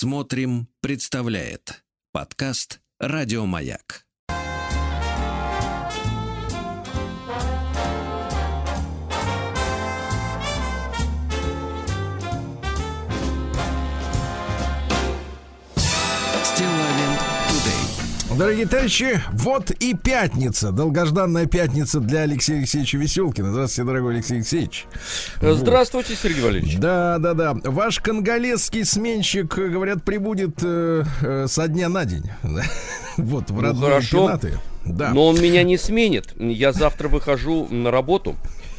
Смотрим, представляет подкаст «Радио Маяк». Дорогие товарищи, вот и пятница, долгожданная пятница для Алексея Алексеевича Веселкина. Здравствуйте, дорогой Алексей Алексеевич. Здравствуйте, Сергей Валерьевич. Да. Ваш конголезский сменщик, говорят, прибудет со дня на день. Вот, в родные пенаты. Да. Но он меня не сменит. Я завтра выхожу на работу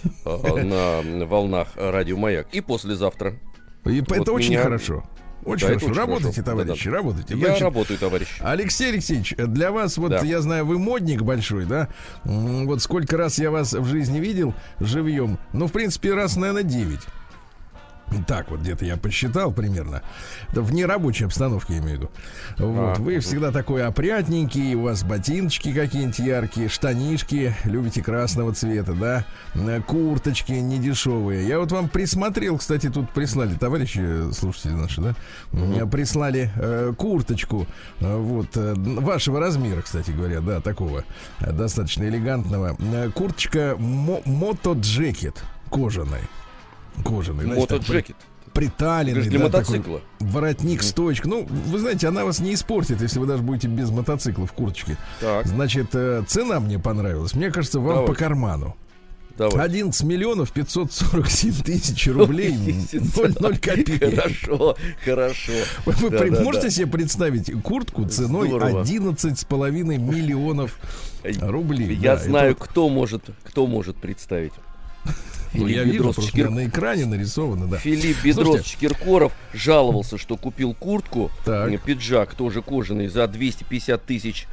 на волнах радио Маяк. И послезавтра. И это очень хорошо. Очень хорошо. Очень работайте, хорошо. Товарищи, да. Работайте. Я работаю, товарищ. Алексей Алексеевич, для вас, вот я знаю, вы модник большой, да? Вот сколько раз я вас в жизни видел живьем. Ну, в принципе, раз, наверное, 9. Так вот, где-то я посчитал примерно. В нерабочей обстановке, я имею в виду. Вот. Вы всегда такой опрятненький, у вас ботиночки какие-нибудь яркие, штанишки, любите красного цвета, да? Курточки недешевые. Я вот вам присмотрел, кстати, тут прислали, товарищи, слушатели наши, да? Прислали курточку, вот, вашего размера, кстати говоря, да, такого достаточно элегантного. Курточка мото-джекет кожаный, мото-джекет. Приталенный, для мотоцикла. Такой воротник, стоечка. Ну, вы знаете, она вас не испортит, если вы даже будете без мотоцикла в курточке. Так. Значит, цена мне понравилась. Мне кажется, вам по карману. Давай. 11 миллионов 547 тысяч рублей 0 копеек. Хорошо. Вы можете себе представить куртку ценой 11,5 миллионов рублей? Я знаю, кто может представить. Ну, я вижу, просто на экране нарисовано, да. Филипп Бедросович Киркоров жаловался, что купил куртку, пиджак тоже кожаный, за 250 тысяч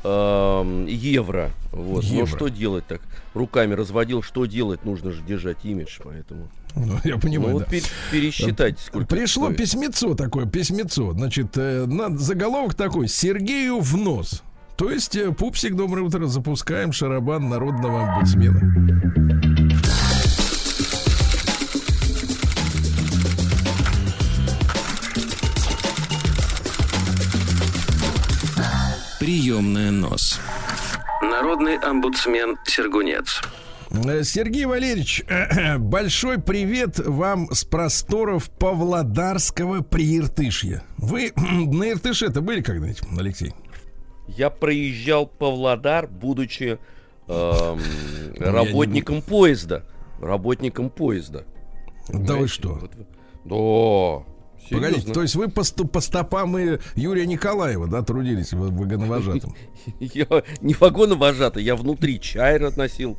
евро. Вот. Но что делать так? Руками разводил, что делать? Нужно же держать имидж, поэтому... Ну, я понимаю, вот пересчитайте, сколько пришло письмецо такое, Значит, заголовок такой: Сергею в нос. То есть, пупсик, доброе утро, запускаем шарабан народного омбудсмена. Приемная нос. Народный омбудсмен Сергунец. Сергей Валерьевич, большой привет вам с просторов Павлодарского Прииртышья. Вы на Иртыше-то были когда-нибудь, Алексей? Я проезжал Павлодар, будучи работником поезда. Да вы что? Да. Погодите, то есть вы по стопам Юрия Николаева, да, трудились вагоновожатым? Я не вагоновожатый, я внутри чай относил,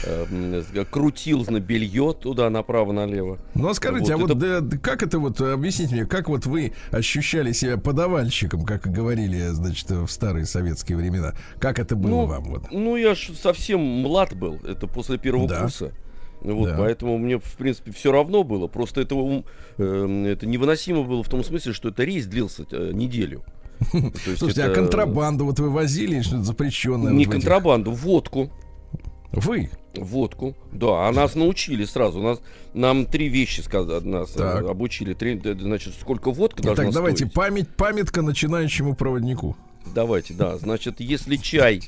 крутил на белье туда направо-налево. Ну а скажите, как это вот, объясните мне, как вот вы ощущали себя подавальщиком, как говорили, значит, в старые советские времена? Как это было вам? Вот? Ну, я ж совсем млад был, это после первого курса. Вот, поэтому мне, в принципе, все равно было. Просто это невыносимо было в том смысле, что это рейс длился неделю. Слушайте, а контрабанду вот вы возили, что-то запрещенное? Не контрабанду, водку. Вы? Водку, да, а нас научили сразу. Нам 3 вещи нас обучили. Значит, сколько водка должна стоить. Так, давайте, памятка начинающему проводнику. Давайте, да. Значит, если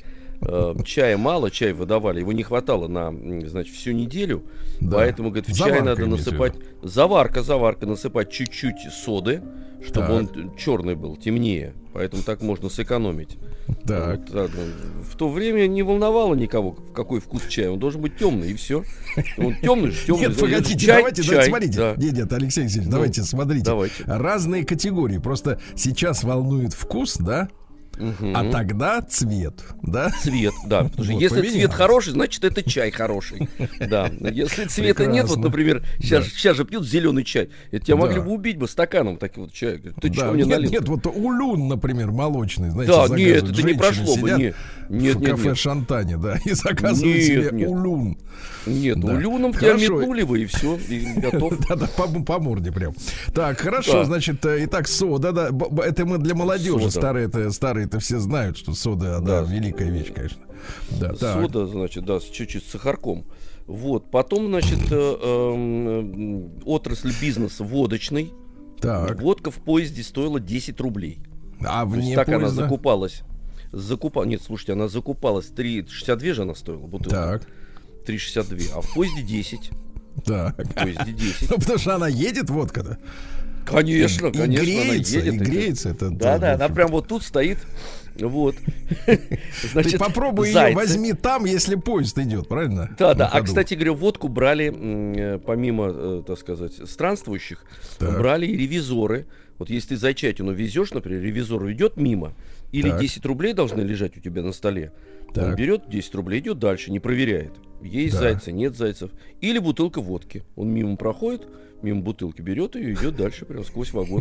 чая мало, чай выдавали, его не хватало на, значит, всю неделю, поэтому, говорит, в чай надо насыпать, заварка, насыпать чуть-чуть соды, чтобы он черный был, темнее, поэтому так можно сэкономить. Так. Вот, в то время не волновало никого, какой вкус чая, он должен быть темный, и все. Он темный. Нет, погодите, давайте, смотрите. Нет, Алексей Алексеевич, давайте, смотрите. Разные категории, просто сейчас волнует вкус, да? А тогда цвет, да? Цвет, да. Потому что если цвет хороший, значит, это чай хороший. Да. Если цвета нет, вот, например, сейчас же пьют зеленый чай. Это тебя могли бы убить бы стаканом таким вот чая. Ты что мне налил? Нет, вот улун, например, молочный, знаете, да, нет, это не прошло бы. Нет, в кафе Шантане, да, и заказывают себе улун. Нет, улюном тебя метнули бы, и все, и готов. Да, по морде прям. Так, хорошо, значит, итак, сода, да, это мы для молодежи, старые это все знают, что сода, да, великая вещь, конечно. Да, сода, значит, да, чуть-чуть с сахарком. Вот, потом, значит, отрасль бизнеса водочный. Так. Водка в поезде стоила 10 рублей. А вне так поезда? Она закупалась. Нет, слушайте, она закупалась 3,62 же она стоила, бутылка. Так. 3,62, а в поезде 10. Так. В поезде 10. Ну, потому что она едет, водка-то. Конечно, конечно, греется, она едет. И греется. Да, она прям вот тут стоит. Вот. Значит, ты попробуй ее возьми там, если поезд идет, правильно? Да. А, кстати говоря, водку брали, помимо, так сказать, странствующих, брали и ревизоры. Вот если ты Зайчатину везешь, например, ревизор идет мимо, или 10 рублей должны лежать у тебя на столе, он берет 10 рублей, идет дальше, не проверяет, есть зайцы, нет зайцев. Или бутылка водки. Он мимо проходит, мимо бутылки берет ее и идет дальше, прям сквозь вагон.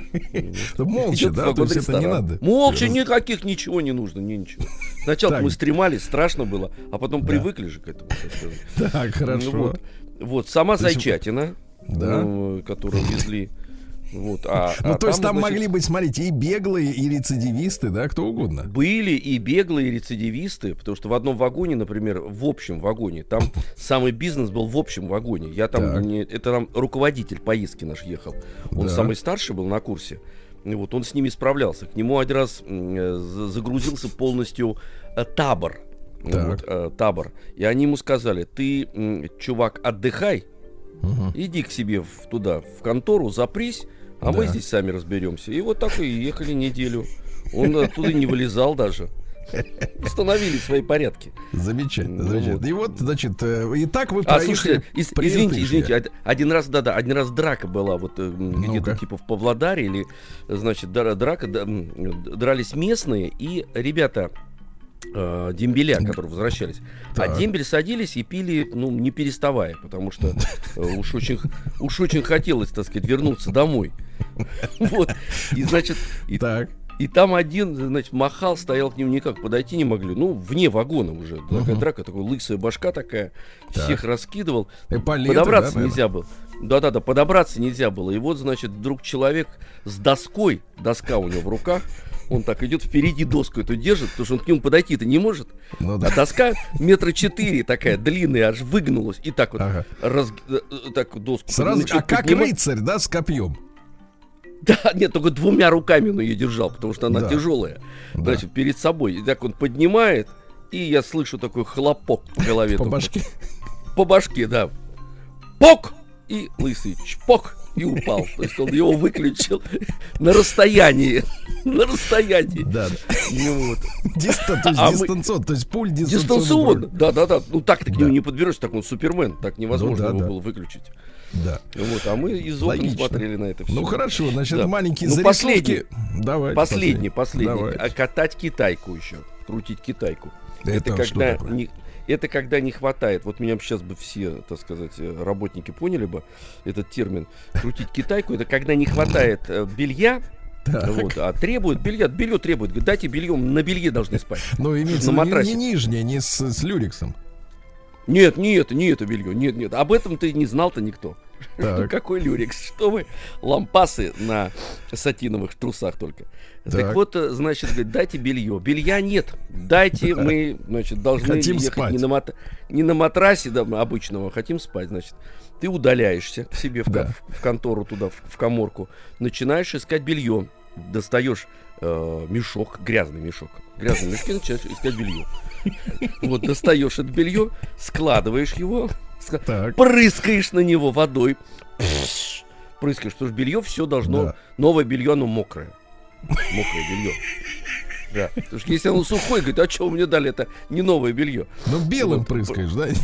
Молча, да? То есть это не надо. Молча, никаких, ничего не нужно, ничего. Сначала мы стремались, страшно было, а потом привыкли же к этому. Так, хорошо. Вот, сама Зайчатина, которую везли. Вот, то есть там могли быть, смотрите, и беглые, и рецидивисты, да, кто угодно. Были и беглые, и рецидивисты, потому что в одном вагоне, например, в общем вагоне, там самый бизнес был в общем вагоне. Это там руководитель поездки наш ехал. Он самый старший был на курсе. И вот он с ними справлялся. К нему один раз загрузился полностью табор. Табор. И они ему сказали: ты, чувак, отдыхай, иди к себе туда, в контору, запрись, а мы здесь сами разберемся. И вот так и ехали неделю. Он оттуда не вылезал даже. Установили свои порядки. Замечательно, замечательно. И вот, значит, и так вы проехали. Слушайте, извините, один раз драка была вот где-то типа в Павлодаре, или, значит, драка, дрались местные и ребята дембеля, которые возвращались. А дембель садились и пили, не переставая, потому что уж очень хотелось, так сказать, вернуться домой. Вот. И, значит, и там один, значит, махал, стоял к ним, никак подойти не могли. Вне вагона уже. Такая драка, такая лысая башка такая. Всех раскидывал. Подобраться нельзя было. Да, подобраться нельзя было. И вот, значит, вдруг человек с доской, доска у него в руках, он так идет впереди, доску эту держит, потому что он к нему подойти-то не может. А доска 4 метра такая, длинная, аж выгнулась. И так вот, так доску. Сразу, как рыцарь, да, с копьем? Да, нет, только 2 руками он ее держал, потому что она тяжелая. Значит, перед собой. И так он поднимает, и я слышу такой хлопок по голове. По башке? По башке, да. Пок! И лысый чпок, и упал. То есть он его выключил на расстоянии. На расстоянии. Да. Вот. Дистанционно, то есть пуль дистанционно. Да. Так ты к нему не подберешься, так он Супермен, так невозможно его было выключить. Да. Вот, а мы из окон смотрели на это все. Хорошо, значит, маленькие зарисовки. Последний. Катать китайку еще. Крутить китайку. Это когда не хватает. Вот меня сейчас бы все, так сказать, работники поняли бы этот термин. Крутить китайку — это когда не хватает белья. Вот, а требует белье требует. Дайте бельем, на белье должны спать. Но имеется на матрасе. Не нижнее, не с люрексом. Нет, не это белье. Нет. Об этом ты не знал-то никто. Какой люрекс? Что вы? Лампасы на сатиновых трусах только. Так вот, значит, говорит, дайте белье. Белья нет. Дайте, мы, значит, должны ехать не на матрасе обычного, хотим спать, значит. Ты удаляешься к себе в контору туда, в каморку, начинаешь искать белье. Достаешь мешок, грязный мешок. Грязный мешок, начинаешь искать белье. Вот, достаешь это белье, складываешь его, прыскаешь на него водой. Прыскаешь, потому что белье все должно... Новое белье, оно мокрое. Мокрое белье. Да. Потому что если оно сухое, говорит, а что вы мне дали? Это не новое белье. Белым прыскаешь, да?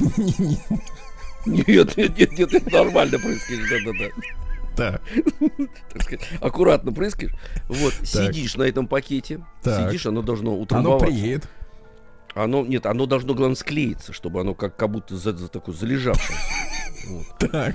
Нет, это нормально прыскаешь, да. Так сказать, аккуратно прыскаешь. Вот, сидишь на этом пакете. Сидишь, оно должно утрамбоваться. Оно приедет. Оно должно, главное, склеиться, чтобы оно как будто такое залежавшееся. Так.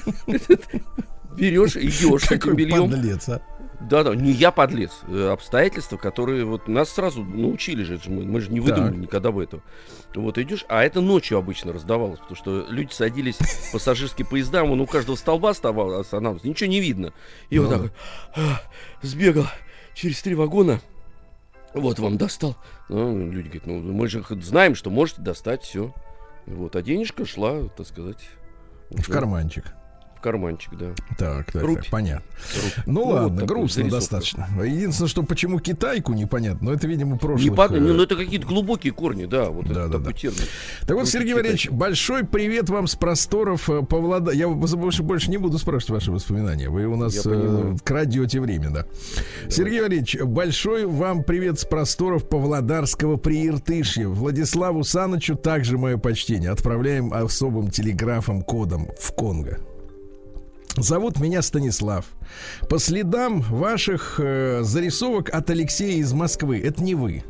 Берешь, идешь этим бельем. Подлец, а? Да, не я подлец. Обстоятельства, которые вот нас сразу научили же. Мы же не выдумали никогда бы этого. Вот идешь, а это ночью обычно раздавалось, потому что люди садились в пассажирские поезда, у каждого столба останавливался, ничего не видно. И вот так сбегал через 3 вагона. Вот вам достал. Люди говорят, мы же знаем, что можете достать все. Вот, а денежка шла, так сказать, в карманчик. карманчик, да. Так, понятно. Ну ладно, вот грустно достаточно. Единственное, что почему китайку непонятно, но это, видимо, прошлых... Ну это какие-то глубокие корни, да. Вот да, это да. термин. Так вот, Сергей Валерьевич, большой привет вам с просторов Павлодара. Я больше не буду спрашивать ваши воспоминания. Вы у нас крадете время, да. Сергей Валерьевич, большой вам привет с просторов Павлодарского Прииртышья. Владиславу Санычу также мое почтение. Отправляем особым телеграфом кодом в Конго. Зовут меня Станислав. По следам ваших зарисовок от Алексея из Москвы. Это не вы.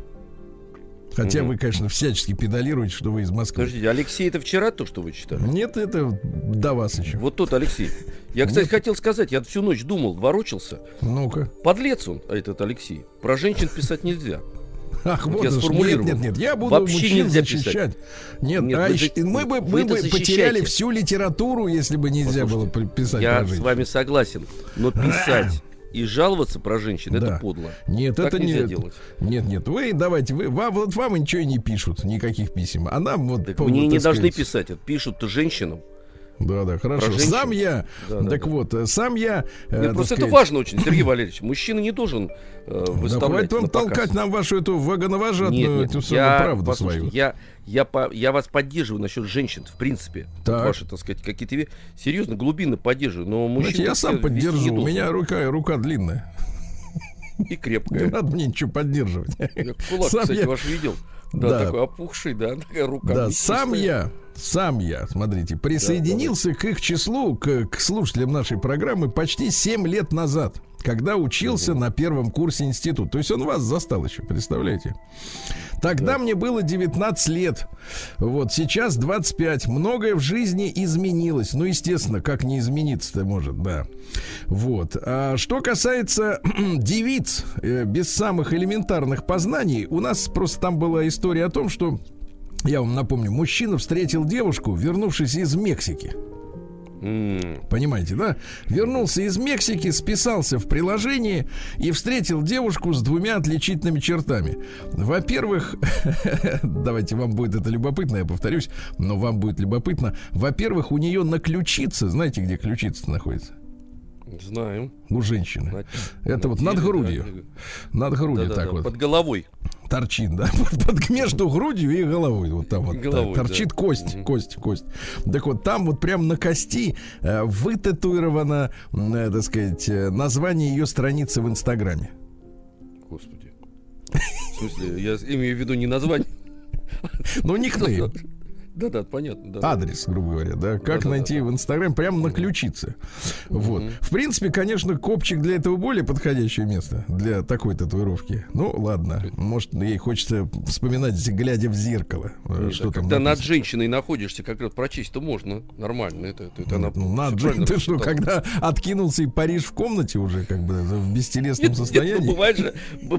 Хотя вы, конечно, всячески педалируете, что вы из Москвы. Подождите, Алексей, это вчера то, что вы читали? Нет, это до вас еще. Вот тот Алексей. Я, кстати, хотел сказать, я всю ночь думал, ворочался. Ну-ка. Подлец он, этот Алексей. Про женщин писать нельзя. Ах, вот я сформулировал. Нет, я буду мужчин защищать. Нет, мы бы потеряли всю литературу, если бы нельзя было писать про женщин. Я с вами согласен, но писать и жаловаться про женщин, это подло. Нет, так это нельзя делать. Нет, вы давайте, вам ничего и не пишут, никаких писем. А нам вот... Так мне не должны писать, это пишут-то женщинам. Да, хорошо. Сам я, сам я... Просто это важно очень, Сергей Валерьевич. Мужчина не должен выставлять. Хватит вам толкать нам вашу эту вагоновожатную правду свою. Я вас поддерживаю насчет женщин, в принципе. Ваши, так сказать, какие-то вещи. Серьезно, глубинно поддерживаю. Но мужчин я сам поддерживаю. У меня рука длинная. И крепкая. Не надо мне ничего поддерживать. Я кулак, кстати, ваш видел. Да, такой опухший, да, такая рука. Да, сам я, смотрите, присоединился к их числу, к слушателям нашей программы почти 7 лет назад, когда учился на первом курсе института. То есть он вас застал еще, представляете? Тогда мне было 19 лет. Вот сейчас 25. Многое в жизни изменилось. Ну, естественно, как не измениться-то может, да. Вот. А что касается девиц без самых элементарных познаний, у нас просто там была история о том, что, я вам напомню, мужчина встретил девушку, вернувшись из Мексики. Понимаете, да? Вернулся из Мексики, списался в приложении и встретил девушку с 2 отличительными чертами. Во-первых, давайте, вам будет это любопытно, я повторюсь, но вам будет любопытно. Во-первых, у нее на ключице, знаете, где ключица находится? Знаем. У женщины. Это вот над грудью. Над грудью так вот. Под головой. Торчит, да. Между грудью и головой. Вот там вот торчит кость. Так вот, там вот прям на кости вытатуировано, так сказать, название ее страницы в Инстаграме. Господи. В смысле, я имею в виду не название. Ну, никнейм. Да, понятно. Да. Адрес, грубо говоря, да. Как найти в Инстаграме прямо на ключице. Вот. В принципе, конечно, копчик для этого более подходящее место для такой татуировки. Ну, ладно. Может, ей хочется вспоминать, глядя в зеркало. Что там когда над женщиной находишься, как раз прочесть-то можно. Нормально. Это над женщиной. Ты что, когда откинулся и паришь в комнате уже, как бы в бестелесном состоянии? Бывает же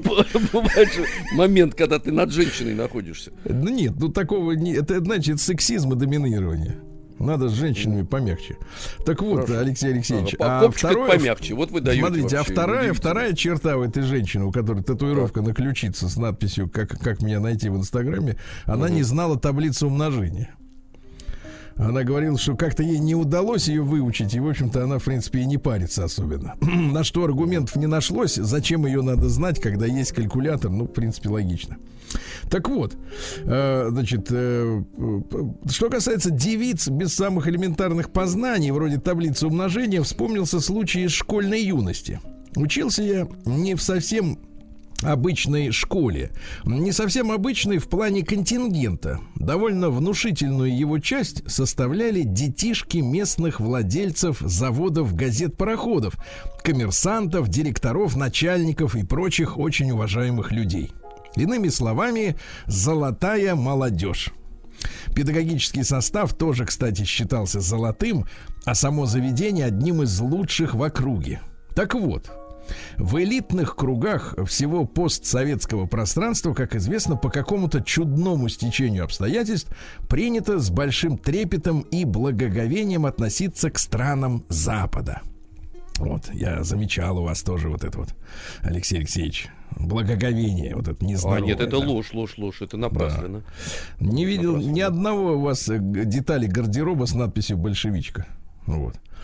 момент, когда ты над женщиной находишься. Ну нет, такого не. Это значит сексизм и доминирование. Надо с женщинами помягче. Так вот, хорошо. Алексей Алексеевич, второе, помягче. Вот вы даете. Смотрите, вторая черта у этой женщины, у которой татуировка на ключице с надписью «Как меня найти в Инстаграме», она не знала таблицу умножения. Она говорила, что как-то ей не удалось ее выучить, и, в общем-то, она, в принципе, и не парится особенно. На что аргументов не нашлось, зачем ее надо знать, когда есть калькулятор, ну, в принципе, логично. Так вот, значит, что касается девиц без самых элементарных познаний, вроде таблицы умножения, вспомнился случай из школьной юности. Учился я не в совсем обычной школе. Не совсем обычной в плане контингента. Довольно внушительную его часть составляли детишки местных владельцев заводов газет-пароходов, коммерсантов, директоров, начальников и прочих очень уважаемых людей. Иными словами, золотая молодежь. Педагогический состав тоже, кстати, считался золотым, а само заведение одним из лучших в округе. Так вот, в элитных кругах всего постсоветского пространства, как известно, по какому-то чудному стечению обстоятельств принято с большим трепетом и благоговением относиться к странам Запада. Вот, я замечал у вас тоже вот это вот, Алексей Алексеевич, благоговение, вот это нездоровое. Нет, это ложь, это напрасно. Да. Не видел ни одного у вас детали гардероба с надписью «большевичка». Вот.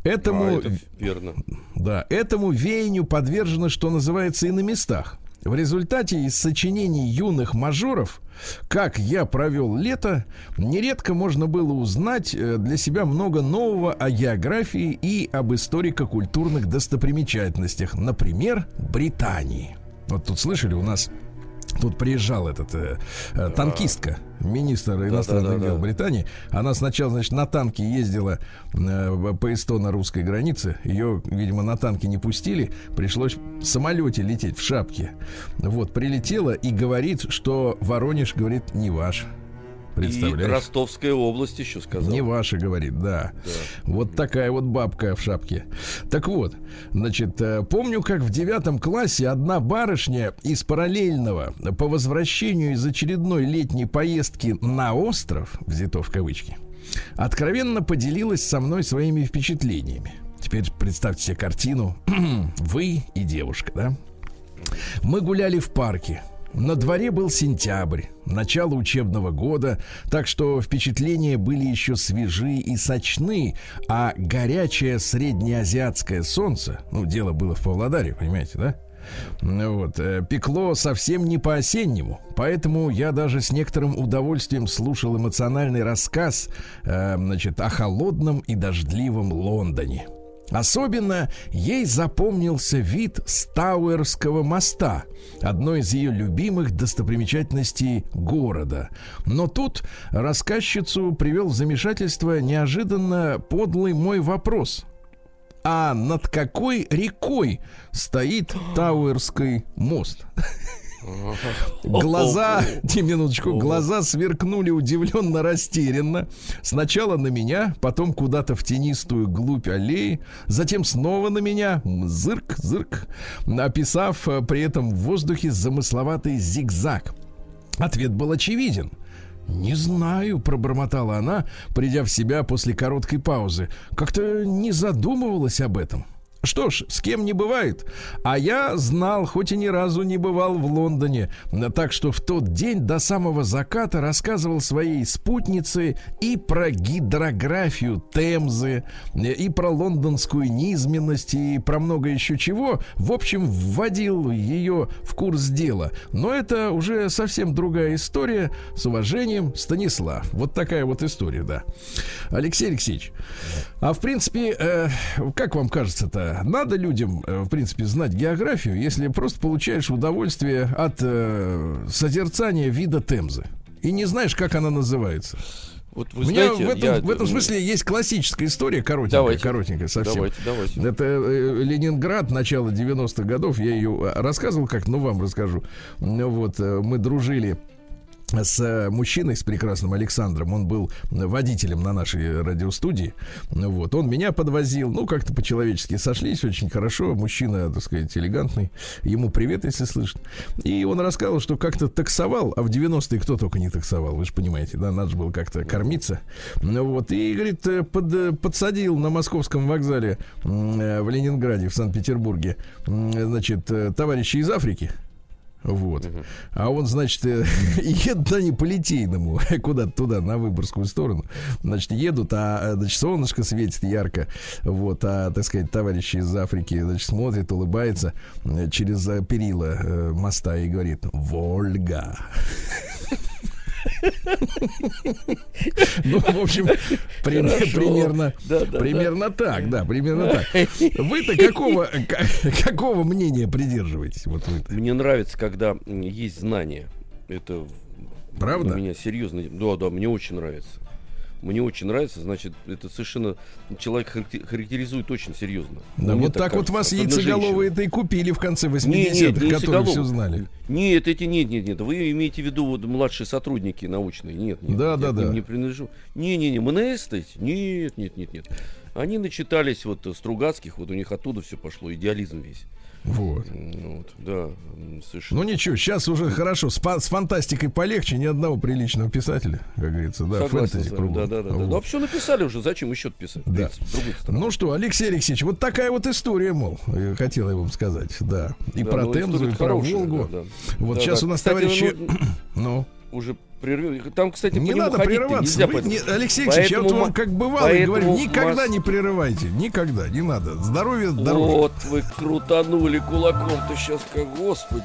Этому, это верно. Да, этому веянию подвержено, что называется, и на местах. В результате из сочинений юных мажоров «Как я провел лето» нередко можно было узнать для себя много нового о географии и об историко-культурных достопримечательностях, например, Британии. Вот тут слышали, у нас тут приезжал танкистка, министр иностранных дел Британии. Она сначала, значит, на танке ездила по эстоно-русской границе. Ее, видимо, на танке не пустили. Пришлось в самолете лететь в шапке. Вот, прилетела и говорит, что Воронеж, говорит, не ваш. Представляешь? И Ростовская область еще сказал. Не ваша, говорит, да. Вот такая вот бабка в шапке. Так вот, значит, помню, как в 9 классе одна барышня из параллельного по возвращению из очередной летней поездки на остров, взято в кавычки, откровенно поделилась со мной своими впечатлениями. Теперь представьте себе картину. Вы и девушка, да? Мы гуляли в парке. На дворе был сентябрь, начало учебного года, так что впечатления были еще свежи и сочны, а горячее среднеазиатское солнце, дело было в Павлодаре, понимаете, да? Вот, пекло совсем не по-осеннему, поэтому я даже с некоторым удовольствием слушал эмоциональный рассказ, о холодном и дождливом Лондоне. Особенно ей запомнился вид с Тауэрского моста, одной из ее любимых достопримечательностей города. Но тут рассказчицу привел в замешательство неожиданно подлый мой вопрос. А над какой рекой стоит Тауэрский мост? Глаза сверкнули удивленно, растерянно. Сначала на меня, потом куда-то в тенистую глубь аллеи, затем снова на меня, зырк, описав при этом в воздухе замысловатый зигзаг. Ответ был очевиден. «Не знаю», — пробормотала она, придя в себя после короткой паузы. «Как-то не задумывалась об этом». Что ж, с кем не бывает. А я знал, хоть и ни разу не бывал в Лондоне. Так что в тот день до самого заката рассказывал своей спутнице и про гидрографию Темзы, и про лондонскую низменность, и про много еще чего. В общем, вводил ее в курс дела. Но это уже совсем другая история. С уважением, Станислав. Вот такая вот история, да. Алексей Алексеевич, а в принципе, как вам кажется-то, надо людям, в принципе, знать географию, если просто получаешь удовольствие от созерцания вида Темзы и не знаешь, как она называется? Вот вы знаете, в этом смысле есть классическая история, коротенькая совсем. Давайте. Это Ленинград, начало 90-х годов. Я ее рассказывал как, вам расскажу. Вот, мы дружили с мужчиной, с прекрасным Александром. Он был водителем на нашей радиостудии. Вот. Он меня подвозил. Как-то по-человечески сошлись очень хорошо. Мужчина, так сказать, элегантный. Ему привет, если слышно. И он рассказывал, что как-то таксовал. А в 90-е кто только не таксовал. Вы же понимаете, да? Надо же было как-то кормиться. Вот. И, говорит, подсадил на московском вокзале в Ленинграде, в Санкт-Петербурге, значит, товарищи из Африки. Вот. А он, значит, едут они по Литейному, куда-то туда, на Выборгскую сторону. Значит, едут, значит, солнышко светит ярко. Вот, так сказать, товарищи из Африки, значит, смотрят, улыбается через перила моста и говорит: «Вольга». В общем, примерно так, да, примерно так. Вы-то какого мнения придерживаетесь? Вот вы-то. Мне нравится, когда есть знания. Это правда? У меня серьезно. Да, мне очень нравится. Мне очень нравится, значит, это совершенно человек характеризует очень серьезно. Да, вот так вот вас яйцеголовые-то и купили в конце 80-х, которые все знали. Нет. Вы имеете в виду вот младшие сотрудники научные? Нет. Да. Не принадлежу. Не. МНС? Нет. Они начитались вот Стругацких, вот у них оттуда все пошло, идеализм весь. Вот, да, совершенно. Ничего, сейчас уже хорошо. С фантастикой полегче, ни одного приличного писателя, как говорится, да, фэнтези кругом. Да. Вот. Ну, а все написали уже, зачем еще писать? Да. Ну что, Алексей Алексеевич, вот такая вот история, хотел я вам сказать, да. И про Темзу, и про Волгу. Да. Вот сейчас у нас, кстати, товарищи... уже прервем. Там, кстати, не надо прерываться. Алексей Алексеевич, я вот вам как бывало говорю, никогда не прерывайте. Никогда, не надо. Здоровье, здоровье. Вот вы крутанули кулаком-то сейчас, как, господи.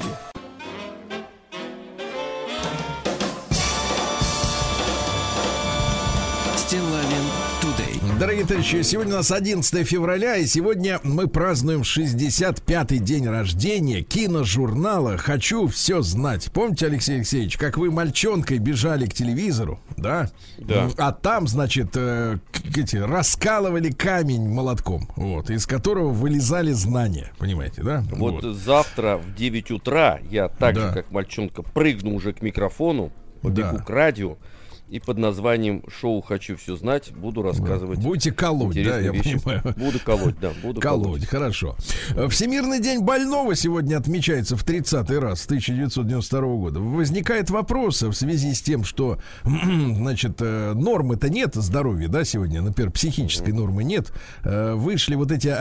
Дорогие товарищи, сегодня у нас 11 февраля, и сегодня мы празднуем 65-й день рождения киножурнала «Хочу все знать». Помните, Алексей Алексеевич, как вы мальчонкой бежали к телевизору, да? Да. А там, значит, раскалывали камень молотком, вот, из которого вылезали знания, понимаете, да? Вот завтра в 9 утра я так же, как мальчонка, прыгну уже к микрофону, побегу к радио. И под названием «Шоу «Хочу все знать» буду рассказывать. Будете колоть, да, я понимаю. Буду колоть, да, буду колоть. Хорошо. Всемирный день больного сегодня отмечается в 30-й раз, с 1992 года. Возникает вопрос в связи с тем, что, значит, нормы-то нет здоровья, да, сегодня, например, психической нормы нет. Вышли вот эти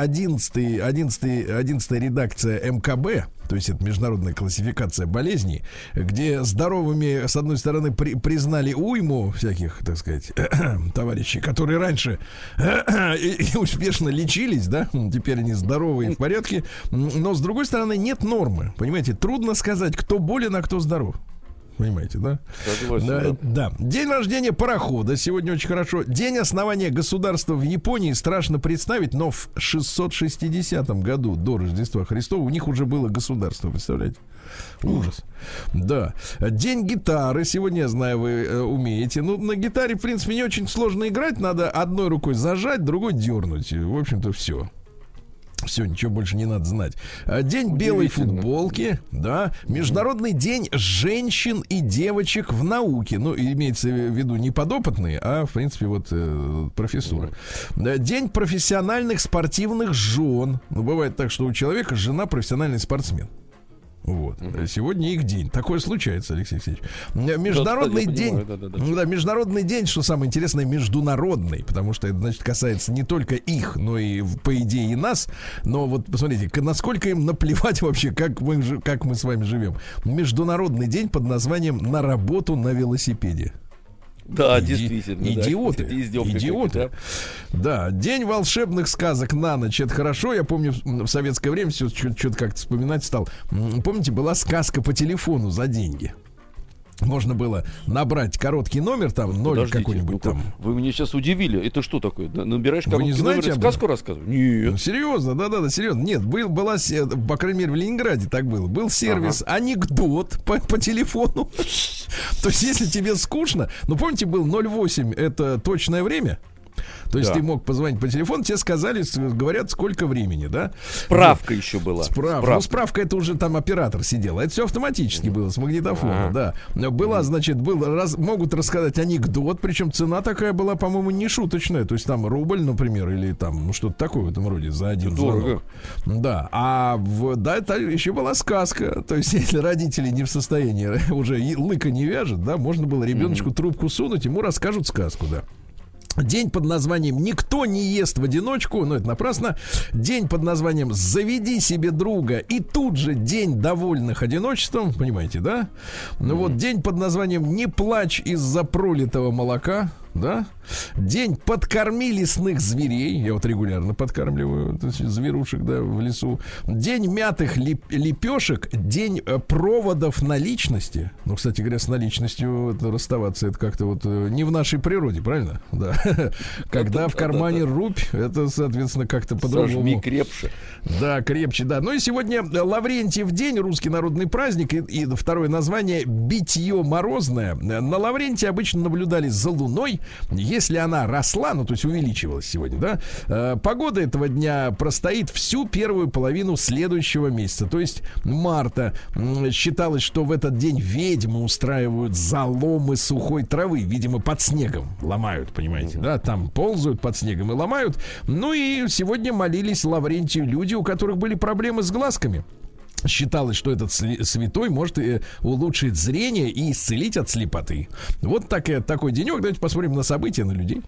11-я редакция МКБ, то есть это международная классификация болезней, где здоровыми, с одной стороны, признали уйму всяких, так сказать, товарищей, которые раньше успешно лечились, да, теперь они здоровы и в порядке, но, с другой стороны, нет нормы, понимаете, трудно сказать, кто болен, а кто здоров. Понимаете, да? Да. День рождения парохода сегодня очень хорошо. День основания государства в Японии страшно представить, но в 660 году до Рождества Христова у них уже было государство, представляете? Ужас. Да. День гитары. Сегодня, я знаю, вы умеете. Ну, на гитаре, в принципе, не очень сложно играть. Надо одной рукой зажать, другой дернуть. В общем-то, все. Все, ничего больше не надо знать. День белой футболки, да. Международный день женщин и девочек в науке. Ну, имеется в виду не подопытные, а, в принципе, вот профессура. День профессиональных спортивных жен. Ну, бывает так, что у человека жена профессиональный спортсмен. Вот. Сегодня их день. Такое случается, Алексей Алексеевич. Международный день. Да, международный день, что самое интересное, международный, потому что это, значит, касается не только их, но и, по идее, и нас. Но вот посмотрите, насколько им наплевать вообще, как мы с вами живем. Международный день под названием «На работу на велосипеде». Да, действительно. Идиоты. Да. Идиоты. Да, день волшебных сказок на ночь. Это хорошо. Я помню, в советское время все что-то как-то вспоминать стал. Помните, была сказка по телефону за деньги. Можно было набрать короткий номер, там, 0 какой-нибудь там. Вы меня сейчас удивили. Это что такое? Набираешь короткий номер и сказку рассказываешь? Нет. Ну, серьезно, да, серьезно. Нет, была, по крайней мере, в Ленинграде так было. Был сервис анекдот по телефону. То есть, если тебе скучно, ну, помните, был 08, это точное время. То есть ты мог позвонить по телефону, тебе сказали, говорят, сколько времени, да? Справка еще была. Ну, справка это уже там оператор сидел. Это все автоматически было с магнитофона, да. Была, значит, могут рассказать анекдот, причем цена такая была, по-моему, не шуточная. То есть там рубль, например, или там что-то такое в этом роде за один звонок. Да. Это еще была сказка. То есть, если родители не в состоянии, уже лыка не вяжет, да, можно было ребеночку трубку сунуть, ему расскажут сказку, да. День под названием «Никто не ест в одиночку», но это напрасно. День под названием «Заведи себе друга». И тут же день довольных одиночеством, понимаете, да? Ну вот день под названием «Не плачь из-за пролитого молока». Да? День «Подкорми лесных зверей». Я вот регулярно подкармливаю зверушек, да, в лесу. День мятых лепешек. День проводов наличности. Ну, кстати говоря, с наличностью расставаться это как-то вот не в нашей природе, правильно? Да. Когда в кармане рубь, это, соответственно, как-то по-другому. Сожми крепче. Да, крепче, да. Ну и сегодня Лаврентьев день, русский народный праздник. И второе название «Битье морозное». На Лаврентия обычно наблюдали за луной. Если она росла, ну то есть увеличивалась сегодня, да, погода этого дня простоит всю первую половину следующего месяца, то есть марта. Считалось, что в этот день ведьмы устраивают заломы сухой травы, видимо, под снегом ломают, понимаете, да, там ползают под снегом и ломают. Ну и сегодня молились Лаврентию люди, у которых были проблемы с глазками. Считалось, что этот святой может улучшить зрение и исцелить от слепоты. Вот такой денек. Давайте посмотрим на события, на людей.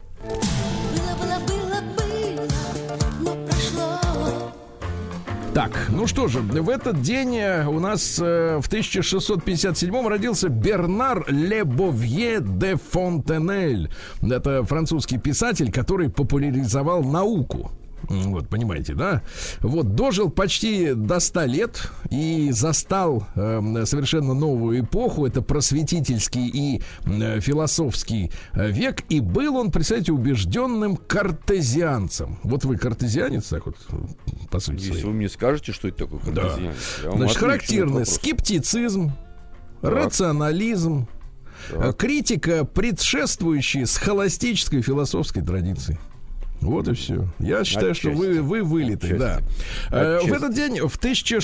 Так, ну что же, в этот день у нас в 1657 родился Бернар Лебовье де Фонтенель. Это французский писатель, который популяризовал науку. Вот, понимаете, да? Вот, дожил почти до 100 лет и застал совершенно новую эпоху. Это просветительский и философский век. И был он, представьте, убежденным картезианцем. Вот вы картезианец, так вот, по сути. Если вы мне скажете, что это такое картезианец. Да. Значит, характерный скептицизм, рационализм, критика, предшествующая схоластической философской традиции. Вот и все. Я считаю, что вы вылитый, да. В этот день, в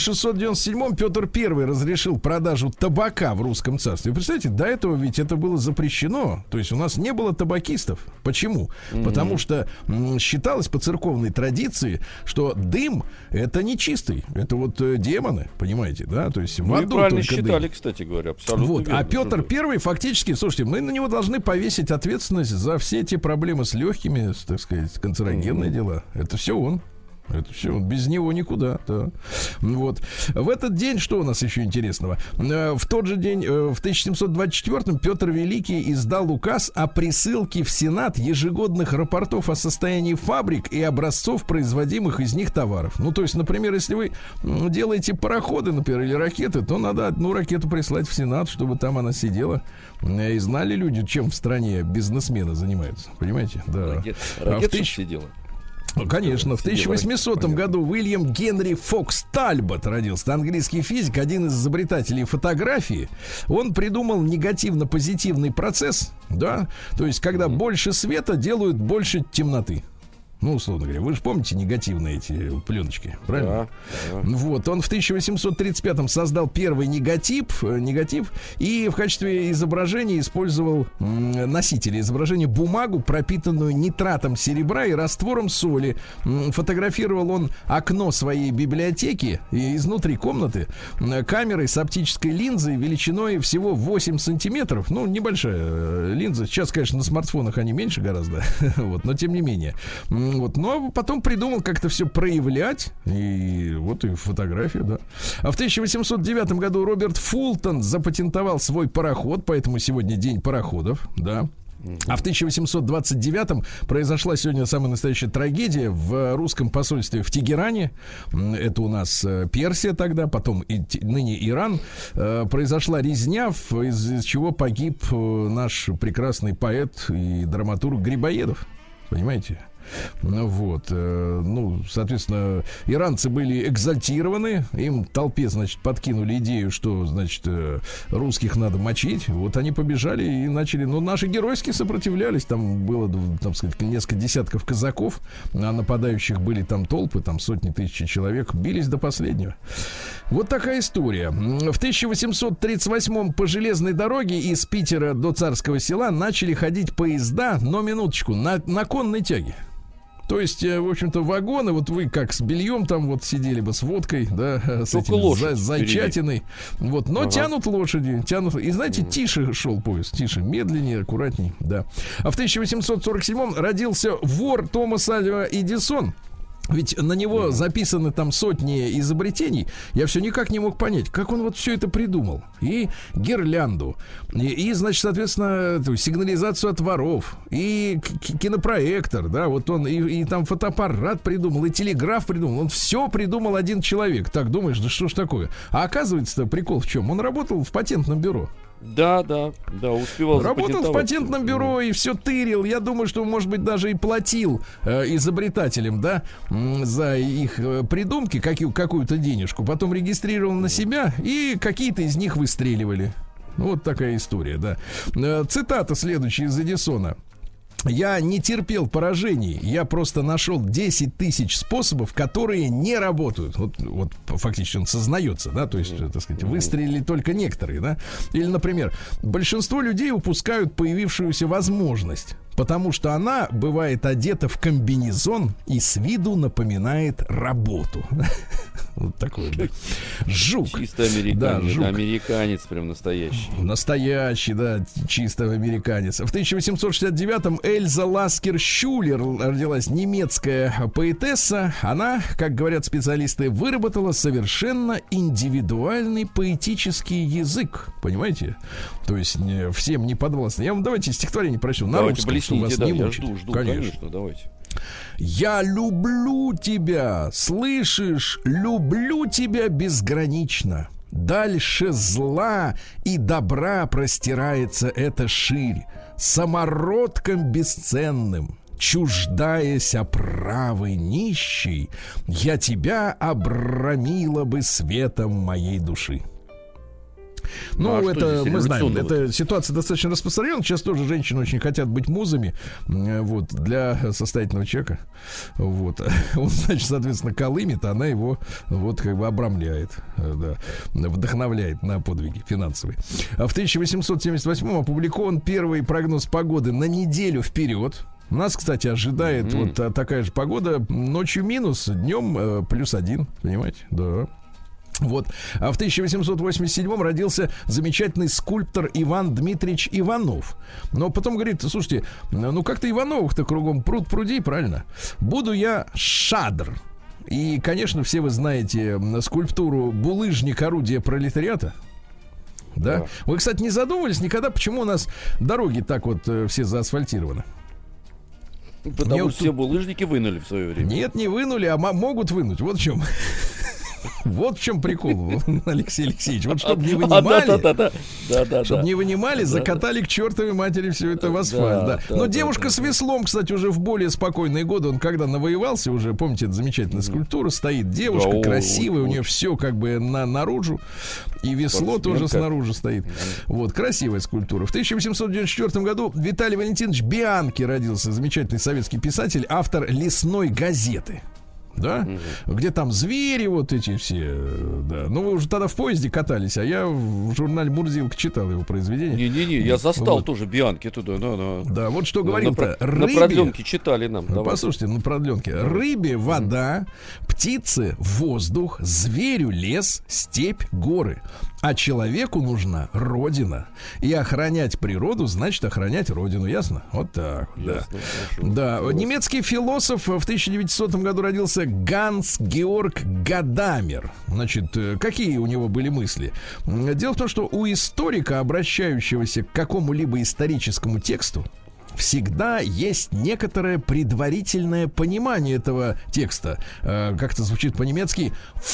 1697-м, Петр I разрешил продажу табака в русском царстве. Представляете, до этого ведь это было запрещено. То есть у нас не было табакистов. Почему? Потому что считалось по церковной традиции, что дым — это нечистый. Это вот демоны, понимаете, да? То есть в аду правильно только считали, дым. кстати говоря, абсолютно вот. верно. А Петр I фактически, слушайте, мы на него должны повесить ответственность за все эти проблемы с легкими, так сказать, канцерогенные дела. Это все он. Это все, он без него никуда, да. Вот. В этот день, что у нас еще интересного? В тот же день, в 1724-м, Петр Великий издал указ о присылке в Сенат ежегодных рапортов о состоянии фабрик и образцов производимых из них товаров. Ну, то есть, например, если вы делаете пароходы, например, или ракеты, то надо одну ракету прислать в Сенат, чтобы там она сидела. И знали люди, чем в стране бизнесмены занимаются. Понимаете? Да. Ракет сидела. Конечно, в 1800 году Уильям Генри Фокс Тальбот родился. Английский физик, один из изобретателей фотографии. Он придумал негативно-позитивный процесс, да, то есть когда больше света делают больше темноты. Ну, условно говоря, вы же помните негативные эти пленочки, правильно? Да. Вот, он в 1835-м создал первый негатив, и в качестве изображения использовал носители изображения бумагу, пропитанную нитратом серебра и раствором соли. Фотографировал он окно своей библиотеки и изнутри комнаты камерой с оптической линзой величиной всего 8 сантиметров. Ну, небольшая линза. Сейчас, конечно, на смартфонах они меньше гораздо, вот, но тем не менее. Вот, но потом придумал как-то все проявлять. И вот и фотография, да. А в 1809 году Роберт Фултон запатентовал свой пароход, поэтому сегодня день пароходов, да. А в 1829-м произошла сегодня самая настоящая трагедия в русском посольстве в Тегеране. Это у нас Персия тогда, потом ныне Иран. Произошла резня, из чего погиб наш прекрасный поэт и драматург Грибоедов. Понимаете? Ну вот, ну, соответственно, иранцы были экзальтированы, им толпе, значит, подкинули идею, что, значит, русских надо мочить. Вот они побежали и начали, ну, наши геройски сопротивлялись, там было, там сказать, несколько десятков казаков, а нападающих были там толпы, там сотни тысяч человек, бились до последнего. Вот такая история. В 1838-м по железной дороге из Питера до Царского Села начали ходить поезда, но минуточку, на конной тяге. То есть, в общем-то, вагоны, вот вы как с бельем там вот сидели бы с водкой, да, с этим зайчатиной, вот, но тянут лошади, тянут, и знаете, тише шел поезд, тише, медленнее, аккуратней, да. А в 1847-м родился вор Томас Альва Эдисон. Ведь на него записаны там сотни изобретений. Я все никак не мог понять, как он вот все это придумал. И гирлянду, и значит, соответственно, сигнализацию от воров, и кинопроектор, да, вот он и там фотоаппарат придумал, и телеграф придумал. Он все придумал один человек. Так думаешь, да что ж такое? А оказывается-то прикол в чем? Он работал в патентном бюро. Да, успевал. Работал в патентном бюро и все тырил. Я думаю, что, может быть, даже и платил изобретателям, да, за их придумки какую-то денежку. Потом регистрировал на себя, и какие-то из них выстреливали. Вот такая история, да. Цитата следующая из Эдисона. Я не терпел поражений, я просто нашел 10 тысяч способов, которые не работают. Вот фактически он сознается, да, то есть, так сказать, выстрелили только некоторые, да. Или, например, большинство людей упускают появившуюся возможность. потому что она бывает одета в комбинезон и с виду напоминает работу. Вот такой вот. Жук. Чисто американец. Да, жук. Американец прям настоящий. Настоящий, да, чисто американец. В 1869-м Эльза Ласкер-Щюлер родилась, немецкая поэтесса. Она, как говорят специалисты, выработала совершенно индивидуальный поэтический язык. Понимаете? То есть всем не подвластно. Я вам давайте стихотворение прочту на русском, чтобы вас не мучить. Я жду, конечно, давайте. Я люблю тебя, слышишь? Люблю тебя безгранично. Дальше зла и добра простирается эта ширь, самородком бесценным, чуждаясь оправы нищей, я тебя обрамила бы светом моей души. Ну, это мы знаем, эта ситуация достаточно распространена. Сейчас тоже женщины очень хотят быть музами, вот, для состоятельного человека. Вот. Он, значит, соответственно, колымет, а она его вот как бы обрамляет, да, вдохновляет на подвиги финансовые. В 1878-м опубликован первый прогноз погоды на неделю вперед. Нас, кстати, ожидает вот такая же погода. Ночью минус, днем +1, понимаете? Да. Вот. А в 1887-м родился замечательный скульптор Иван Дмитриевич Иванов. Но потом говорит: слушайте, ну как-то Ивановых-то кругом пруд пруди, правильно? Буду я шадр. И, конечно, все вы знаете скульптуру «Булыжник. Орудие пролетариата». Да? Вы, кстати, не задумывались никогда, почему у нас дороги так вот все заасфальтированы? Потому что все булыжники вынули в свое время. Нет, не вынули, а могут вынуть. Вот в чем. Вот в чем прикол, Алексей Алексеевич. Вот чтобы не вынимали, чтобы не вынимали, закатали к чертовой матери все это в асфальт. Да. Но девушка с веслом, кстати, уже в более спокойные годы, он когда навоевался уже, помните, это замечательная скульптура, стоит девушка красивая, у нее все как бы наружу, и весло тоже снаружи стоит. Вот, красивая скульптура. В 1894 году Виталий Валентинович Бианки родился, замечательный советский писатель, автор «Лесной газеты». Да? Где там звери вот эти все, да. Ну, вы уже тогда в поезде катались, а я в журнале «Мурзилка» читал его произведение. Не-не-не, я застал вот. Тоже Бианки туда, Да, вот что говорил-то. На продленке читали нам. Послушайте, на продленке. Рыбе вода, птице воздух, зверю лес, степь, горы. А человеку нужна родина. И охранять природу значит охранять родину. Ясно? Вот так. Ясно, да. Да. Немецкий философ в 1900 году родился Ганс Георг Гадамер. Значит, какие у него были мысли? Дело в том, что у историка, обращающегося к какому-либо историческому тексту, всегда есть некоторое предварительное понимание этого текста. Как это звучит по-немецки?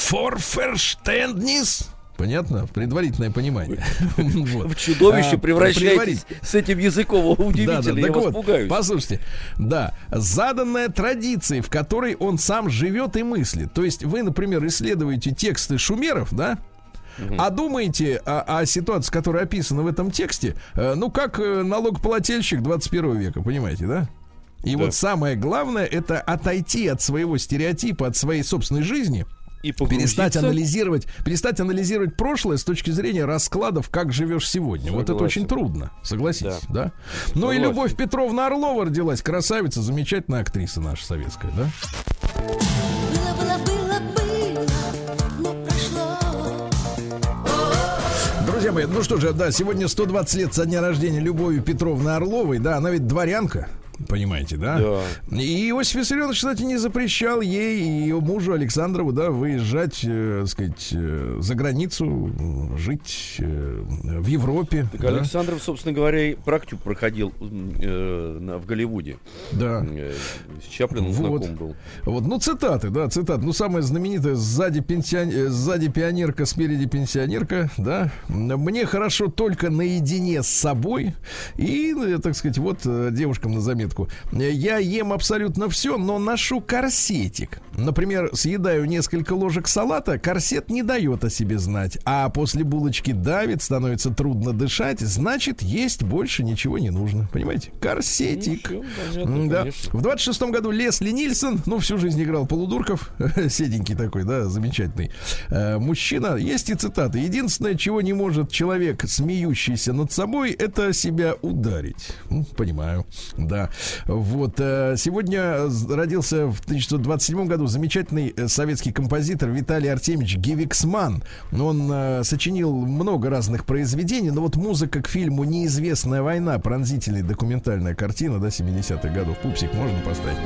Vorverständnis. Понятно? Предварительное понимание. В чудовище превращаетесь с этим языком. Удивительно, я вас пугаюсь. Послушайте, да, заданная традицией, в которой он сам живет и мыслит. То есть вы, например, исследуете тексты шумеров, да? А думаете о ситуации, которая описана в этом тексте, ну, как налогоплательщик 21 века, понимаете, да? И вот самое главное — это отойти от своего стереотипа, от своей собственной жизни и перестать анализировать прошлое с точки зрения раскладов, как живешь сегодня. Согласен. Вот это очень трудно, согласитесь, да? Ну и Любовь Петровна Орлова родилась, красавица, замечательная актриса наша советская, да? Друзья мои, ну что же, да, сегодня 120 лет со дня рождения Любови Петровны Орловой, да, она ведь дворянка. Понимаете, да? Да. И Иосиф Виссарионович, кстати, не запрещал ей и ее мужу Александрову, да, выезжать, так сказать, за границу, жить в Европе. Так да? Александров, собственно говоря, практику проходил в Голливуде. Да. С Чаплином знаком был. Вот, ну, цитаты, да, цитаты. Ну, самая знаменитая: сзади пионерка, спереди пенсионерка, да. Мне хорошо только наедине с собой. И, так сказать, вот девушкам на заметку. Я ем абсолютно все, но ношу корсетик. Например, съедаю несколько ложек салата, корсет не дает о себе знать. А после булочки давит, становится трудно дышать, значит, есть больше ничего не нужно. Понимаете? Корсетик. Ну, понятно, да. В 26-м году Лесли Нильсон, ну, всю жизнь играл полудурков, седенький такой, да, замечательный мужчина. Есть и цитаты. Единственное, чего не может человек, смеющийся над собой, это себя ударить. Понимаю, да. Вот. Сегодня родился в 1927 году замечательный советский композитор Виталий Артемьевич Гевиксман. Он сочинил много разных произведений, но вот музыка к фильму «Неизвестная война», пронзительная документальная картина, да, 70-х годов. Пупсик можно поставить?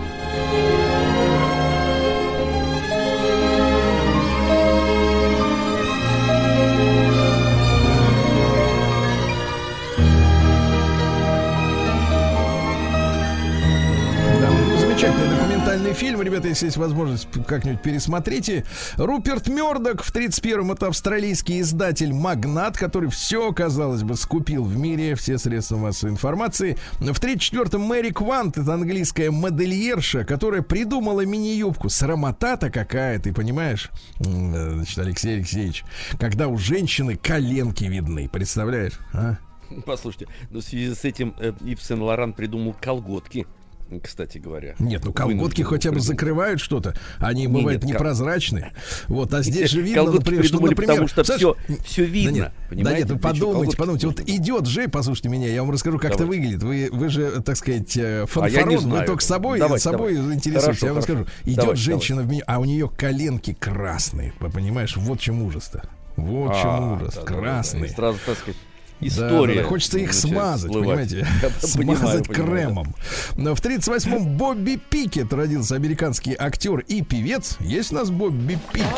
Документальный фильм, ребята, если есть возможность, как-нибудь пересмотрите. Руперт Мёрдок в 31-м — это австралийский издатель-магнат, который все, казалось бы, скупил в мире, все средства массовой информации. В 34-м Мэри Квант — это английская модельерша, которая придумала мини-юбку. Срамота-то какая, ты понимаешь, значит, Алексей Алексеевич, когда у женщины коленки видны, представляешь, а? Послушайте, но в связи с этим Ив Сен-Лоран придумал колготки, кстати говоря. Нет, ну колготки хотя бы закрывают что-то. Они бывают непрозрачные. Вот, а здесь же видно, например, что, потому что все видно. Да нет, ну подумайте. Вот идет же, послушайте меня, я вам расскажу, как это выглядит. Вы же, так сказать, фанфарон, вы только собой интересуетесь. Я вам расскажу. Идет женщина в меню, а у нее коленки красные. Понимаешь, вот чем ужас-то. Вот чем ужас. Красные. Сразу, так сказать, история. Да, хочется их смазать, понимаете? Смазать кремом. Но в 38-м Бобби Пикет родился, американский актер и певец. Есть у нас Бобби Пикет?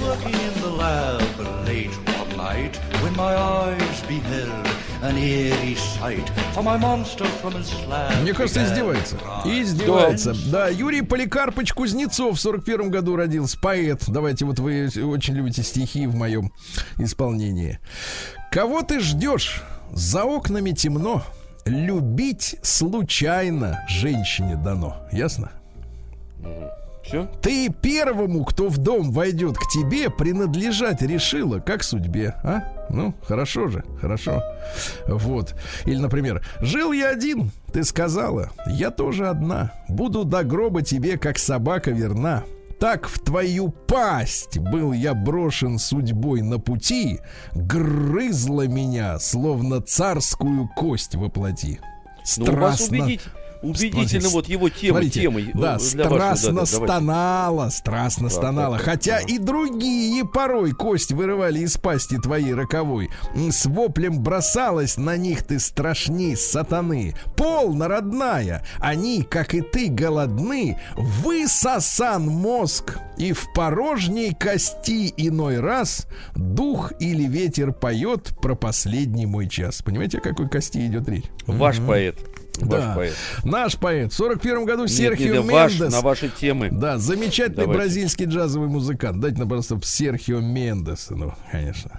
Мне кажется, издевается. Издевается. Да, Юрий Поликарпович Кузнецов в 41-м году родился. Поэт. Давайте, вот вы очень любите стихи в моем исполнении. Кого ты ждешь? За окнами темно. Любить случайно женщине дано. Ясно? Все? Ты первому, кто в дом войдет к тебе, принадлежать решила, как судьбе. А? Ну, хорошо же, хорошо. Вот. Или, например, жил я один, ты сказала, я тоже одна. Буду до гроба тебе, как собака, верна. Так в твою пасть был я брошен судьбой на пути, грызла меня, словно царскую кость воплоти. Страстно. Убедительно вот его темой. Да, страстно стонала. Хотя и другие порой кость вырывали из пасти твоей роковой. С воплем бросалась на них ты страшней сатаны. Полно, родная, они, как и ты, голодны. Высосан мозг, и в порожней кости иной раз дух или ветер поет про последний мой час. Понимаете, о какой кости идет речь? Ваш поэт. Да, наш поэт. В 41 году Серхио Мендес. На ваши темы. Да, замечательный бразильский джазовый музыкант. Дайте нам просто Серхио Мендес. Ну, конечно.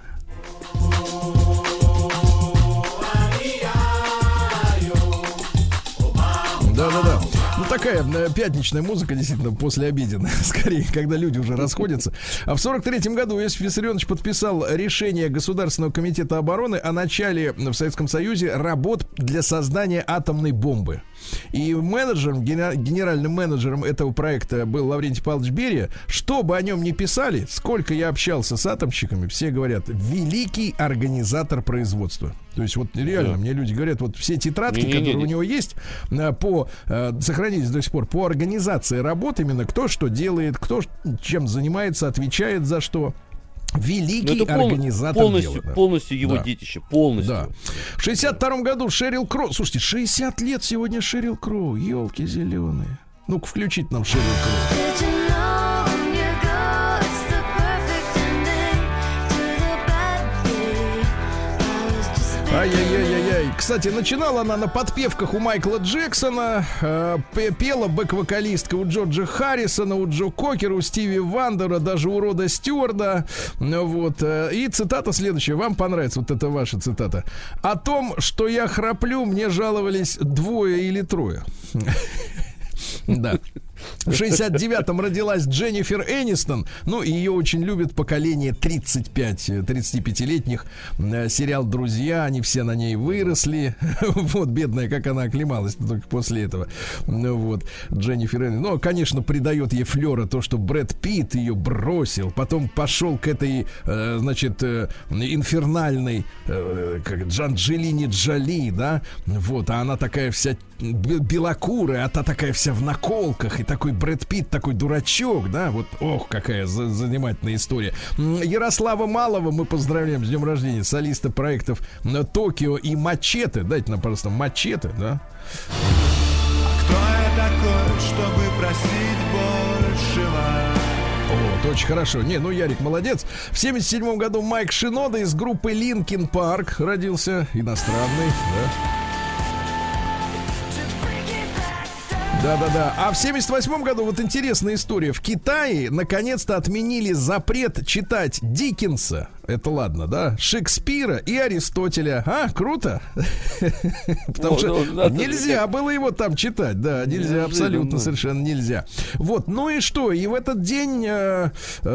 Да. Ну, такая пятничная музыка, действительно, послеобеденная, скорее, когда люди уже расходятся. А в 43-м году Иосиф Виссарионович подписал решение Государственного комитета обороны о начале в Советском Союзе работ для создания атомной бомбы. И менеджером, генеральным менеджером этого проекта был Лаврентий Павлович Берия. Что бы о нем ни писали, сколько я общался с атомщиками, все говорят, великий организатор производства. То есть вот реально, мне люди говорят, вот все тетрадки, которые у него есть, по сохранились до сих пор, по организации работ, именно кто что делает, кто чем занимается, отвечает за что. Великий организатор полностью его детище. Полностью. Да. В 62-м году Шерил Кроу. Слушайте, 60 лет сегодня Шерил Кроу. Елки зеленые. Ну-ка, включите нам Шерил Кроу. Ай-яй-яй-яй-яй. Кстати, начинала она на подпевках у Майкла Джексона, пела бэк-вокалистка у Джорджа Харрисона, у Джо Кокера, у Стиви Вандера, даже у Рода Стюарда. Вот. И цитата следующая. Вам понравится вот эта ваша цитата. О том, что я храплю, мне жаловались 2 или 3. Да. В 69-м родилась Дженнифер Энистон. Ну, ее очень любит поколение 35-летних. Сериал «Друзья», они все на ней выросли. Вот, бедная, как она оклемалась только после этого. Вот, Дженнифер Энистон. Ну, конечно, придает ей флера то, что Брэд Питт ее бросил. Потом пошел к этой, значит, инфернальной, как Анджелине Джоли, да? Вот, а она такая вся белокурая, а та такая вся в наколках, и такой Брэд Питт, такой дурачок, да, вот, ох, какая занимательная история. Ярослава Малова мы поздравляем с днем рождения, солиста проектов «Токио» и «Мачете», дайте нам, пожалуйста, «Мачете», да. Кто я такой, чтобы просить большего? Вот, очень хорошо. Не, ну, Ярик молодец. В 77 году Майк Шинода из группы Linkin Park родился, иностранный, да. Да-да-да. А в 78 году, вот интересная история. В Китае наконец-то отменили запрет читать Диккенса. Это ладно, да? Шекспира и Аристотеля. А, круто. Потому что нельзя было его там читать. Да, нельзя, абсолютно, совершенно нельзя. Вот, ну и что? И в этот день, в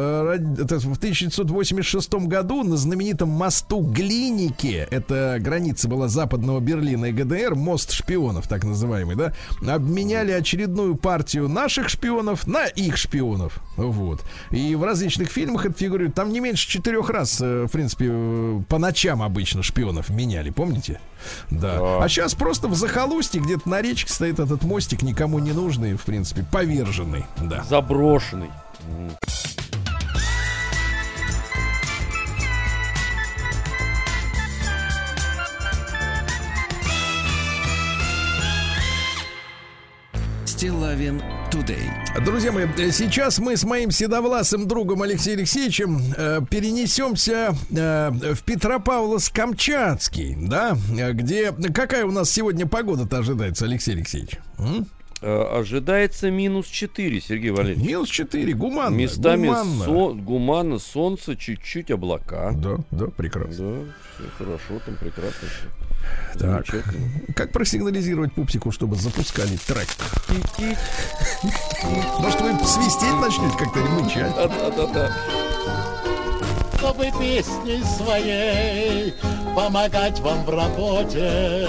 1986 году, на знаменитом мосту Глиники, это граница была Западного Берлина и ГДР, мост шпионов, так называемый, да, обменяли очередную партию наших шпионов на их шпионов. Вот. И в различных фильмах это фигурирует. Там не меньше 4 раз, в принципе, по ночам обычно шпионов меняли, помните? Да. А сейчас просто в захолустье, где-то на речке стоит этот мостик, никому не нужный, в принципе, поверженный. Да. Заброшенный. Стиллавин Today. Друзья мои, сейчас мы с моим седовласым другом Алексеем Алексеевичем перенесемся в Петропавловск-Камчатский, да, где... Какая у нас сегодня погода-то ожидается, Алексей Алексеевич? Ожидается -4, Сергей Валерьевич. -4, гуманно. Местами гуманно, солнце, чуть-чуть облака. Да, да, прекрасно. Да, все хорошо, там прекрасно все. Так, как просигнализировать пупсику, чтобы запускали трек? Может, вы свистеть начнете как-то или мычать? Да. Чтобы песней своей помогать вам в работе,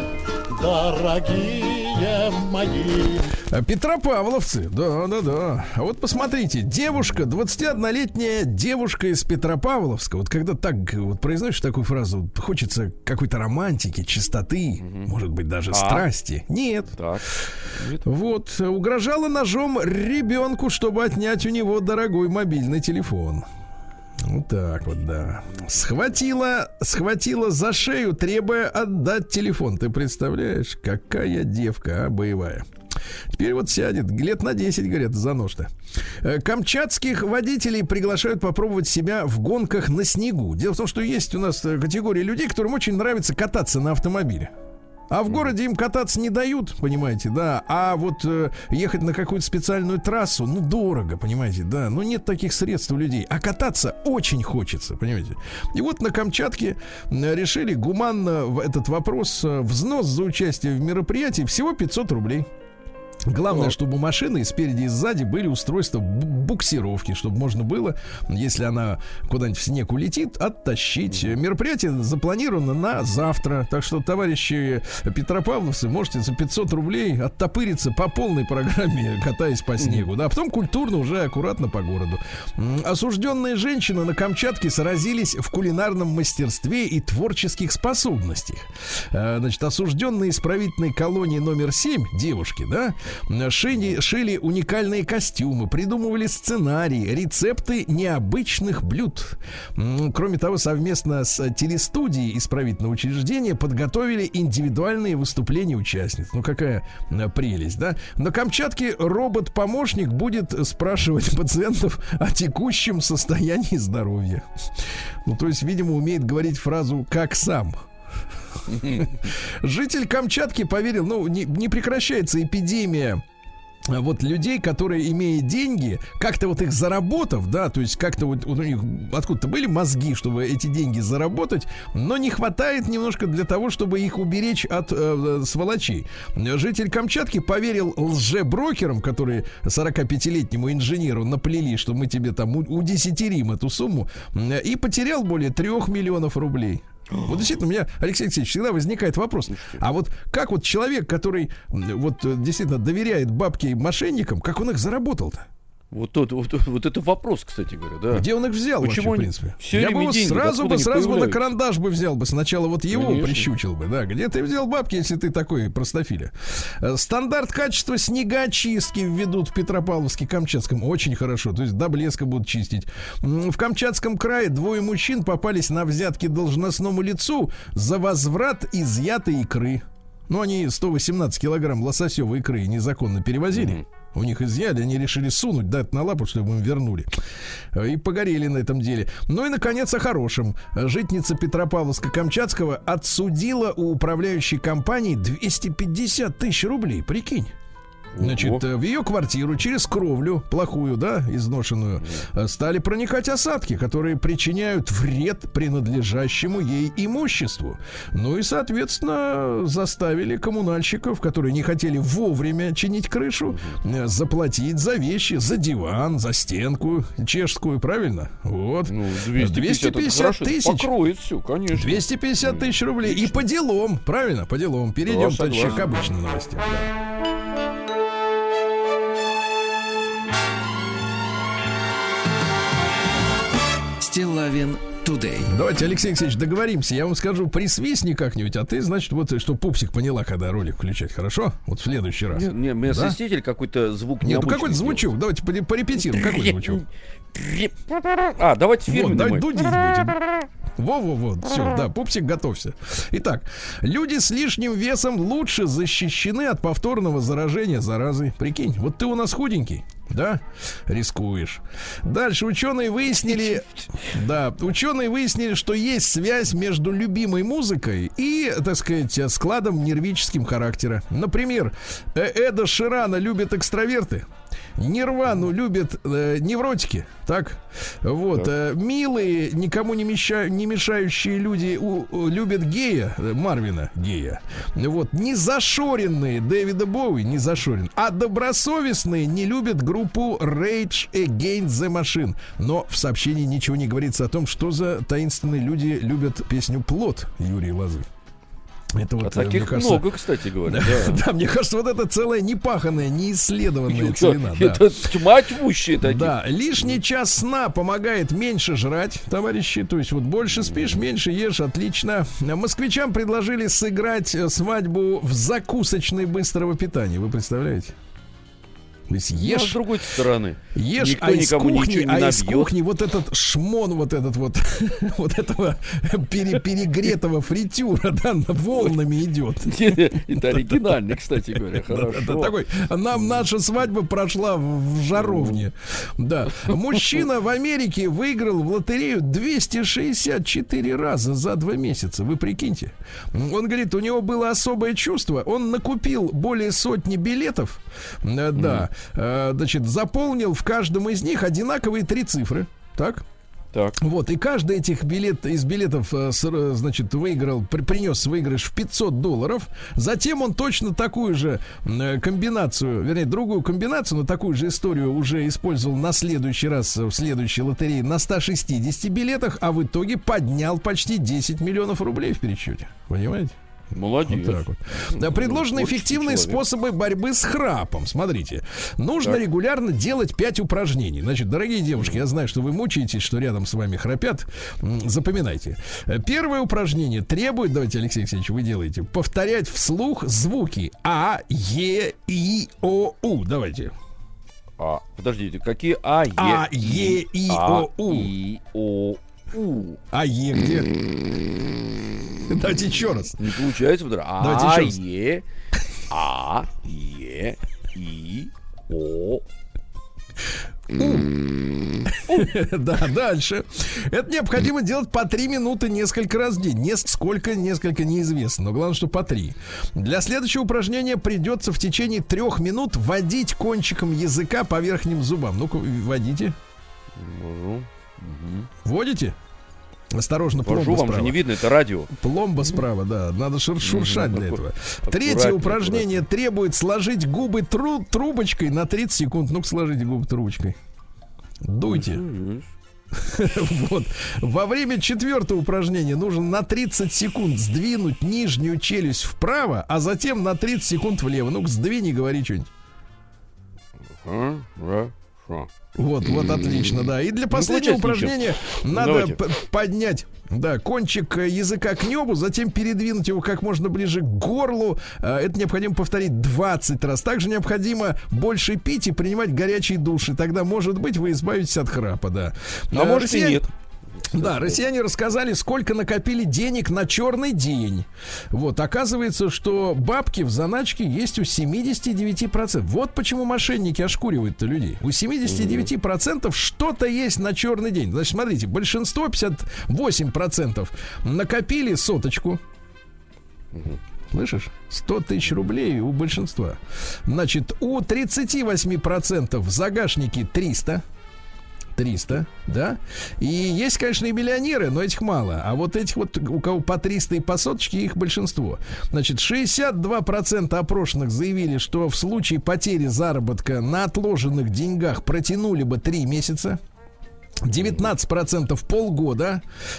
дорогие мои. Петропавловцы, да. А вот посмотрите, девушка, 21-летняя девушка из Петропавловска. Вот когда так вот произносишь такую фразу, хочется какой-то романтики, чистоты, может быть, даже страсти. Нет. Так. Вот, угрожала ножом ребенку, чтобы отнять у него дорогой мобильный телефон. Вот так вот, да. Схватила за шею, требуя отдать телефон. Ты представляешь, какая девка, боевая. Теперь вот сядет, лет на 10, говорят, за нож-то. Камчатских водителей приглашают попробовать себя в гонках на снегу. Дело в том, что есть у нас категория людей, которым очень нравится кататься на автомобиле. А в городе им кататься не дают, понимаете, да. А вот ехать на какую-то специальную трассу, ну, дорого, понимаете, да. Ну, нет таких средств у людей. А кататься очень хочется, понимаете. И вот на Камчатке решили гуманно этот вопрос. Взнос за участие в мероприятии всего 500 рублей. Главное, чтобы у машины и спереди, и сзади были устройства буксировки, чтобы можно было, если она куда-нибудь в снег улетит, оттащить. Мероприятие запланировано на завтра. Так что, товарищи петропавловцы, можете за 500 рублей оттопыриться по полной программе, катаясь по снегу. Да, а потом культурно уже аккуратно по городу. Осужденные женщины на Камчатке сразились в кулинарном мастерстве и творческих способностях. Значит, осужденные исправительной колонии номер 7, девушки, да, шили уникальные костюмы, придумывали сценарии, рецепты необычных блюд. Кроме того, совместно с телестудией исправительного учреждения подготовили индивидуальные выступления участниц. Ну, какая прелесть, да? На Камчатке робот-помощник будет спрашивать пациентов о текущем состоянии здоровья. Ну, то есть, видимо, умеет говорить фразу «как сам». Житель Камчатки поверил, ну, не прекращается эпидемия вот людей, которые, имея деньги, как-то вот их заработав, да, то есть как-то вот у них откуда-то были мозги, чтобы эти деньги заработать, но не хватает немножко для того, чтобы их уберечь от сволочей. Житель Камчатки поверил лжеброкерам, которые 45-летнему инженеру наплели, что мы тебе там удесятерим эту сумму, и потерял более 3 миллионов рублей. Вот действительно, у меня, Алексей Алексеевич, всегда возникает вопрос: а вот как вот человек, который вот действительно доверяет бабке и мошенникам, как он их заработал-то? Вот это вопрос, кстати говоря, да. Где он их взял? Почему вообще, в принципе? Я бы его сразу бы на карандаш бы взял бы. Сначала вот его Конечно. Прищучил бы. Да, где ты взял бабки, если ты такой простофиля? Стандарт качества снегоочистки введут в Петропавловске-Камчатском. Очень хорошо. То есть до блеска будут чистить. В Камчатском крае 2 мужчин попались на взятки должностному лицу за возврат изъятой икры. Ну, они 118 килограмм лососевой икры незаконно перевозили. У них изъяли, они решили сунуть, дать на лапу, чтобы им вернули. И погорели на этом деле. Ну и, наконец, о хорошем. Житница Петропавловска-Камчатского отсудила у управляющей компании 250 тысяч рублей. Прикинь. Значит, в ее квартиру через кровлю, плохую, да, изношенную, стали проникать осадки, которые причиняют вред принадлежащему ей имуществу. Ну и, соответственно, заставили коммунальщиков, которые не хотели вовремя чинить крышу, заплатить за вещи, за диван, за стенку чешскую, правильно? Вот. Ну, 250 тысяч. Покроет все, конечно. 250 тысяч рублей. И по делам, правильно? По делам. Перейдем, товарищи, к обычным новостям. Да. Стиллавин Today. Давайте, Алексей Алексеевич, договоримся. Я вам скажу, присвистни как-нибудь, а ты, значит, вот что пупсик поняла, когда ролик включать, хорошо? Вот в следующий раз. Не, меня да? Свиститель какой-то звук необычный. Нет, ну какой-то звучок. Давайте порепетируем. Какой звучок? Давайте фирменный. Давайте дудить будем. Во-во-во, все, да, пупсик, готовься. Итак, люди с лишним весом лучше защищены от повторного заражения заразой. Прикинь, вот ты у нас худенький, да, рискуешь. Дальше ученые выяснили, что есть связь между любимой музыкой и, так сказать, складом нервическим характера. Например, Эда Ширана любят экстраверты, Нирвану любят невротики, так? Вот, милые, никому не мешающие люди любят гея, Марвина гея. Вот, незашоренные Дэвида Боуи, не зашорен, а добросовестные не любят группу Rage Against the Machine. Но в сообщении ничего не говорится о том, что за таинственные люди любят песню «Плот» Юрия Лозы. Это вот, таких кажется, много, кстати говоря. Да, мне кажется, вот это целая непаханная, неисследованная целина. Это тьма тьмущая такие. Да, лишний час сна помогает меньше жрать, товарищи. То есть вот больше спишь, меньше ешь, отлично. Москвичам предложили сыграть свадьбу в закусочной быстрого питания. Вы представляете? То есть ешь, с другой стороны, ешь, никто никому ничего не набьет. Из кухни вот этот шмон, вот этого перегретого фритюра, да, волнами идет. Это оригинально, кстати говоря, хорошо. Такой, наша свадьба прошла в жаровне. Да. Мужчина в Америке выиграл в лотерею 264 раза за 2 месяца. Вы прикиньте. Он говорит, у него было особое чувство. Он накупил более 100 билетов. Да. Значит, заполнил в каждом из них одинаковые 3 цифры. Так? Так. Вот, и каждый этих билетов, значит, принес выигрыш в $500. Затем он точно такую же комбинацию, вернее, другую комбинацию, но такую же историю уже использовал на следующий раз в следующей лотерее на 160 билетах, а в итоге поднял почти 10 миллионов рублей в пересчете. Понимаете? Молодец. Вот так вот. Да, предложены эффективные способы борьбы с храпом. Смотрите, нужно регулярно делать 5 упражнений. Значит, дорогие девушки, я знаю, что вы мучаетесь, что рядом с вами храпят. Запоминайте. Первое упражнение требует, давайте, Алексей Алексеевич, вы делаете, повторять вслух звуки А, Е, И, О, У. Давайте. Подождите, какие А, Е, И, О, У. И, О, У. А, Е где? Давайте еще раз. Не получается. А, Е, А, Е, И, О, У. Да, дальше. Это необходимо делать по 3 минуты несколько раз в день. Несколько неизвестно, но главное, что по 3. Для следующего упражнения придется в течение 3 минут водить кончиком языка по верхним зубам. Ну-ка, водите. Водите? Осторожно, пломба справа. Вам же не видно, это радио. Пломба справа, да. Надо шуршать для этого. Третье упражнение требует сложить губы трубочкой на 30 секунд. Ну-ка, сложите губы трубочкой. Дуйте. Вот. Во время 4-го упражнения нужно на 30 секунд сдвинуть нижнюю челюсть вправо, а затем на 30 секунд влево. Ну-ка, сдвини, говори что-нибудь. Вот, отлично, да. И для последнего упражнения надо поднять, да, кончик языка к небу, затем передвинуть его как можно ближе к горлу. Это необходимо повторить 20 раз. Также необходимо больше пить и принимать горячие души. Тогда, может быть, вы избавитесь от храпа, да. А может и нет. Да, россияне рассказали, сколько накопили денег на черный день. Вот, оказывается, что бабки в заначке есть у 79%. Вот почему мошенники ошкуривают-то людей. У 79% что-то есть на черный день. Значит, смотрите, большинство, 58%, накопили соточку. Слышишь? 100 тысяч рублей у большинства. Значит, у 38% в загашнике 300, да? И есть, конечно, и миллионеры, но этих мало. А вот этих вот, у кого по 300 и по соточке, их большинство. Значит, 62% опрошенных заявили, что в случае потери заработка на отложенных деньгах протянули бы 3 месяца. 19% полгода,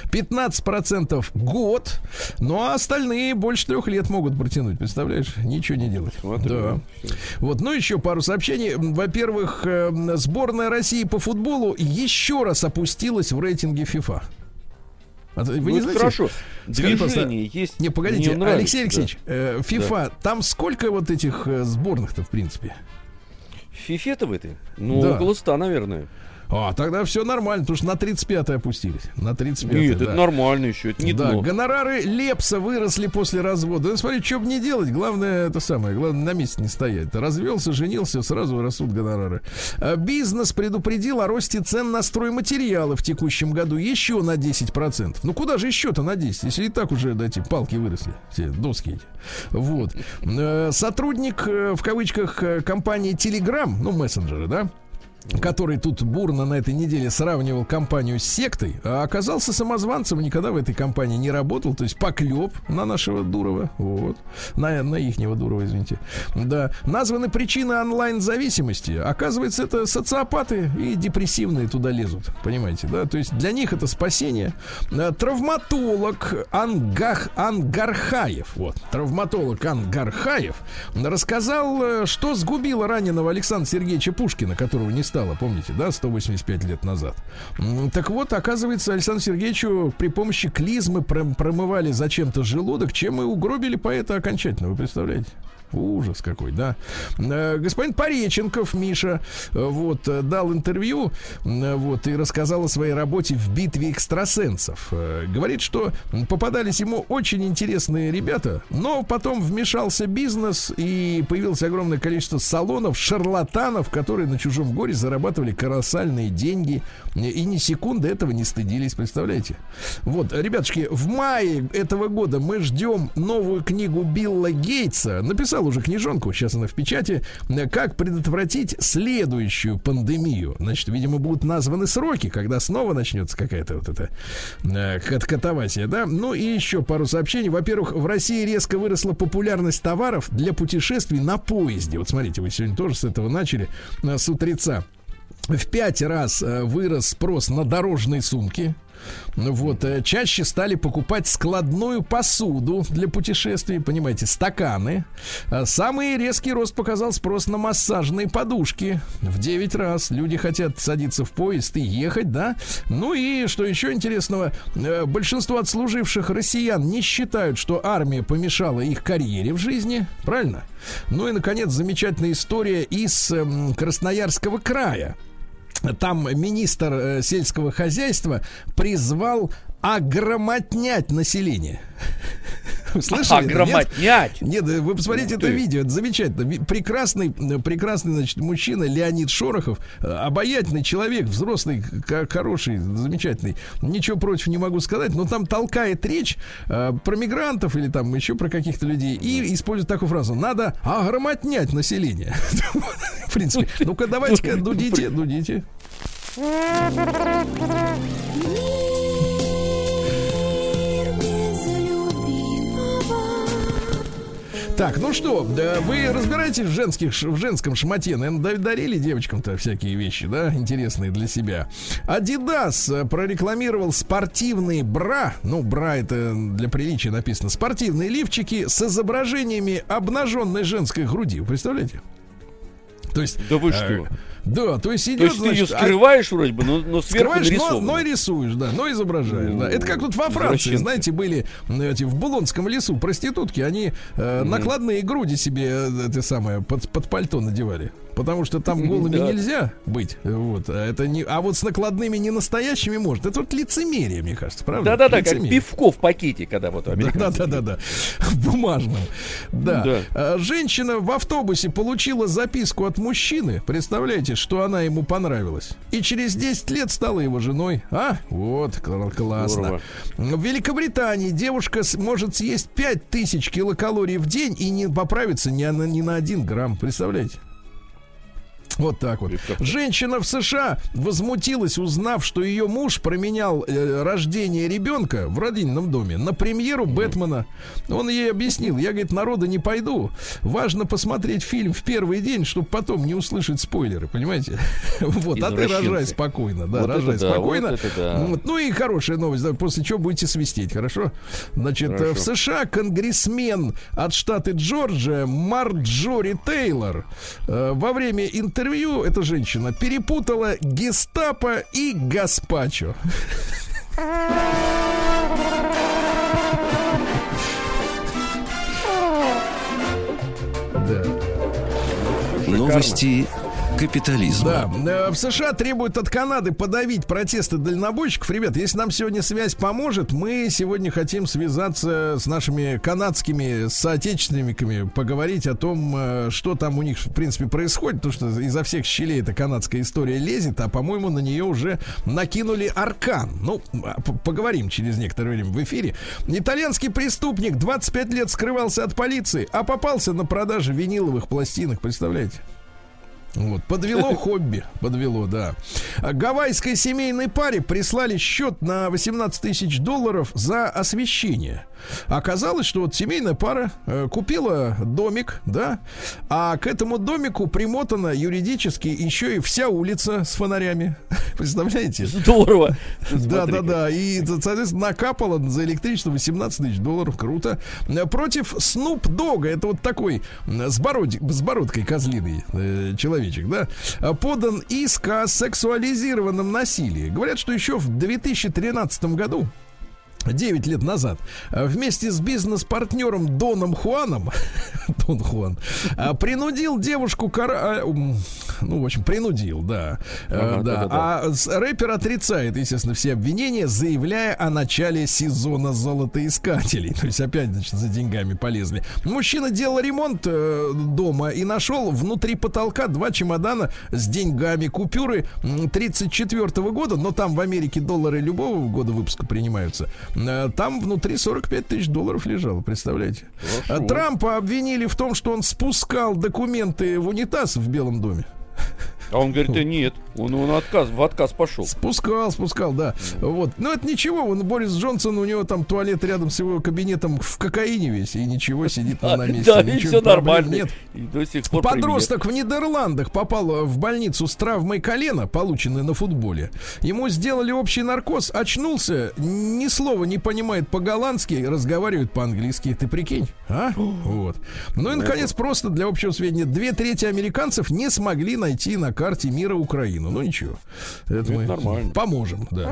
15% год, ну а остальные больше 3 лет могут протянуть, представляешь? Ничего не делать. Да. Вот, ну еще пару сообщений. Во-первых, сборная России по футболу еще раз опустилась в рейтинге FIFA. Вы не знаете? Хорошо. Движение есть. Не, погодите, Алексей Алексеевич, FIFA, там сколько вот этих сборных-то в принципе? В FIFA-то в этой? Ну, около 100, наверное. Тогда все нормально, потому что на 35-й опустились. На 35-й, нет, да. Это нормально еще, это не дно. Гонорары Лепса выросли после развода. Ну, смотри, что бы не делать, главное на месте не стоять. Развелся, женился, сразу растут гонорары. Бизнес предупредил о росте цен на стройматериалы в текущем году еще на 10%. Ну, куда же еще-то на 10, если и так уже эти палки выросли, все доски эти. Вот. Сотрудник, в кавычках, компании Telegram, ну, мессенджеры, да, который тут бурно на этой неделе сравнивал компанию с сектой, а оказался самозванцем, никогда в этой компании не работал, то есть поклеп на нашего Дурова, вот, на ихнего Дурова, извините. Да, названы причины онлайн-зависимости. Оказывается, это социопаты и депрессивные туда лезут, понимаете, да, то есть для них это спасение. Травматолог Ангархаев, вот, травматолог Ангархаев рассказал, что сгубило раненого Александра Сергеевича Пушкина, которого не стало, помните, да, 185 лет назад. Так вот, оказывается, Александру Сергеевичу при помощи клизмы промывали зачем-то желудок, чем и угробили поэта окончательно, вы представляете? Ужас какой, да. Господин Пореченков, Миша, вот, дал интервью, вот, и рассказал о своей работе в битве экстрасенсов. Говорит, что попадались ему очень интересные ребята, но потом вмешался бизнес, и появилось огромное количество салонов, шарлатанов, которые на чужом горе зарабатывали колоссальные деньги, и ни секунды этого не стыдились, представляете? Вот, ребятушки, в мае этого года мы ждем новую книгу Билла Гейтса. Написал уже книжонку, сейчас она в печати. Как предотвратить следующую пандемию? Значит, видимо, будут названы сроки, когда снова начнется какая-то вот эта катавасия, да? Ну и еще пару сообщений. Во-первых, в России резко выросла популярность товаров для путешествий на поезде. Вот смотрите, вы сегодня тоже с этого начали, с утреца. В 5 раз вырос спрос на дорожные сумки. Вот, чаще стали покупать складную посуду для путешествий, понимаете, стаканы. Самый резкий рост показал спрос на массажные подушки. В 9 раз люди хотят садиться в поезд и ехать, да. Ну и, что еще интересного, большинство отслуживших россиян не считают, что армия помешала их карьере в жизни, правильно? Ну и, наконец, замечательная история из Красноярского края. Там министр сельского хозяйства призвал ограмотнять население. Слышали? Огроматнять? Нет, вы посмотрите это видео, это замечательно. Прекрасный, значит, мужчина Леонид Шорохов, обаятельный человек, взрослый, хороший, замечательный. Ничего против не могу сказать, но там толкает речь про мигрантов или там еще про каких-то людей и использует такую фразу: надо огроматнять население. В принципе. Ну-ка, давайте-ка, дудите. Так, ну что, вы разбираетесь в женском шмоте? Наверное, дарили девочкам-то всякие вещи, да, интересные для себя. Adidas прорекламировал спортивные бра. Ну, бра это для приличия написано. Спортивные лифчики с изображениями обнаженной женской груди. Вы представляете? То есть, да вы что? Да, то есть идет, то есть ты ее скрываешь вроде бы, но сверху нарисовано. Но рисуешь, да, но изображаешь, да. Это как тут во Франции, знаете, были эти в Булонском лесу проститутки, они накладные груди себе это самое под пальто надевали. Потому что там голыми нельзя быть. Вот, а вот с накладными не настоящими может. Это вот лицемерие, мне кажется, правда? Да-да-да, как пивко в пакете, когда вот американцы. Да-да-да, в бумажном. Да. Женщина в автобусе получила записку от мужчины, представляете, что она ему понравилась. И через 10 лет стала его женой. Вот, классно. Здорово. В Великобритании девушка может съесть 5000 килокалорий в день и не поправиться ни на 1 грамм. Представляете? Вот так вот. Женщина в США возмутилась, узнав, что ее муж променял рождение ребенка в родильном доме на премьеру Бэтмена. Он ей объяснил: я, говорит, народа не пойду. Важно посмотреть фильм в первый день, чтобы потом не услышать спойлеры, понимаете? Вот, а ты рожай спокойно. Да, рожай спокойно. Ну и хорошая новость, после чего будете свистеть, хорошо? Значит, в США конгрессмен от штата Джорджия Марджори Тейлор во время интервью эта женщина перепутала гестапо и гаспачо. Новости капитализма. Да, в США требуют от Канады подавить протесты дальнобойщиков. Ребят, если нам сегодня связь поможет, мы сегодня хотим связаться с нашими канадскими соотечественниками, поговорить о том, что там у них, в принципе, происходит, потому что изо всех щелей эта канадская история лезет, а, по-моему, на нее уже накинули аркан. Ну, поговорим через некоторое время в эфире. Итальянский преступник 25 лет скрывался от полиции, а попался на продаже виниловых пластинок, представляете? Вот, подвело хобби, да. Гавайской семейной паре прислали счет на $18 тысяч за освещение. Оказалось, что вот семейная пара купила домик, да, а к этому домику примотана юридически еще и вся улица с фонарями. Представляете? Здорово. Да. И, соответственно, накапало за электричество $18 тысяч. Круто. Против Snoop Dogg, это вот такой с бородкой козлиный человечек, да, подан иск о сексуализированном насилии. Говорят, что еще в 2013 году, 9 лет назад, вместе с бизнес-партнером Доном Хуаном Дон Хуан принудил девушку ну, в общем, принудил, да. А рэпер отрицает, естественно, все обвинения, заявляя о начале сезона золотоискателей. То есть опять, значит, за деньгами полезли. Мужчина делал ремонт дома и нашел внутри потолка 2 чемодана с деньгами, купюры 1934 года, но там в Америке доллары любого года выпуска принимаются. Там внутри $45 тысяч лежало, представляете? Хорошо. Трампа обвинили в том, что он спускал документы в унитаз в Белом доме. А он говорит, нет, он в отказ пошел. Спускал, да. Вот. Но это ничего, Борис Джонсон, у него там туалет рядом с его кабинетом в кокаине весь, и ничего, сидит на месте. Да, и все нормально. Нет. И до сих пор подросток в Нидерландах попал в больницу с травмой колена, полученной на футболе. Ему сделали общий наркоз, очнулся, ни слова не понимает по-голландски, разговаривает по-английски. Ты прикинь, а? Вот. Ну и, наконец, просто для общего сведения, 2/3 американцев не смогли найти на карте мира Украину. Ну ничего, это мы нормально поможем, да.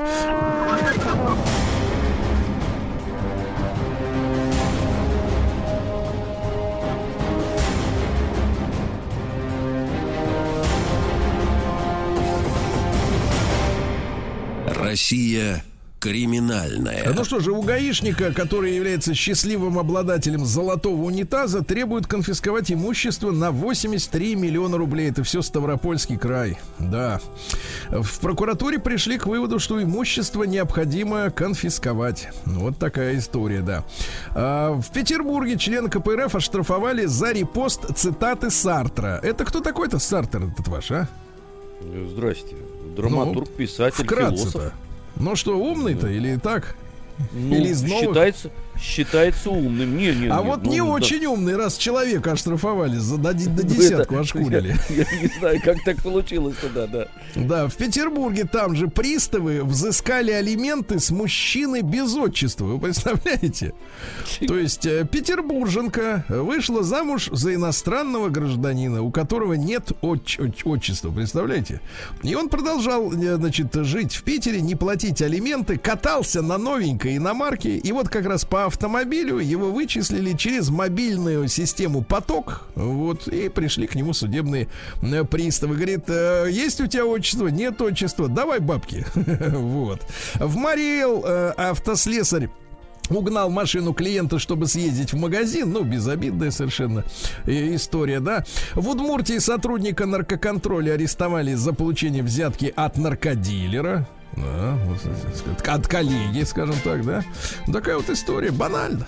Россия Криминальное. Ну что же, у гаишника, который является счастливым обладателем золотого унитаза, требуют конфисковать имущество на 83 миллиона рублей. Это все Ставропольский край. Да. В прокуратуре пришли к выводу, что имущество необходимо конфисковать. Вот такая история, да. В Петербурге члены КПРФ оштрафовали за репост цитаты Сартра. Это кто такой-то Сартр этот ваш, а? Здрасте. Драматург, писатель, философ. Ну что, умный-то или так? Ну, или из новых? Считается умным. Не очень умный, раз человека оштрафовали, до десятку ошкурили. Я не знаю, как так получилось туда, да. Да, в Петербурге там же приставы взыскали алименты с мужчины без отчества. Вы представляете? То есть петербурженка вышла замуж за иностранного гражданина, у которого нет отчества. Представляете? И он продолжал, значит, жить в Питере, не платить алименты, катался на новенькой иномарке. И вот как раз по автомобилю его вычислили через мобильную систему «Поток». Вот, и пришли к нему судебные приставы. Говорит, есть у тебя отчество? Нет отчества. Давай бабки. Вот. В Мариэл автослесарь угнал машину клиента, чтобы съездить в магазин. Ну, безобидная совершенно история, да. В Удмуртии сотрудника наркоконтроля арестовали за получение взятки от наркодилера. Да, от коллеги, скажем так, да. Такая вот история, банально.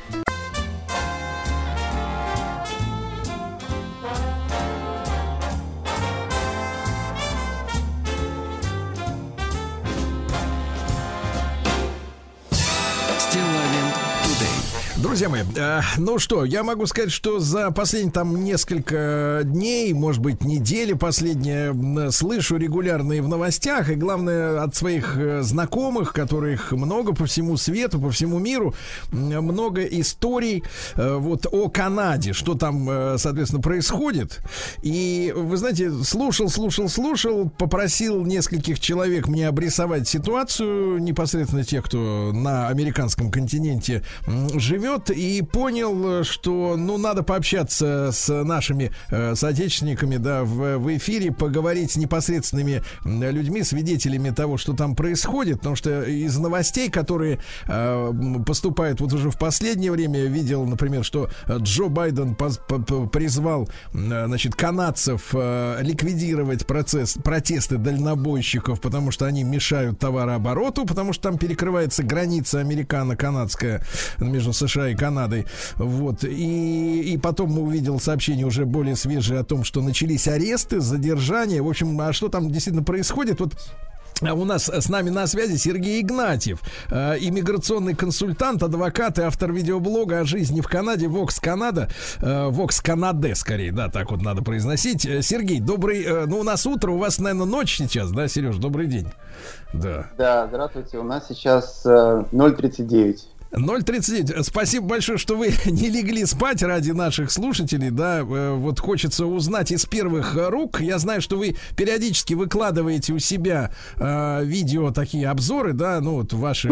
Друзья мои, ну что, я могу сказать, что за последние там несколько дней, может быть, недели последние, слышу регулярно в новостях, и главное от своих знакомых, которых много по всему свету, по всему миру, много историй вот о Канаде, что там, соответственно, происходит. И, вы знаете, слушал, попросил нескольких человек мне обрисовать ситуацию, непосредственно тех, кто на американском континенте живет, и понял, что, ну, надо пообщаться с нашими соотечественниками, да, в эфире, поговорить с непосредственными людьми, свидетелями того, что там происходит, потому что из новостей, которые поступают вот уже в последнее время, я видел, например, что Джо Байден призвал, значит, канадцев ликвидировать протесты дальнобойщиков, потому что они мешают товарообороту, потому что там перекрывается граница американо-канадская между США и Канадой. Вот. И потом мы увидел сообщение уже более свежее о том, что начались аресты, задержания. В общем, а что там действительно происходит? Вот у нас с нами на связи Сергей Игнатьев, иммиграционный консультант, адвокат и автор видеоблога о жизни в Канаде Vox Canada, Vox Canada, скорее, да, так вот надо произносить. Сергей, добрый, ну у нас утро, у вас, наверное, ночь сейчас, да, Сереж, добрый день. Да, здравствуйте, у нас сейчас 0:39. 0:39. Спасибо большое, что вы не легли спать ради наших слушателей, да, вот хочется узнать из первых рук. Я знаю, что вы периодически выкладываете у себя видео, такие обзоры, да, ну вот ваши,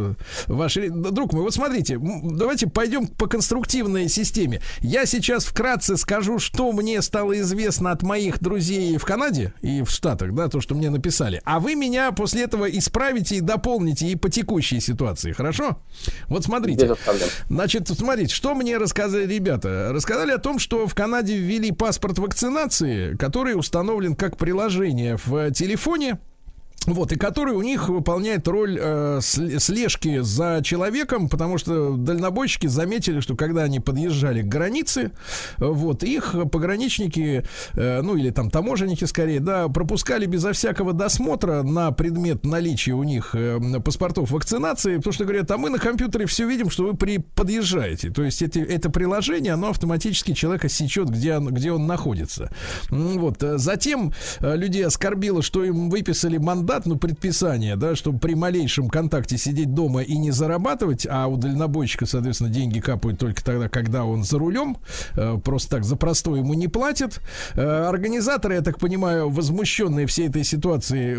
друг мой, вот смотрите, давайте пойдем по конструктивной системе. Я сейчас вкратце скажу, что мне стало известно от моих друзей в Канаде и в Штатах, да, то, что мне написали, а вы меня после этого исправите и дополните и по текущей ситуации, хорошо? Вот смотрите, значит, смотрите, что мне рассказали ребята. Рассказали о том, что в Канаде ввели паспорт вакцинации, который установлен как приложение в телефоне. Вот, и который у них выполняет роль слежки за человеком, потому что дальнобойщики заметили, что когда они подъезжали к границе, вот, их пограничники, ну или там таможенники скорее, да, пропускали безо всякого досмотра на предмет наличия у них паспортов вакцинации, потому что говорят, а мы на компьютере все видим, что вы подъезжаете. То есть это приложение, оно автоматически человека сечет, где он находится. Вот, затем людей оскорбило, что им выписали мандат, ну, предписание, да, чтобы при малейшем контакте сидеть дома и не зарабатывать, а у дальнобойщика, соответственно, деньги капают только тогда, когда он за рулем, просто так за простой ему не платят. Организаторы, я так понимаю, возмущенные всей этой ситуацией,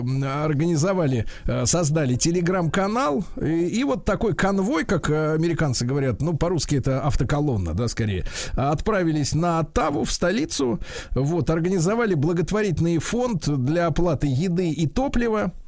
создали телеграм-канал, и вот такой конвой, как американцы говорят, ну, по-русски это автоколонна, да, скорее, отправились на Оттаву, в столицу, вот, организовали благотворительный фонд для оплаты еды и топлива.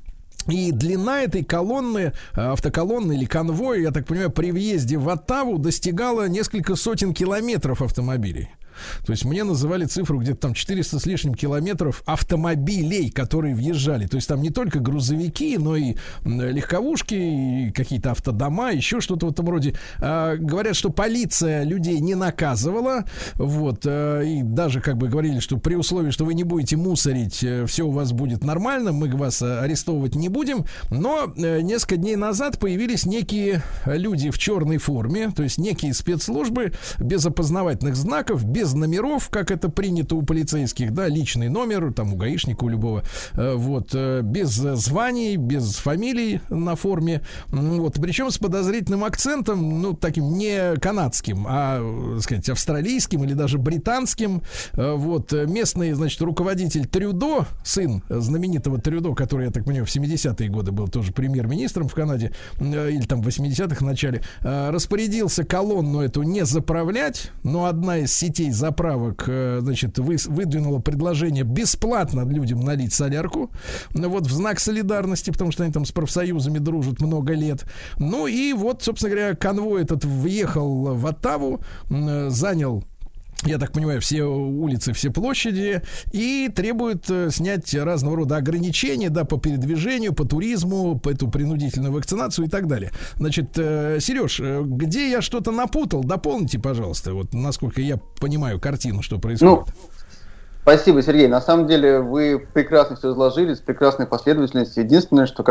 И длина этой колонны, автоколонны или конвоя, я так понимаю, при въезде в Оттаву достигала несколько сотен километров автомобилей. То есть мне называли цифру где-то там 400 с лишним километров автомобилей, которые въезжали. То есть там не только грузовики, но и легковушки, и какие-то автодома, еще что-то в этом роде. Говорят, что полиция людей не наказывала. Вот. И даже как бы говорили, что при условии, что вы не будете мусорить, все у вас будет нормально, мы вас арестовывать не будем. Но несколько дней назад появились некие люди в черной форме, то есть некие спецслужбы без опознавательных знаков, без номеров, как это принято у полицейских, да, личный номер, там у гаишника, у любого, вот, без званий, без фамилий на форме, вот, причем с подозрительным акцентом, ну, таким не канадским, а, так сказать, австралийским или даже британским, вот, местный, значит, руководитель Трюдо, сын знаменитого Трюдо, который, я так понимаю, в 70-е годы был тоже премьер-министром в Канаде, или там в 80-х в начале, распорядился колонну эту не заправлять, но одна из сетей заправок, значит, выдвинула предложение бесплатно людям налить солярку, вот в знак солидарности, потому что они там с профсоюзами дружат много лет. Ну и вот, собственно говоря, конвой этот въехал в Оттаву, занял, я так понимаю, все улицы, все площади, и требует снять разного рода ограничения, да, по передвижению, по туризму, по эту принудительную вакцинацию и так далее. Значит, Сереж, где я что-то напутал, дополните, пожалуйста, вот насколько я понимаю картину, что происходит. Ну, спасибо, Сергей. На самом деле вы прекрасно все изложили, с прекрасной последовательностью. Единственное, что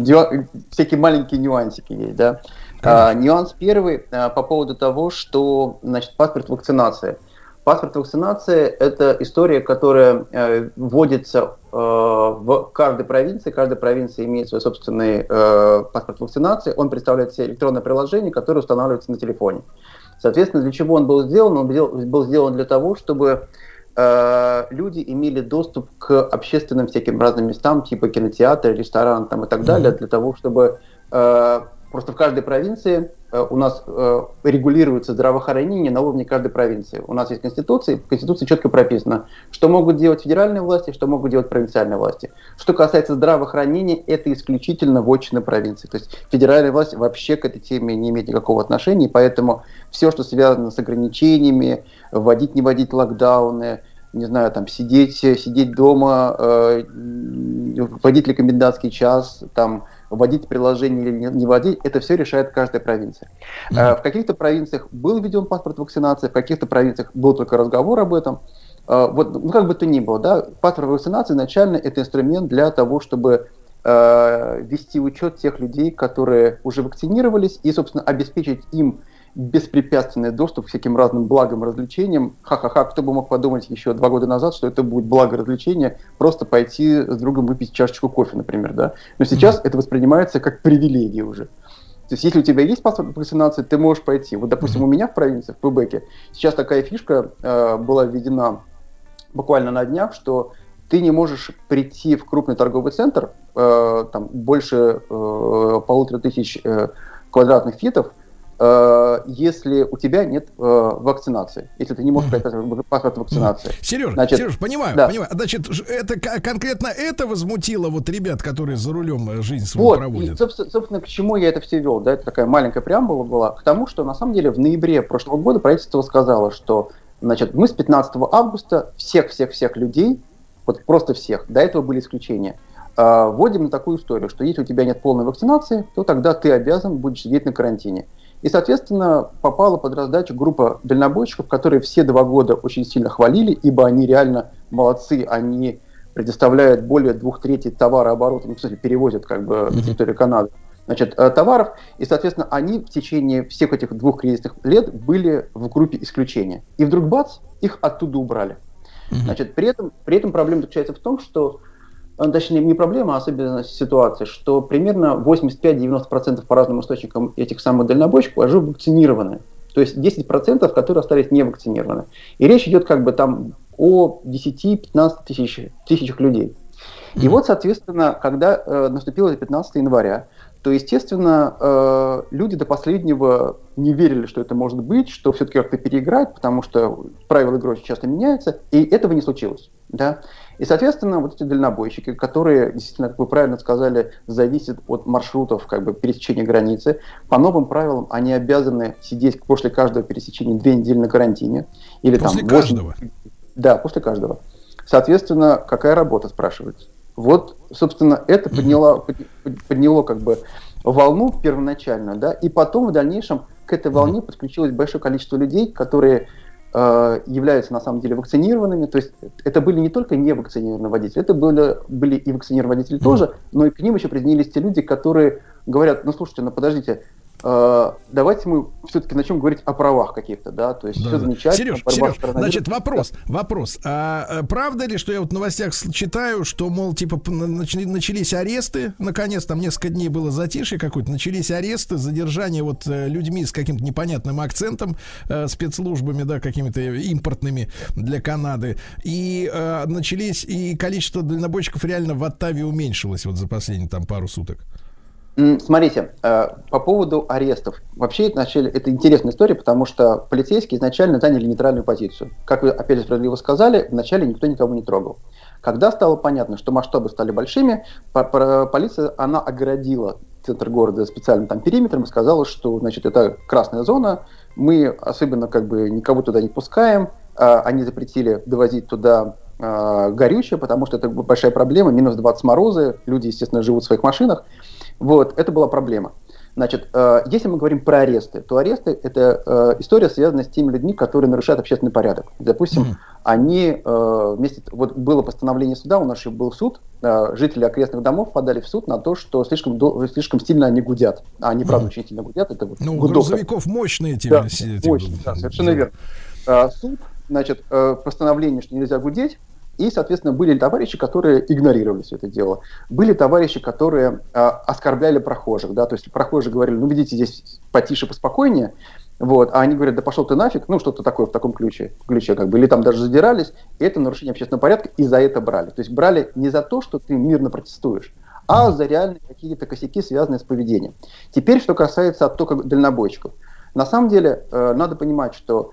всякие маленькие нюансики есть, да. Нюанс первый по поводу того, что, значит, паспорт вакцинации. Паспорт вакцинации – это история, которая вводится в каждой провинции. Каждая провинция имеет свой собственный паспорт вакцинации. Он представляет себе электронное приложение, которое устанавливается на телефоне. Соответственно, для чего он был сделан? Он был сделан для того, чтобы люди имели доступ к общественным всяким разным местам, типа кинотеатр, ресторан там, и так далее, для того, чтобы просто в каждой провинции у нас регулируется здравоохранение на уровне каждой провинции. У нас есть Конституция, в Конституции четко прописано, что могут делать федеральные власти, что могут делать провинциальные власти. Что касается здравоохранения, это исключительно вотчина провинции. То есть федеральная власть вообще к этой теме не имеет никакого отношения, поэтому все, что связано с ограничениями, вводить, не вводить локдауны, не знаю, там, сидеть дома, вводить ли комендантский час, там, вводить приложение или не вводить, это все решает каждая провинция. В каких-то провинциях был введен паспорт вакцинации, в каких-то провинциях был только разговор об этом. Вот, ну, как бы то ни было, да, паспорт вакцинации изначально это инструмент для того, чтобы вести учет тех людей, которые уже вакцинировались, и, собственно, обеспечить им беспрепятственный доступ к всяким разным благам, развлечениям. Ха-ха-ха, кто бы мог подумать еще 2 года назад, что это будет благо развлечения, просто пойти с другом выпить чашечку кофе, например, да. Но сейчас это воспринимается как привилегия уже. То есть, если у тебя есть паспорт вакцинации, ты можешь пойти. Вот, допустим, у меня в провинции, в Квебеке, сейчас такая фишка была введена буквально на днях, что ты не можешь прийти в крупный торговый центр, там больше 1500 квадратных фитов, если у тебя нет вакцинации, если ты не можешь брать паспорт вакцинации. Сереж, понимаю. Значит, это конкретно это возмутило вот ребят, которые за рулем жизнь свою проводят. И, собственно, к чему я это все вел, да, это такая маленькая преамбула была, к тому, что на самом деле в ноябре прошлого года правительство сказало, что, значит, мы с 15 августа всех людей, вот просто всех, до этого были исключения, вводим на такую историю, что если у тебя нет полной вакцинации, то тогда ты обязан будешь сидеть на карантине. И, соответственно, попала под раздачу группа дальнобойщиков, которые все 2 года очень сильно хвалили, ибо они реально молодцы, они предоставляют более 2/3 товарооборота, ну, кстати, перевозят как бы на территорию Канады, значит, товаров, и, соответственно, они в течение всех этих 2 кризисных лет были в группе исключения. И вдруг, бац, их оттуда убрали. Значит, при этом проблема заключается в том, что, точнее, не проблема, а особенность ситуации, что примерно 85-90% по разным источникам этих самых дальнобойщиков уже вакцинированы. То есть 10%, которые остались не вакцинированы. И речь идет как бы там о 10-15 тысячах людей. И вот, соответственно, когда наступило 15 января, то, естественно, люди до последнего не верили, что это может быть, что все-таки как-то переиграть, потому что правила игры очень часто меняются, и этого не случилось. Да? И, соответственно, вот эти дальнобойщики, которые, действительно, как вы правильно сказали, зависят от маршрутов как бы, пересечения границы, по новым правилам они обязаны сидеть после каждого пересечения 2 недели на карантине. Или, после там, 8... каждого? Да, после каждого. Соответственно, какая работа, спрашивается? Вот, собственно, это подняло как бы волну первоначально, да, и потом в дальнейшем к этой волне подключилось большое количество людей, которые являются на самом деле вакцинированными, то есть это были не только невакцинированные водители, это были и вакцинированные водители тоже, но и к ним еще присоединились те люди, которые говорят, ну слушайте, ну подождите, давайте мы все-таки начнем говорить о правах каких-то, да, то есть все замечательно. Сереж, значит, вопрос. А правда ли, что я вот в новостях читаю, что, мол, типа начались аресты, наконец, там несколько дней было затишье какое-то, начались аресты, задержания вот людьми с каким-то непонятным акцентом, спецслужбами, да, какими-то импортными для Канады, и начались, и количество дальнобойщиков реально в Оттаве уменьшилось вот за последние там пару суток. Смотрите, по поводу арестов. Вообще, это интересная история, потому что полицейские изначально заняли нейтральную позицию. Как вы, опять же, справедливо сказали, вначале никто никого не трогал. Когда стало понятно, что масштабы стали большими, полиция, она огородила центр города специальным там периметром и сказала, что, значит, это красная зона, мы особенно как бы никого туда не пускаем, они запретили довозить туда горючее, потому что это большая проблема, минус 20 морозы, люди, естественно, живут в своих машинах. Вот, это была проблема. Значит, если мы говорим про аресты, то аресты – это история, связанная с теми людьми, которые нарушают общественный порядок. Допустим, они вместе… Вот было постановление суда, у нас еще был суд, жители окрестных домов подали в суд на то, что слишком сильно они гудят. А они, правда, очень сильно гудят. Это вот у грузовиков мощные эти. Да, мощные, да, совершенно верно. Суд, значит, постановление, что нельзя гудеть. И, соответственно, были товарищи, которые игнорировали все это дело. Были товарищи, которые оскорбляли прохожих. Да? То есть прохожие говорили, ну, ведите здесь потише, поспокойнее. Вот. А они говорят, да пошел ты нафиг. Ну, что-то такое в таком ключе как бы. Или там даже задирались. И это нарушение общественного порядка. И за это брали. То есть брали не за то, что ты мирно протестуешь, а за реальные какие-то косяки, связанные с поведением. Теперь, что касается оттока дальнобойщиков. На самом деле, надо понимать, что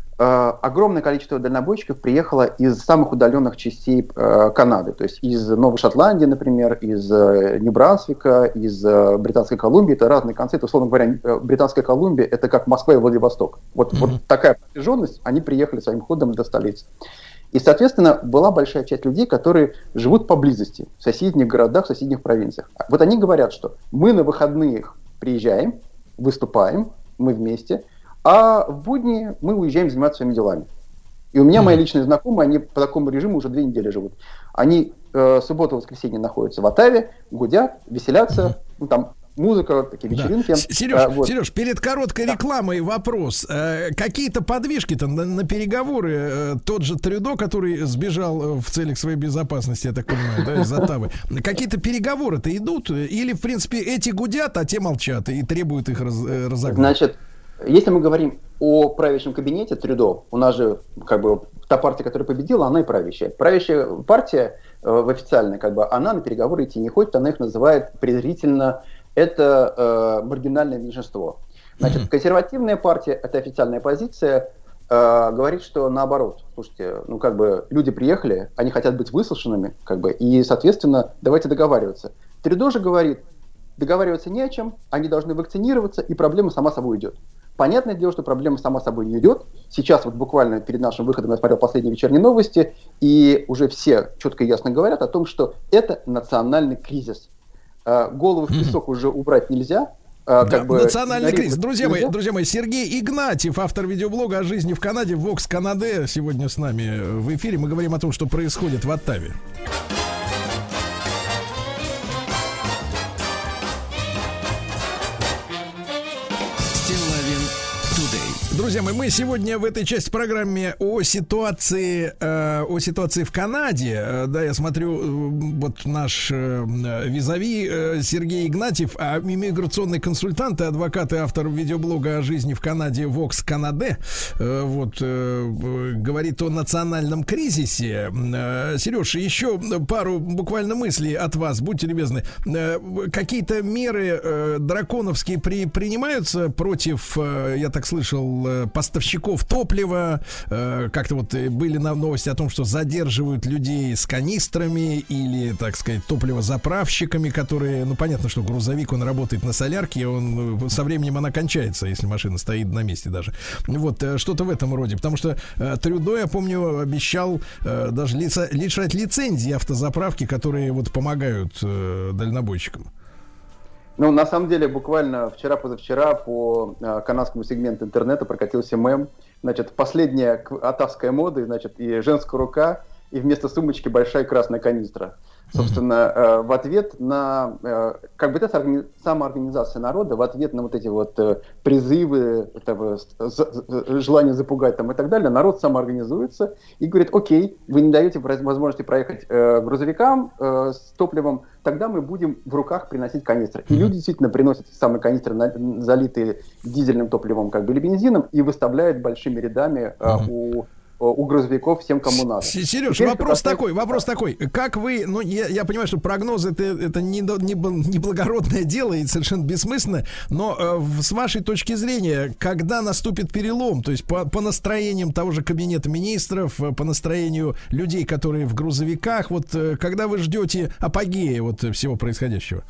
огромное количество дальнобойщиков приехало из самых удаленных частей Канады, то есть из Новой Шотландии, например, из Нью-Брансвика, из Британской Колумбии. Это разные концы. Это, условно говоря, Британская Колумбия – это как Москва и Владивосток. Вот такая протяженность, они приехали своим ходом до столицы. И, соответственно, была большая часть людей, которые живут поблизости, в соседних городах, в соседних провинциях. Вот они говорят, что мы на выходных приезжаем, выступаем, мы вместе, а в будни мы уезжаем заниматься своими делами. И у меня мои личные знакомые, они по такому режиму уже 2 недели живут. Они субботу и воскресенье находятся в Оттаве, гудят, веселятся, ну, там музыка, такие вечеринки. Да. Сереж, перед короткой рекламой вопрос. Какие-то подвижки-то на переговоры, тот же Трюдо, который сбежал в целях своей безопасности, я так понимаю, да, из Оттавы, какие-то переговоры-то идут? Или, в принципе, эти гудят, а те молчат и требуют их разогнать? Значит, если мы говорим о правящем кабинете Трюдо, у нас же как бы та партия, которая победила, она и правящая. Правящая партия официальная, как бы, она на переговоры идти не ходит, она их называет презрительно, это маргинальное меньшинство. Значит, консервативная партия, это официальная позиция, говорит, что наоборот, слушайте, ну как бы люди приехали, они хотят быть выслушанными, как бы, и, соответственно, давайте договариваться. Трюдо же говорит, договариваться не о чем, они должны вакцинироваться, и проблема сама собой идет. Понятное дело, что проблема сама собой не идет. Сейчас вот буквально перед нашим выходом я смотрел последние вечерние новости, и уже все четко и ясно говорят о том, что это национальный кризис. Голову в песок уже убрать нельзя. Да, национальный кризис. Друзья мои, Сергей Игнатьев, автор видеоблога о жизни в Канаде, Vox Канаде, сегодня с нами в эфире. Мы говорим о том, что происходит в Оттаве. Стиллавин Тудей. Друзья мои, мы сегодня в этой части программы о ситуации в Канаде. Да, я смотрю, вот наш визави Сергей Игнатьев, иммиграционный консультант и адвокат и автор видеоблога о жизни в Канаде Vox Canada, вот, говорит о национальном кризисе. Сереж, еще пару буквально мыслей от вас, будьте любезны. Какие-то меры драконовские принимаются против, я так слышал, поставщиков топлива? Как-то вот были новости о том, что задерживают людей с канистрами или, так сказать, топливозаправщиками, которые, ну, понятно, что грузовик, он работает на солярке, он со временем она кончается, если машина стоит на месте даже. Вот, что-то в этом роде. Потому что Трюдо, я помню, обещал даже лишать лицензии автозаправки, которые вот помогают дальнобойщикам. Ну, на самом деле, буквально вчера-позавчера по канадскому сегменту интернета прокатился мем. Значит, последняя атавская мода, значит, и женская рука, и вместо сумочки большая красная канистра. Собственно, в ответ на, как бы это самоорганизация народа, в ответ на вот эти вот призывы, желание запугать там и так далее, народ самоорганизуется и говорит: окей, вы не даете возможности проехать грузовикам с топливом, тогда мы будем в руках приносить канистры. И люди действительно приносят эти самые канистры, залитые дизельным топливом, как бы, или бензином, и выставляют большими рядами у грузовиков всем, кому надо. Сереж, вопрос такой. Как вы, ну, я понимаю, что прогнозы это не благородное дело и совершенно бессмысленно, но с вашей точки зрения, когда наступит перелом, то есть по настроениям того же кабинета министров, по настроению людей, которые в грузовиках, вот когда вы ждете апогея вот всего происходящего?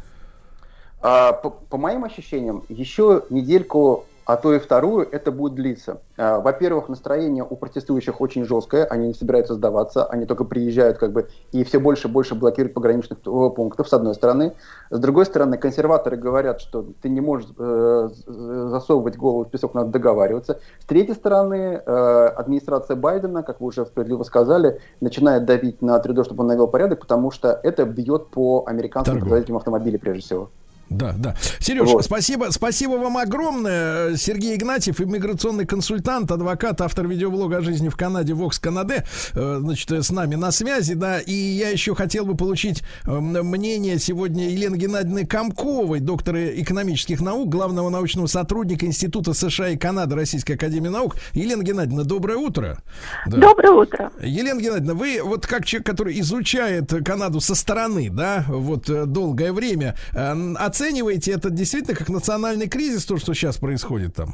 По моим ощущениям, еще недельку, а то и вторую, это будет длиться. Во-первых, настроение у протестующих очень жесткое, они не собираются сдаваться, они только приезжают, как бы, и все больше и больше блокируют пограничных пунктов, с одной стороны. С другой стороны, консерваторы говорят, что ты не можешь засовывать голову в песок, надо договариваться. С третьей стороны, администрация Байдена, как вы уже справедливо сказали, начинает давить на Трюдо, чтобы он навел порядок, потому что это бьет по американским производителям автомобилей прежде всего. Да. Сереж, вот. Спасибо вам огромное. Сергей Игнатьев, иммиграционный консультант, адвокат, автор видеоблога о жизни в Канаде Vox Canada, значит, с нами на связи, да. И я еще хотел бы получить мнение сегодня Елены Геннадьевны Комковой, доктора экономических наук, главного научного сотрудника Института США и Канады Российской академии наук. Елена Геннадьевна, доброе утро. Да. Доброе утро. Елена Геннадьевна, вы вот как человек, который изучает Канаду со стороны, да, вот долгое время, оцениваете это действительно как национальный кризис, то, что сейчас происходит там?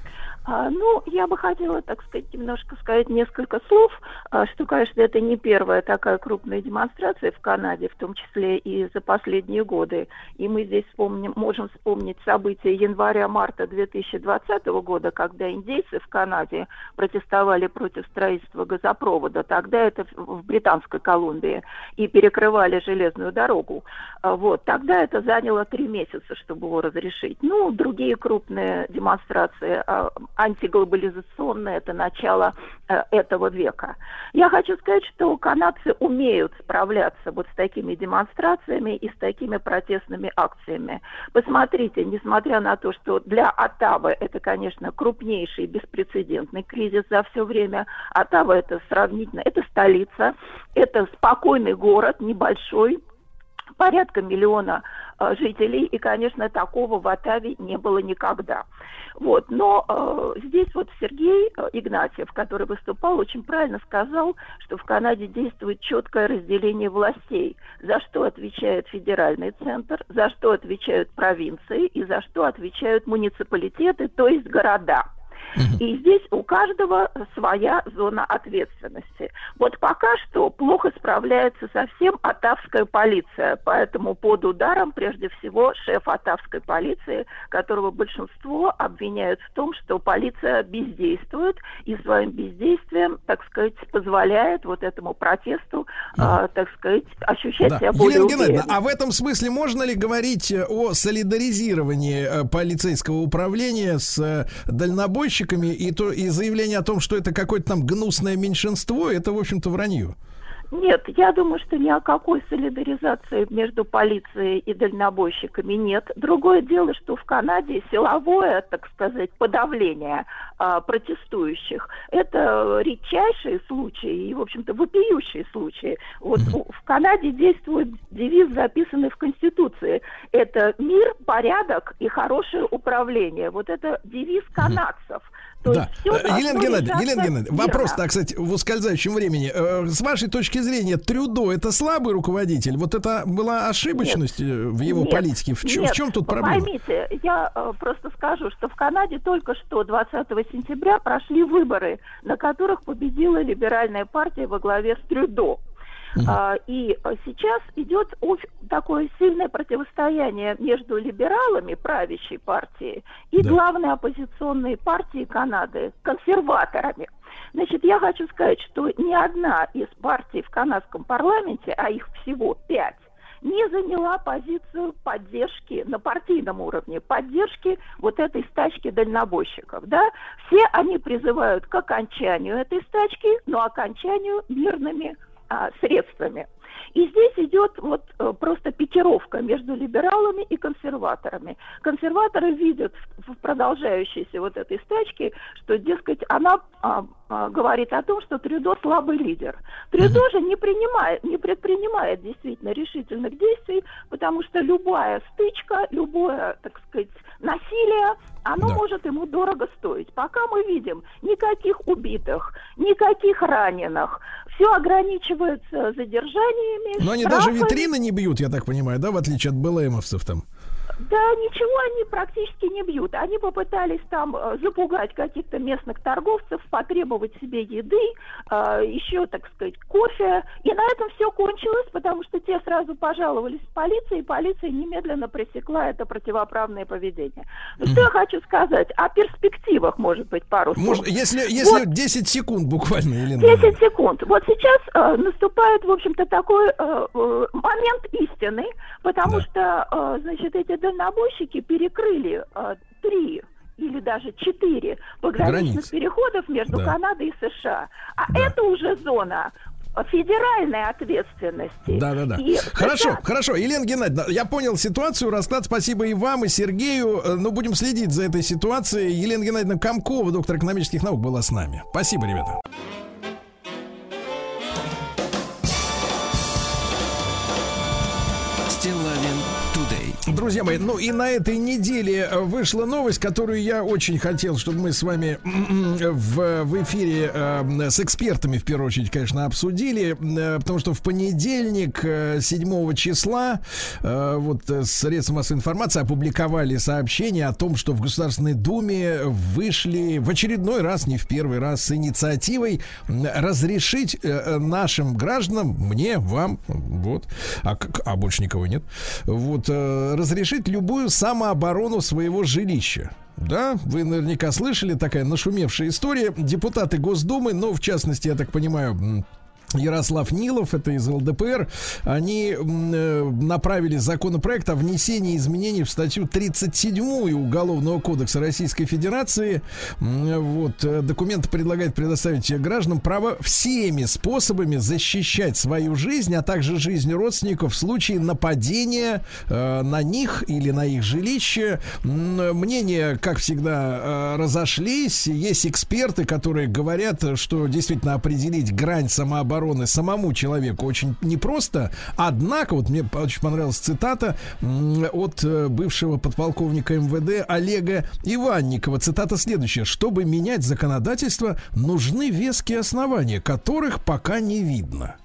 Ну, я бы хотела, так сказать, немножко сказать несколько слов, что, конечно, это не первая такая крупная демонстрация в Канаде, в том числе и за последние годы. И мы здесь можем вспомнить события января-марта 2020 года, когда индейцы в Канаде протестовали против строительства газопровода. Тогда это в Британской Колумбии, и перекрывали железную дорогу. Вот. Тогда это заняло 3 месяца, чтобы его разрешить. Ну, другие крупные демонстрации антиглобализационное, это начало этого века. Я хочу сказать, что канадцы умеют справляться вот с такими демонстрациями и с такими протестными акциями. Посмотрите, несмотря на то, что для Оттавы это, конечно, крупнейший беспрецедентный кризис за все время. Оттава это сравнительно, это столица, это спокойный город, небольшой, порядка 1 миллиона жителей, и, конечно, такого в Оттаве не было никогда. Вот. Но здесь вот Сергей Игнатьев, который выступал, очень правильно сказал, что в Канаде действует четкое разделение властей, за что отвечает федеральный центр, за что отвечают провинции и за что отвечают муниципалитеты, то есть города. И здесь у каждого своя зона ответственности. Вот пока что плохо справляется совсем оттавская полиция, поэтому под ударом прежде всего шеф оттавской полиции, которого большинство обвиняют в том, что полиция бездействует и своим бездействием, так сказать, позволяет вот этому протесту, так сказать, ощущать себя более уверенно. А в этом смысле можно ли говорить о солидаризировании полицейского управления с дальнобойщиками, и заявление о том, что это какое-то там гнусное меньшинство, это, в общем-то, вранье? Нет, я думаю, что ни о какой солидаризации между полицией и дальнобойщиками нет. Другое дело, что в Канаде силовое, так сказать, подавление протестующих – это редчайшие случаи и, в общем-то, вопиющие случаи. Вот в Канаде действует девиз, записанный в Конституции. Это мир, порядок и хорошее управление. Вот это девиз канадцев. Да. Елена Геннадьевна, вопрос, так сказать, в ускользающем времени. С вашей точки зрения, Трюдо — это слабый руководитель? Вот это была ошибочность в его политике? В чем тут проблема? Поймите, я просто скажу, что в Канаде только что 20 сентября прошли выборы, на которых победила либеральная партия во главе с Трюдо. И сейчас идет такое сильное противостояние между либералами правящей партии и главной оппозиционной партией Канады, консерваторами. Значит, я хочу сказать, что ни одна из партий в канадском парламенте, а их всего 5, не заняла позицию поддержки на партийном уровне, поддержки вот этой стачки дальнобойщиков. Да? Все они призывают к окончанию этой стачки, но окончанию мирными средствами. И здесь идет вот просто пикировка между либералами и консерваторами. Консерваторы видят в продолжающейся вот этой стачке, что, дескать, она говорит о том, что Трюдо слабый лидер. Трюдо же не предпринимает действительно решительных действий, потому что любая стычка, любое, так сказать, насилие, оно может ему дорого стоить. Пока мы видим никаких убитых, никаких раненых, все ограничивается задержаниями. Но они даже витрины не бьют, я так понимаю, да, в отличие от БЛМовцев там? Да, ничего они практически не бьют. Они попытались там запугать каких-то местных торговцев, потребовать себе еды, еще, так сказать, кофе. И на этом все кончилось, потому что те сразу пожаловались в полицию, и полиция немедленно пресекла это противоправное поведение. Что я хочу сказать? О перспективах, может быть, пару слов. Если вот 10 секунд буквально, Елена. 10 секунд. Вот сейчас наступает, в общем-то, такой момент истины, потому что, значит, эти дальнобойщики перекрыли 3 или даже 4 пограничных переходов между Канадой и США. Это уже зона федеральной ответственности. Да. Хорошо. Елена Геннадьевна, я понял ситуацию, расклад. Спасибо и вам, и Сергею. Ну, будем следить за этой ситуацией. Елена Геннадьевна Комкова, доктор экономических наук, была с нами. Спасибо, ребята. Друзья мои, ну и на этой неделе вышла новость, которую я очень хотел, чтобы мы с вами в эфире с экспертами, в первую очередь, конечно, обсудили, потому что в понедельник, 7 числа, вот средства массовой информации опубликовали сообщение о том, что в Государственной Думе вышли в очередной раз, не в первый раз, с инициативой разрешить нашим гражданам, мне, вам, вот, а больше никого нет, вот, разрешить любую самооборону своего жилища. Да, вы наверняка слышали, такая нашумевшая история. Депутаты Госдумы, ну, в частности, я так понимаю, Ярослав Нилов, это из ЛДПР, они направили законопроект о внесении изменений в статью 37 Уголовного кодекса Российской Федерации. Вот, документ предлагает предоставить гражданам право всеми способами защищать свою жизнь, а также жизнь родственников в случае нападения на них или на их жилище. Мнения, как всегда, разошлись. Есть эксперты, которые говорят, что действительно определить грань самообороны самому человеку очень непросто. Однако, вот мне очень понравилась цитата от бывшего подполковника МВД Олега Иванникова. Цитата следующая: чтобы менять законодательство, нужны веские основания, которых пока не видно.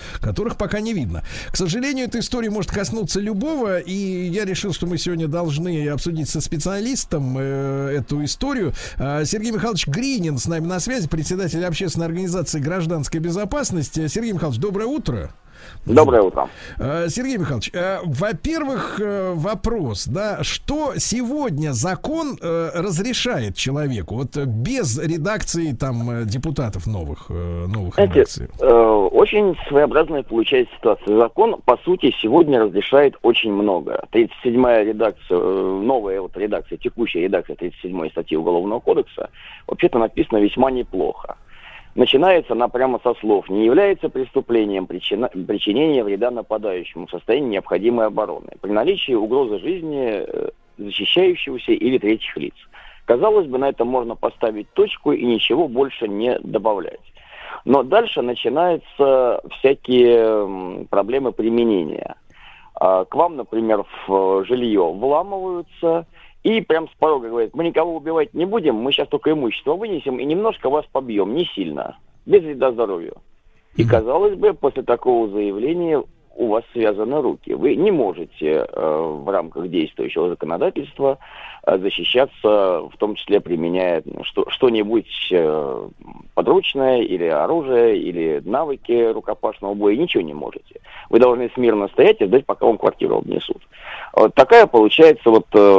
К сожалению, эта история может коснуться любого, и я решил, что мы сегодня должны обсудить со специалистом эту историю. Сергей Михайлович Гринин с нами на связи, председатель общественной организации «Гражданская безопасность». Сергей Михайлович, доброе утро. Доброе утро. Сергей Михайлович, во-первых, вопрос, да, что сегодня закон разрешает человеку, вот без редакции там депутатов новых редакций? Очень своеобразная получается ситуация. Закон, по сути, сегодня разрешает очень много. 37-я редакция, новая вот редакция, текущая редакция 37-й статьи Уголовного кодекса, вообще-то написана весьма неплохо. Начинается она прямо со слов: не является преступлением причинения вреда нападающему в состоянии необходимой обороны при наличии угрозы жизни защищающегося или третьих лиц. Казалось бы, на этом можно поставить точку и ничего больше не добавлять. Но дальше начинаются всякие проблемы применения. К вам, например, в жилье вламываются и прям с порога говорят: мы никого убивать не будем, мы сейчас только имущество вынесем и немножко вас побьем, не сильно, без вреда здоровью. И, казалось бы, после такого заявления у вас связаны руки. Вы не можете в рамках действующего законодательства защищаться, в том числе применяя что-нибудь подручное, или оружие, или навыки рукопашного боя. Ничего не можете. Вы должны смирно стоять и ждать, пока вам квартиру обнесут. Вот такая получается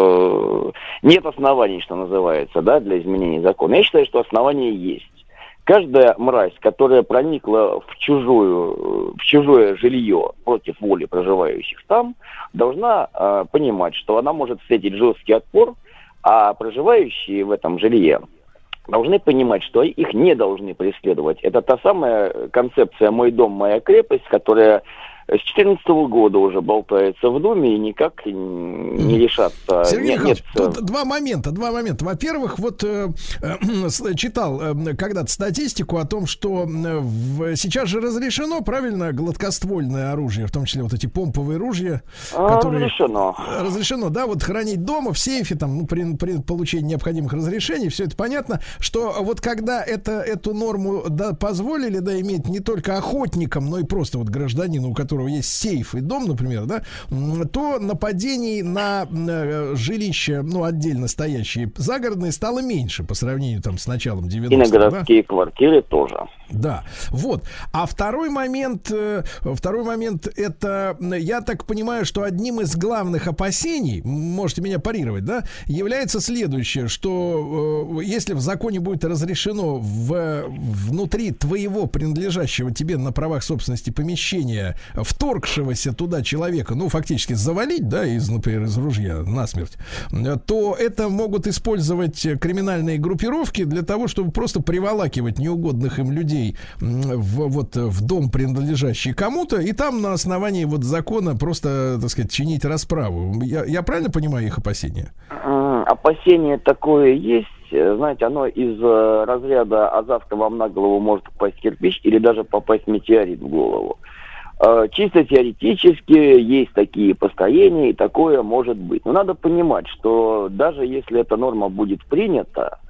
нет оснований, что называется, да, для изменения закона. Я считаю, что основания есть. Каждая мразь, которая проникла в чужое жилье против воли проживающих там, должна понимать, что она может встретить жесткий отпор, а проживающие в этом жилье должны понимать, что их не должны преследовать. Это та самая концепция «мой дом, моя крепость», которая с 2014 года уже болтается в Думе и никак не решаться. Сергей Михайлович, тут два момента. Во-первых, читал когда-то статистику о том, что сейчас же разрешено, правильно, гладкоствольное оружие, в том числе вот эти помповые ружья, которые... Разрешено, да, вот хранить дома, в сейфе, там, при получении необходимых разрешений, все это понятно, что вот когда эту норму позволили, да, иметь не только охотникам, но и просто вот гражданину, у которого есть сейф и дом, например, да, то нападений на жилища, отдельно стоящие, загородные, стало меньше по сравнению там с началом 90-х. И на городские квартиры тоже. Да, вот. А второй момент, это, я так понимаю, что одним из главных опасений, можете меня парировать, да, является следующее, что если в законе будет разрешено внутри твоего принадлежащего тебе на правах собственности помещения вторгшегося туда человека, фактически завалить, да, например, из ружья насмерть, то это могут использовать криминальные группировки для того, чтобы просто приволакивать неугодных им людей в дом, принадлежащий кому-то, и там на основании закона просто, так сказать, чинить расправу. Я правильно понимаю их опасения? Опасение такое есть. Знаете, оно из разряда «а завтра вам на голову может упасть кирпич» или даже попасть метеорит в голову. Чисто теоретически есть такие построения, и такое может быть. Но надо понимать, что даже если эта норма будет принята,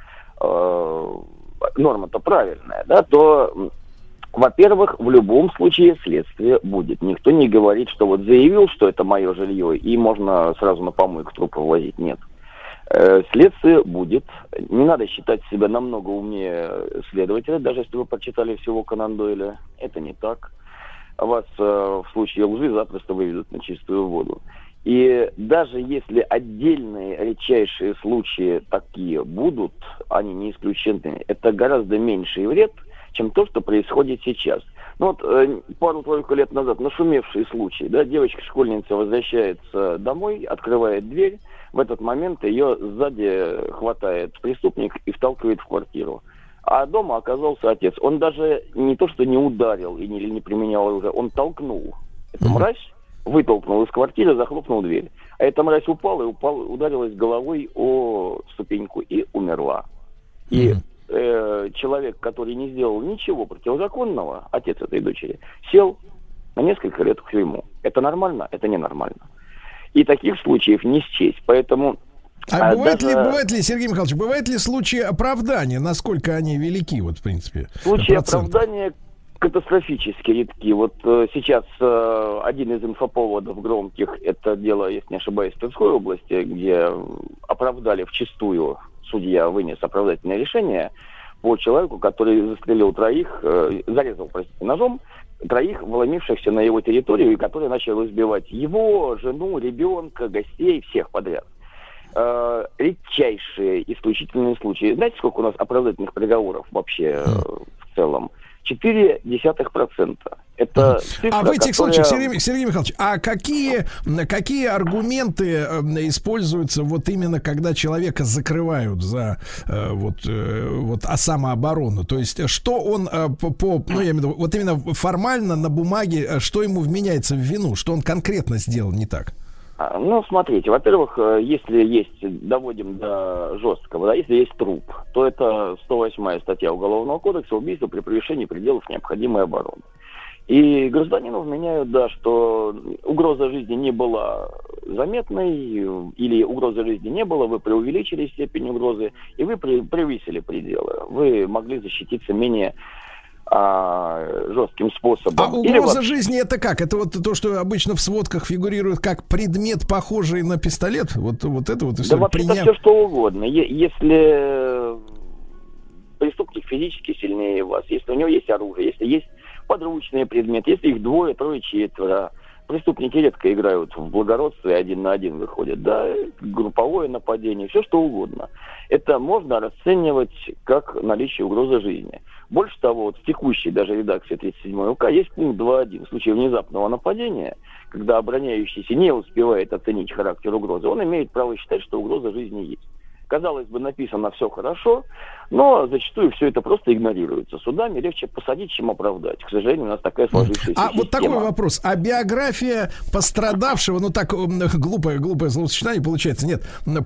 норма-то правильная, да, то, во-первых, в любом случае следствие будет. Никто не говорит, что заявил, что это мое жилье, и можно сразу на помойку трупы возить. Нет. Следствие будет. Не надо считать себя намного умнее следователя, даже если вы прочитали всего Конан Дойля. Это не так. Вас в случае лжи запросто выведут на чистую воду. И даже если отдельные редчайшие случаи такие будут, они не исключены, это гораздо меньший вред, чем то, что происходит сейчас. Пару-тройку лет назад нашумевший случай, да, девочка-школьница возвращается домой, открывает дверь, в этот момент ее сзади хватает преступник и вталкивает в квартиру. А дома оказался отец. Он даже не то, что не ударил или не применял оружие, он толкнул эту мразь, вытолкнул из квартиры, захлопнул дверь. А эта мразь упала, ударилась головой о ступеньку и умерла. И человек, который не сделал ничего противозаконного, отец этой дочери, сел на несколько лет в тюрьму. Это нормально? Это ненормально. И таких случаев не счесть. Поэтому... бывает ли, Сергей Михайлович, бывают ли случаи оправдания? Насколько они велики, в принципе? Случаи оправдания катастрофически редки. Сейчас один из инфоповодов громких, это дело, если не ошибаюсь, в Тверской области, где оправдали вчистую, судья вынес оправдательное решение по человеку, который зарезал ножом троих, вломившихся на его территорию, и который начал избивать его, жену, ребенка, гостей, всех подряд. Редчайшие, исключительные случаи. Знаете, сколько у нас оправдательных приговоров вообще в целом? 0,4%. Это цифра, выйти к случаю, Сергей Михайлович, а какие аргументы используются вот именно когда человека закрывают за самооборону? То есть, что он я имею в виду, вот именно формально на бумаге, что ему вменяется в вину, что он конкретно сделал не так? Ну, смотрите, во-первых, если есть, доводим до жесткого, да, если есть труп, то это 108-я статья Уголовного кодекса, убийство при превышении пределов необходимой обороны. И гражданину вменяют, да, что угроза жизни не была заметной, или угрозы жизни не было, вы преувеличили степень угрозы, и вы превысили пределы. Вы могли защититься менее жестким способом. А угроза жизни это как? Это вот то, что обычно в сводках фигурирует как предмет, похожий на пистолет? Вот это вот история. Да вообще-то все что угодно. Если преступник физически сильнее вас, если у него есть оружие, если есть подручные предметы, если их двое, трое, четверо. Преступники редко играют в благородство и 1 на 1 выходят. Да, групповое нападение, все что угодно. Это можно расценивать как наличие угрозы жизни. Больше того, вот в текущей даже редакции 37 УК есть пункт 2.1. В случае внезапного нападения, когда обороняющийся не успевает оценить характер угрозы, он имеет право считать, что угроза жизни есть. Казалось бы, написано все хорошо, но зачастую все это просто игнорируется. Судами легче посадить, чем оправдать. К сожалению, у нас такая сложившаяся система. Вот такой вопрос. А биография пострадавшего, глупое словосочетание получается, нет.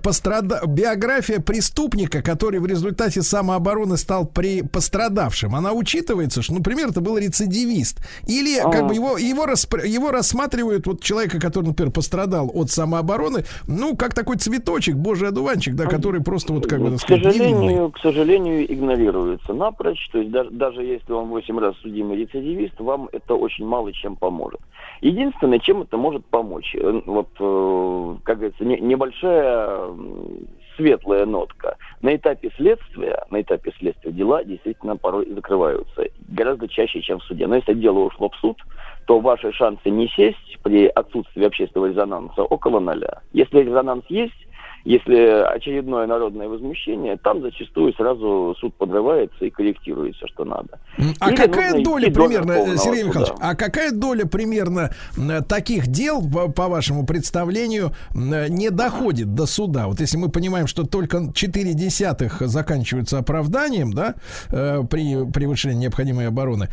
Биография преступника, который в результате самообороны стал пострадавшим, она учитывается, что, например, это был рецидивист? Или как бы его рассматривают, вот человека, который, например, пострадал от самообороны, как такой цветочек, божий одуванчик, да, который просто вот как бы, так сказать, невинный. К сожалению, игнорируется напрочь. То есть даже если он 8 раз судимый рецидивист, вам это очень мало чем поможет. Единственное, чем это может помочь, вот, как говорится, небольшая светлая нотка. На этапе следствия дела действительно порой закрываются. Гораздо чаще, чем в суде. Но если дело ушло в суд, то ваши шансы не сесть при отсутствии общественного резонанса около 0. Если резонанс есть, если очередное народное возмущение, там зачастую сразу суд подрывается и корректируется, что надо. А какая доля примерно, Сергей Михайлович, какая доля примерно таких дел, по вашему представлению, не доходит до суда? Вот если мы понимаем, что только 0,4 заканчиваются оправданием, да, при превышении необходимой обороны,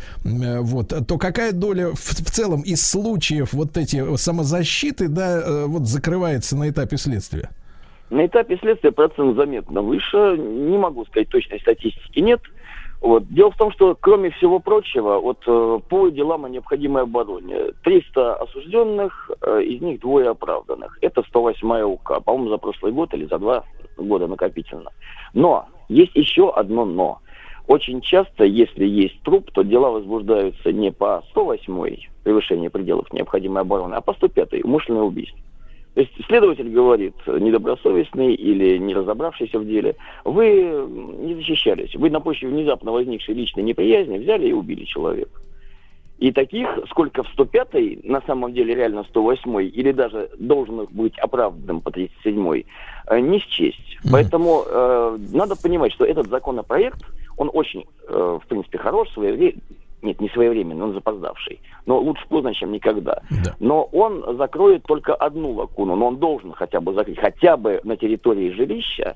то какая доля в целом из случаев вот эти самозащиты, да, вот закрывается на этапе следствия? На этапе следствия процент заметно выше. Не могу сказать, точной статистики нет. Дело в том, что, кроме всего прочего, по делам о необходимой обороне 300 осужденных, из них 2 оправданных. Это 108-я УК, по-моему, за прошлый год или за 2 года накопительно. Но есть еще одно «но». Очень часто, если есть труп, то дела возбуждаются не по 108-й превышение пределов необходимой обороны, а по 105-й умышленное убийство. То есть следователь говорит, недобросовестный или не разобравшийся в деле, вы не защищались, вы на почве внезапно возникшей личной неприязни взяли и убили человека. И таких, сколько в 105-й, на самом деле реально 108-й, или даже должен быть оправданным по 37-й, не счесть. Поэтому надо понимать, что этот законопроект, он очень, в принципе, хорош, нет, не своевременный, он запоздавший. Но лучше поздно, чем никогда. Да. Но он закроет только одну лакуну, но он должен хотя бы закрыть. Хотя бы на территории жилища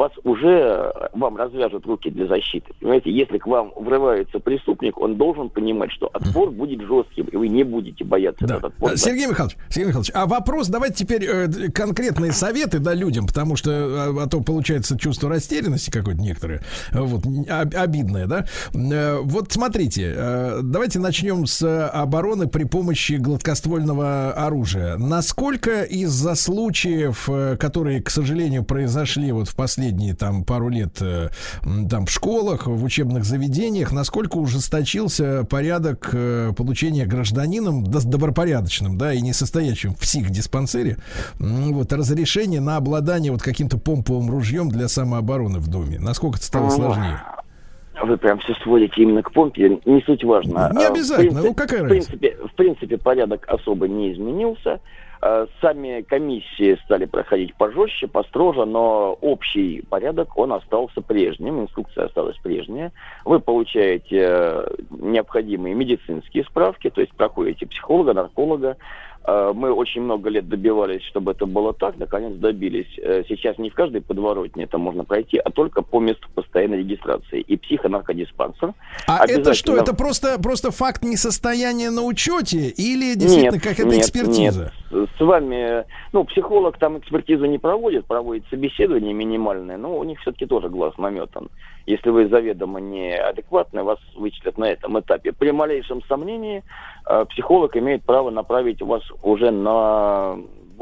вам развяжут руки для защиты. Понимаете, если к вам врывается преступник, он должен понимать, что отпор будет жестким, и вы не будете бояться этот отпор. Сергей Михайлович, а вопрос, давайте теперь конкретные советы, да, людям, потому что а то получается чувство растерянности какое-то некоторое, обидное, да. Вот смотрите, давайте начнем с обороны при помощи гладкоствольного оружия. Насколько из-за случаев, которые, к сожалению, произошли в последние пару лет в школах, в учебных заведениях, насколько ужесточился порядок получения гражданином добропорядочным, да, и не состоящим в психдиспансере разрешение на обладание каким-то помповым ружьем для самообороны в доме? Насколько это стало сложнее? Вы прям все сводите именно к помпе, не суть важно. Не обязательно, какая разница? В принципе, порядок особо не изменился. Сами комиссии стали проходить пожестче, построже, но общий порядок, он остался прежним, инструкция осталась прежняя. Вы получаете необходимые медицинские справки, то есть проходите психолога, нарколога. Мы очень много лет добивались, чтобы это было так, наконец добились. Сейчас не в каждой подворотне это можно пройти, а только по месту постоянной регистрации. И психонаркодиспансер. А это что, это просто факт несостояния на учете или действительно какая-то экспертиза? Нет. С вами, психолог там экспертизу не проводит, проводит собеседование минимальное, но у них все-таки тоже глаз наметан. Если вы заведомо неадекватны, вас вычислят на этом этапе. При малейшем сомнении психолог имеет право направить вас уже на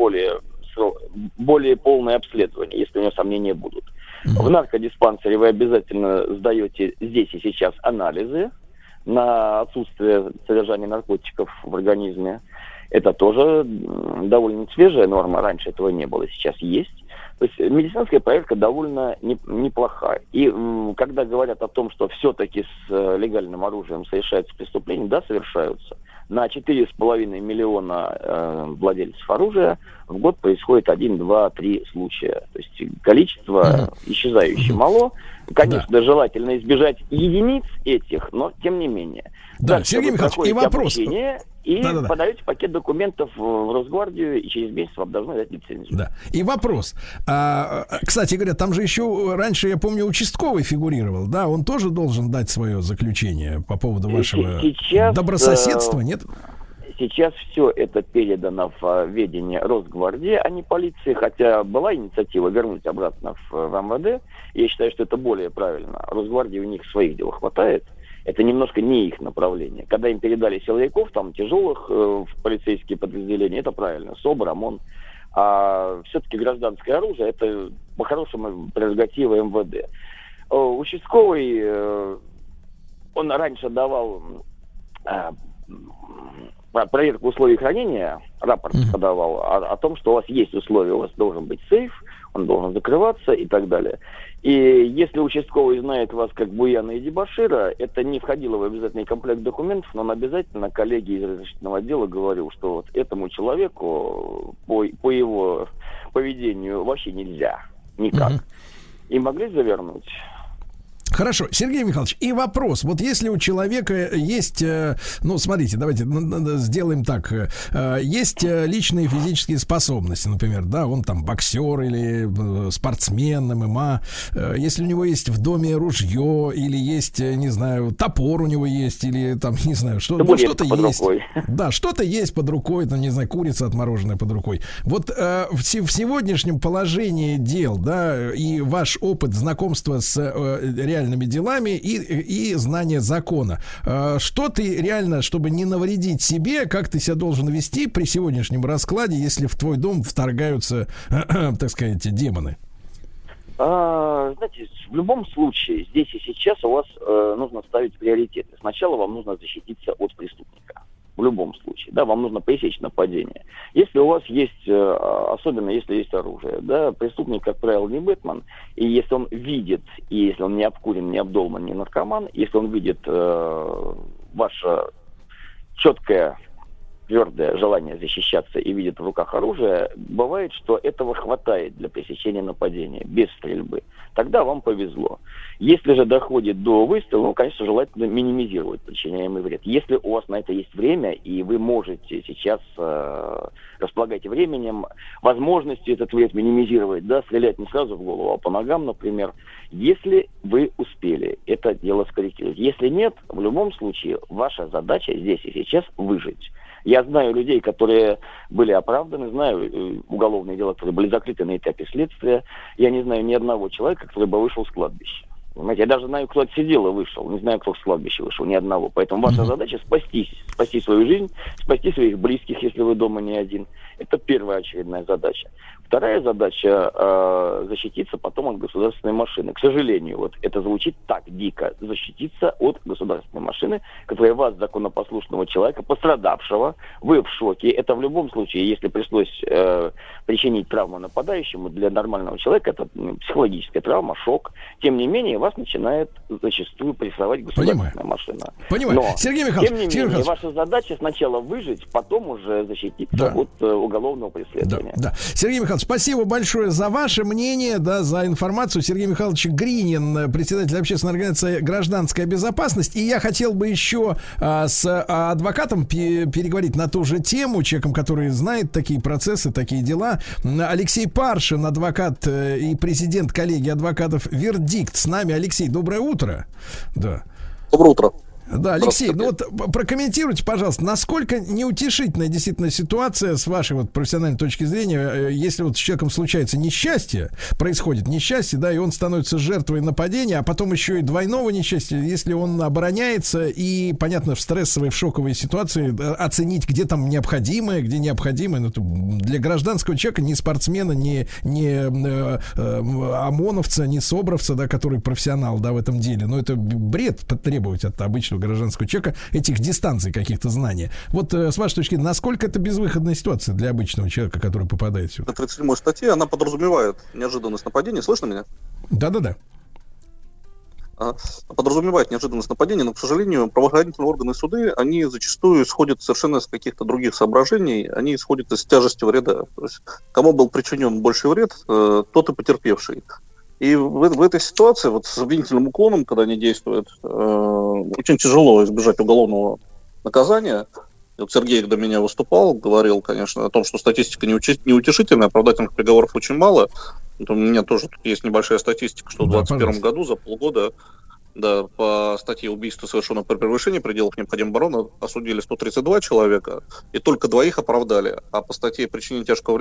более полное обследование, если у него сомнения будут. В наркодиспансере вы обязательно сдаете здесь и сейчас анализы на отсутствие содержания наркотиков в организме. Это тоже довольно свежая норма, раньше этого не было, сейчас есть. То есть медицинская проверка довольно неплохая. И когда говорят о том, что все-таки с легальным оружием совершаются преступления, да, совершаются. На 4,5 миллиона владельцев оружия в год происходит 1, 2, 3 случая. То есть количество исчезающе мало. Конечно, желательно избежать единиц этих, но тем не менее. Да, Сергей Михайлович, и вопрос. И подаете пакет документов в Росгвардию, и через месяц вам должны дать лицензию. Да. И вопрос. Кстати говоря, там же еще раньше, я помню, участковый фигурировал. Да, он тоже должен дать свое заключение по поводу вашего добрососедства, нет? Сейчас все это передано в ведение Росгвардии, а не полиции, хотя была инициатива вернуть обратно в МВД. Я считаю, что это более правильно. Росгвардии у них своих дел хватает. Это немножко не их направление. Когда им передали силовиков, там, тяжелых в полицейские подразделения, это правильно, СОБР, ОМОН. А все-таки гражданское оружие, это по-хорошему прерогатива МВД. Участковый, он раньше давал проверку условий хранения, рапорт подавал о том, что у вас есть условия, у вас должен быть сейф, он должен закрываться и так далее. И если участковый знает вас как буяна и дебошира, это не входило в обязательный комплект документов, но он обязательно коллеге из разрешительного отдела говорил, что вот этому человеку по его поведению вообще нельзя, никак. И могли завернуть. Хорошо, Сергей Михайлович, и вопрос. Вот если у человека есть, смотрите, давайте сделаем так. Есть личные физические способности, например, да, он там боксер или спортсмен, ММА. Если у него есть в доме ружье или есть, не знаю, топор у него есть или там, не знаю, что-то есть. Рукой. Да, что-то есть под рукой, там, не знаю, курица отмороженная под рукой. Вот в сегодняшнем положении дел, да, и ваш опыт знакомства с реальными делами и знание закона. Что ты реально, чтобы не навредить себе, как ты себя должен вести при сегодняшнем раскладе, если в твой дом вторгаются, так сказать, демоны? Знаете, в любом случае, здесь и сейчас у вас нужно ставить приоритеты. Сначала вам нужно защититься от преступника. В любом случае, да, вам нужно пресечь нападение. Если у вас есть, особенно если есть оружие, да, преступник, как правило, не Бэтмен, и если он видит, и если он не обкурен, не обдолман, не наркоман, если он видит ваше четкое, твердое желание защищаться и видит в руках оружие, бывает, что этого хватает для пресечения нападения без стрельбы. Тогда вам повезло. Если же доходит до выстрела, конечно, желательно минимизировать причиняемый вред. Если у вас на это есть время, и вы можете сейчас располагать временем, возможностью этот вред минимизировать, да, стрелять не сразу в голову, а по ногам, например, если вы успели это дело скорректировать. Если нет, в любом случае, ваша задача здесь и сейчас выжить. Я знаю людей, которые были оправданы, знаю уголовные дела, которые были закрыты на этапе следствия. Я не знаю ни одного человека, который бы вышел с кладбища. Понимаете, я даже знаю, кто отсидел и вышел. Не знаю, кто с кладбища вышел, ни одного. Поэтому ваша задача спасти свою жизнь, спасти своих близких, если вы дома не один. Это первая очередная задача. Вторая задача защититься потом от государственной машины. К сожалению, вот это звучит так дико. Защититься от государственной машины, которая вас, законопослушного человека, пострадавшего, вы в шоке. Это в любом случае, если пришлось причинить травму нападающему, для нормального человека это психологическая травма, шок. Тем не менее, вас начинает зачастую прессовать государственная машина. Понимаю. Но, Сергей Михайлович, тем не менее, ваша задача сначала выжить, потом уже защититься от уголовного преследования. Да. Сергей Михайлович, спасибо большое за ваше мнение, за информацию. Сергей Михайлович Гринин, председатель общественной организации «Гражданская безопасность». И я хотел бы еще с адвокатом переговорить на ту же тему, человеком, который знает такие процессы, такие дела. Алексей Паршин, адвокат и президент коллегии адвокатов «Вердикт» с нами. Алексей, доброе утро. Да. Доброе утро. Да, Алексей, прокомментируйте, пожалуйста, насколько неутешительная действительно ситуация с вашей профессиональной точки зрения, если с человеком случается несчастье, происходит несчастье, и он становится жертвой нападения, а потом еще и двойного несчастья, если он обороняется и, понятно, в стрессовой, в шоковой ситуации оценить, где там необходимое, где необходимое. Для гражданского человека, ни спортсмена, ни ОМОНовца, ни СОБРовца, который профессионал, в этом деле. Но это бред потребовать от обычного гражданского человека этих дистанций, каких-то знаний. С вашей точки зрения, насколько это безвыходная ситуация для обычного человека, который попадает сюда? 37-й статье, она подразумевает неожиданность нападения. Слышно меня? Да. Подразумевает неожиданность нападения, но, к сожалению, правоохранительные органы и суды, они зачастую исходят совершенно из каких-то других соображений, они исходят из тяжести вреда. То есть, кому был причинен больший вред, тот и потерпевший. И в этой ситуации, с обвинительным уклоном, когда они действуют, очень тяжело избежать уголовного наказания. Сергей, когда меня выступал, говорил, конечно, о том, что статистика неутешительная, оправдательных приговоров очень мало. У меня тоже тут есть небольшая статистика, что в 2021 году за полгода по статье убийства, совершенного при превышении пределов необходимой обороны, осудили 132 человека, и только 2 оправдали. А по статье причинения тяжкого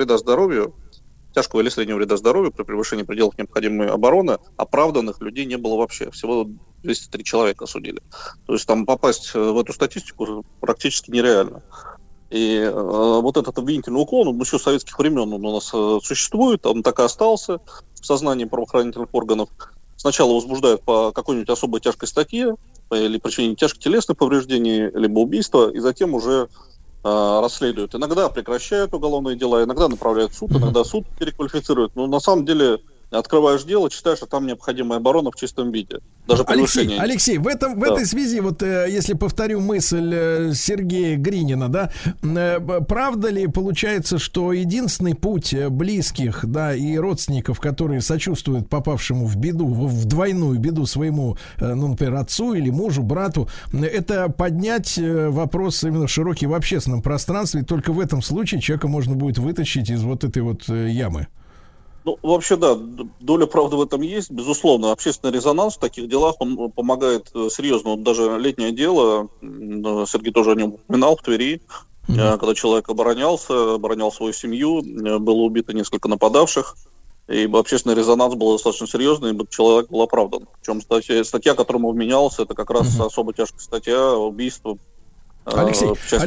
или среднего вреда здоровью при превышении пределов необходимой обороны оправданных людей не было вообще. Всего 203 человека осудили. То есть там попасть в эту статистику практически нереально. И этот обвинительный уклон, он еще с советских времен он у нас существует, он так и остался в сознании правоохранительных органов. Сначала возбуждают по какой-нибудь особой тяжкой статье, или причинению тяжких телесных повреждений, либо убийства, и затем уже расследуют. Иногда прекращают уголовные дела, иногда направляют в суд, иногда суд переквалифицирует. Но на самом деле открываешь дело, читаешь, что там необходимая оборона в чистом виде. Даже Алексей, в этой связи, если повторю мысль Сергея Гринина, правда ли получается, что единственный путь близких, и родственников, которые сочувствуют попавшему в беду, в двойную беду своему, например, отцу или мужу, брату, это поднять вопрос именно широкий в общественном пространстве, и только в этом случае человека можно будет вытащить из этой ямы? Вообще, да, доля правды в этом есть, безусловно. Общественный резонанс в таких делах, он помогает серьезно. Даже летнее дело, Сергей тоже о нем упоминал, в Твери, когда человек оборонял свою семью, было убито несколько нападавших, и общественный резонанс был достаточно серьезный, и человек был оправдан. Причем статья, которому вменялся, это как раз особо тяжкая статья, убийство. Алексей,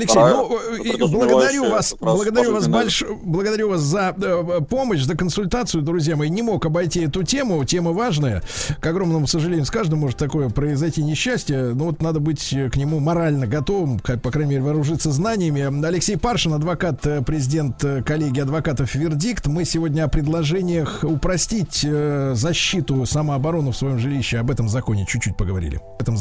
благодарю вас за помощь, за консультацию, друзья мои. Не мог обойти эту тему, тема важная. К огромному сожалению, с каждым может такое произойти несчастье, но надо быть к нему морально готовым, по крайней мере, вооружиться знаниями. Алексей Паршин, адвокат, президент коллегии адвокатов «Вердикт». Мы сегодня о предложениях упростить защиту, самооборону в своем жилище. Об этом законе чуть-чуть поговорили.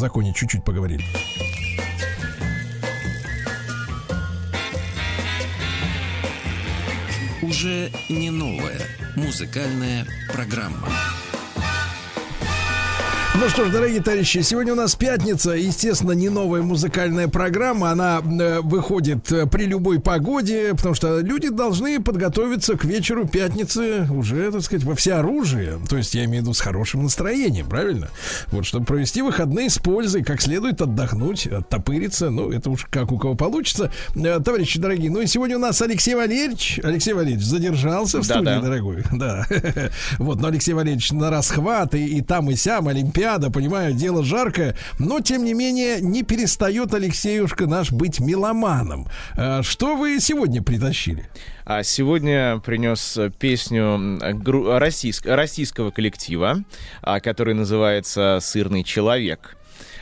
Уже не новая музыкальная программа. Ну что ж, дорогие товарищи, сегодня у нас пятница, естественно, не новая музыкальная программа, она выходит при любой погоде, потому что люди должны подготовиться к вечеру пятницы уже, так сказать, во всеоружии, то есть я имею в виду с хорошим настроением, правильно? Чтобы провести выходные с пользой, как следует отдохнуть, оттопыриться, это уж как у кого получится. Товарищи дорогие, и сегодня у нас Алексей Валерьевич задержался в студии, дорогой, да, но Алексей Валерьевич на расхват, и там, и сям, Олимпиада, понимаю, дело жаркое, но, тем не менее, не перестает Алексеюшка наш быть меломаном. Что вы сегодня притащили? Сегодня принес песню российского коллектива, который называется «Сырный человек».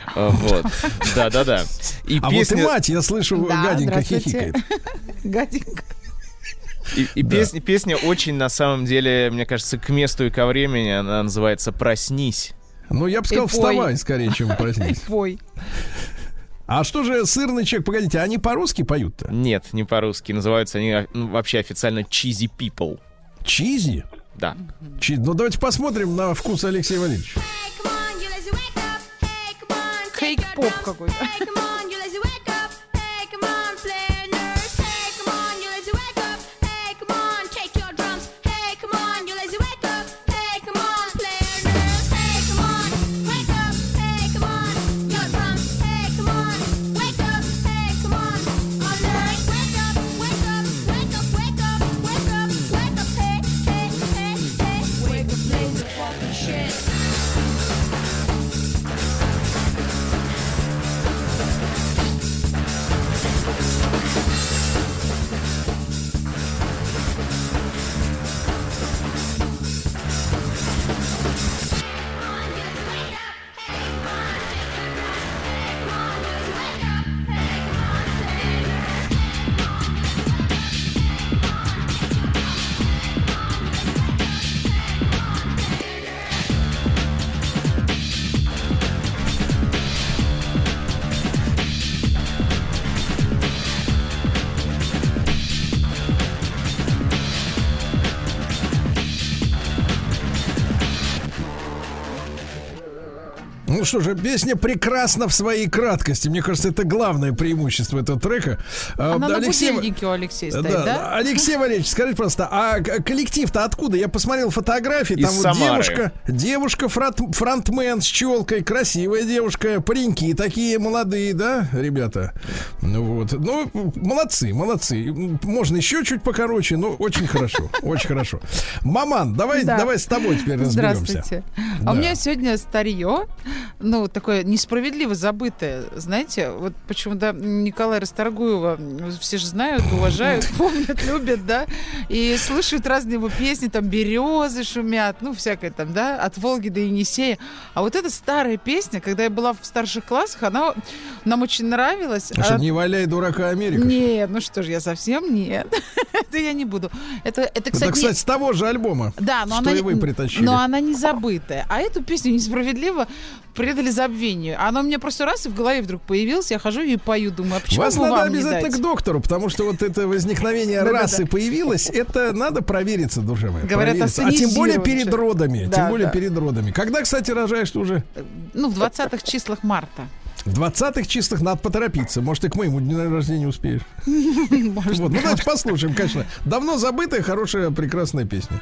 Да. И песня... вот и мать, я слышу, гаденько хихикает. Гаденько. И песня очень, на самом деле, мне кажется, к месту и ко времени. Она называется «Проснись». Ну, я бы сказал, вставай скорее, чем проснись. Пой. А что же сырный человек? Погодите, они по-русски поют-то? Нет, не по-русски. Называются они вообще официально Cheesy People. Чизи? Да. Ну, давайте посмотрим на вкус Алексея Валерьевича. Кейк-поп какой-то. Ну что же, песня прекрасна в своей краткости. Мне кажется, это главное преимущество этого трека. Она на будильнике у Алексея стоит, да? Алексей Валерьевич, скажите, пожалуйста, а коллектив-то откуда? Я посмотрел фотографии, там из вот Самары. девушка фронтмен с челкой, красивая девушка, пареньки такие молодые, да, ребята? Вот. Ну, молодцы. Можно еще чуть покороче, но очень хорошо, очень хорошо. Маман, давай с тобой теперь разберемся. Здравствуйте. А у меня сегодня старье, ну, такое несправедливо забытое, знаете, вот почему-то Николая Расторгуева все же знают, уважают, помнят, любят, да, и слышат разные его песни, там, «Березы шумят», ну, всякое там, да, «От Волги до Енисея». А вот эта старая песня, когда я была в старших классах, она нам очень нравилась. А что, «Не валяй дурака, Америка»? Нет, ну что ж, я совсем нет. Это я не буду. Это, кстати, с того же альбома, да, но что она, и вы притащили. Но она не забытая. А эту песню несправедливо предали забвению. Она у меня просто раз и в голове вдруг появилась, я хожу и пою, думаю, а почему вас бы надо вам обязательно не дать? к доктору, потому что вот это возникновение расы появилось, это надо провериться, душа моя. Говорят, а тем более перед человек. родами. Да, тем более да. перед родами. Когда, кстати, рожаешь ты уже? Ну, в 20-х числах марта. В 20-х числах надо поторопиться. Может, и к моему дню рождения успеешь. Вот, ну давайте послушаем, конечно. Давно забытая, хорошая, прекрасная песня.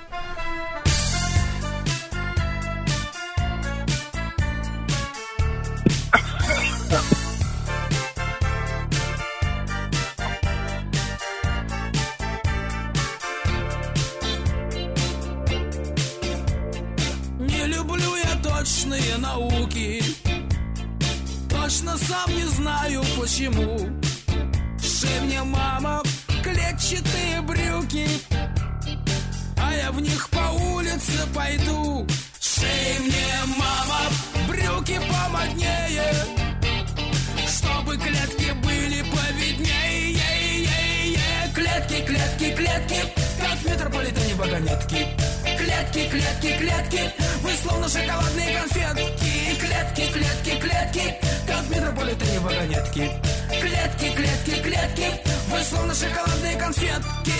Не люблю я точные науки, точно сам не знаю почему. Шей мне, мама, клетчатые брюки, а я в них по улице пойду. Шей мне, мама, брюки помоднее, чтобы клетки были повиднее. Клетки, клетки, клетки, как в метрополитене вагонетки. Клетки, клетки, клетки, вы словно шоколадные конфетки. Клетки, клетки, клетки, как в метрополитене вагонетки. Клетки, клетки, клетки, вы словно шоколадные конфетки.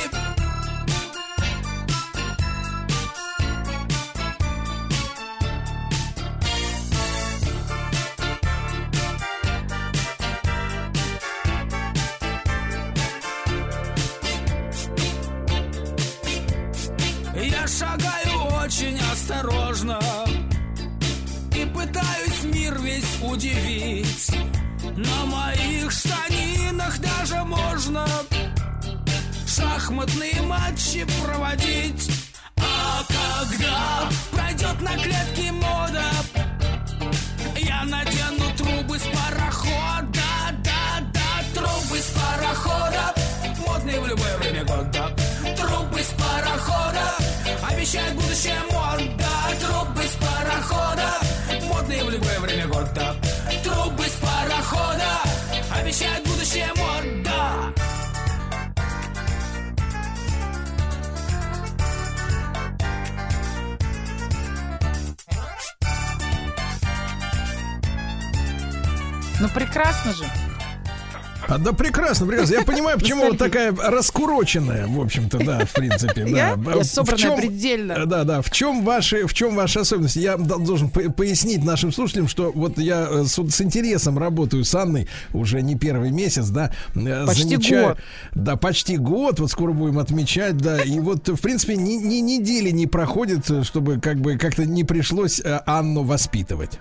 Я шагаю очень осторожно и пытаюсь мир весь удивить. На моих штанинах даже можно шахматные матчи проводить. А когда пройдет на клетке мода, я надену трубы с парохода. Трубы с парохода, модные в любое время года. Трубы с парохода обещают будущее мода. Трубы с парохода, модные в любое время года. Трубы с парохода обещают будущее мода. Ну, прекрасно же. Да, прекрасно, прекрасно. Я понимаю, почему вот такая раскуроченная, в общем-то, да, в принципе, да. Я собранная предельно. Да. В чем ваши особенности? Я должен пояснить нашим слушателям, что вот я с интересом работаю с Анной уже не первый месяц, да. Почти год. Да, почти год, вот скоро будем отмечать, да. И вот, в принципе, ни недели не проходит, чтобы как-то не пришлось Анну воспитывать.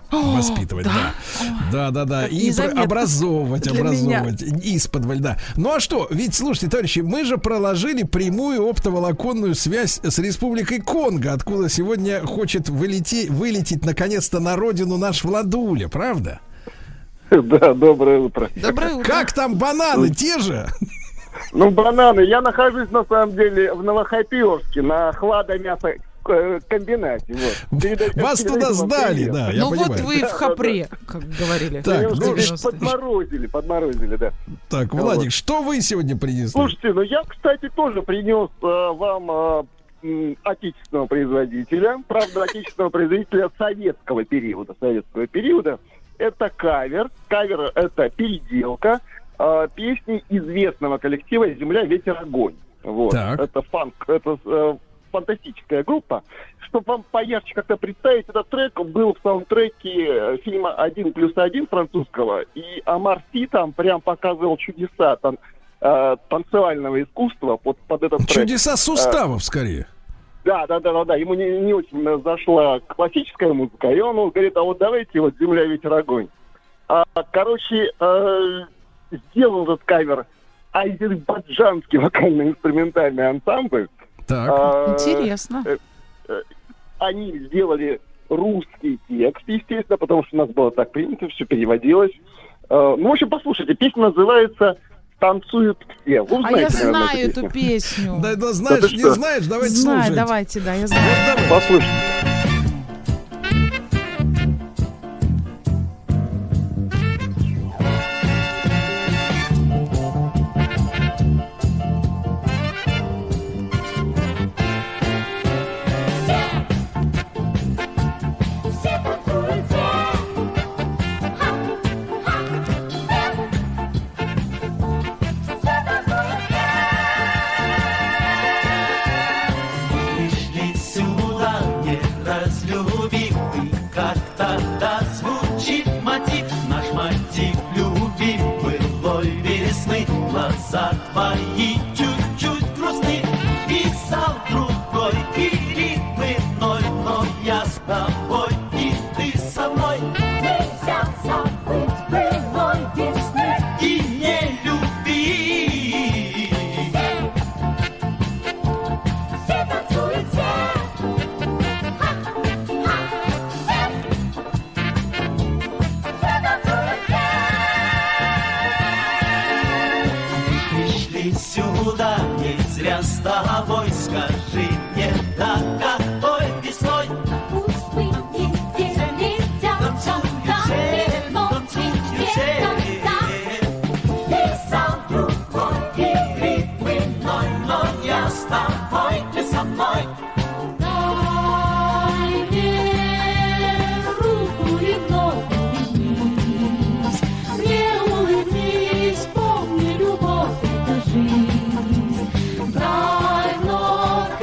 Да. И образовывать. Исподволь, да. Ну а что? Ведь, слушайте, товарищи, мы же проложили прямую оптоволоконную связь с Республикой Конго, откуда сегодня хочет вылететь наконец-то на родину наш Владуля, правда? Да, доброе утро. Доброе утро. Как там бананы, те же? Ну, бананы. Я нахожусь, на самом деле, в Новохопиловске, на хладомясокомбинате. Вот. Вас туда сдали, да, я понимаю. Вот вы в Хапре, как говорили. Так, подморозили, да. Так, Владик, что вы сегодня принесли? Слушайте, ну я, кстати, тоже принес вам отечественного производителя. Правда, отечественного производителя советского периода. Это кавер. Кавер — это переделка песни известного коллектива «Земля, ветер, огонь». Вот. Это фанк, это фантастическая группа. Чтобы вам поярче как-то представить, этот трек был в саундтреке фильма «1+1» французского, и Омар Си там прям показывал чудеса танцевального искусства под этот трек. Чудеса суставов, скорее. Да. Ему не очень зашла классическая музыка, и он говорит, а вот давайте вот «Земля, ветер, огонь». Сделал этот кавер азербайджанский вокально-инструментальный ансамбль. Так. Интересно. Они сделали русский текст, естественно, потому что у нас было так принято, все переводилось. В общем, послушайте, песня называется «Танцуют все». Вы знаете, я знаю эту песню. Да, знаешь, не знаешь, давайте слушать. Знаю, давайте, да, я знаю. Послушайте. Глаза твои чуть-чуть грустны, и зал другой, и ритм иной, но я с тобой, и ты со мной. Нельзя забыть былой весны и не любить. Все танцуют, сюда, не зря с тобой, скажи мне, да какой весной. Пусть мы не летят, танцуют, ночи и сам другой, и ритм иной, но я с тобой, ты со мной. Дай мне руку и ногу вниз, мне улыбнись, помни любовь. Дай вновь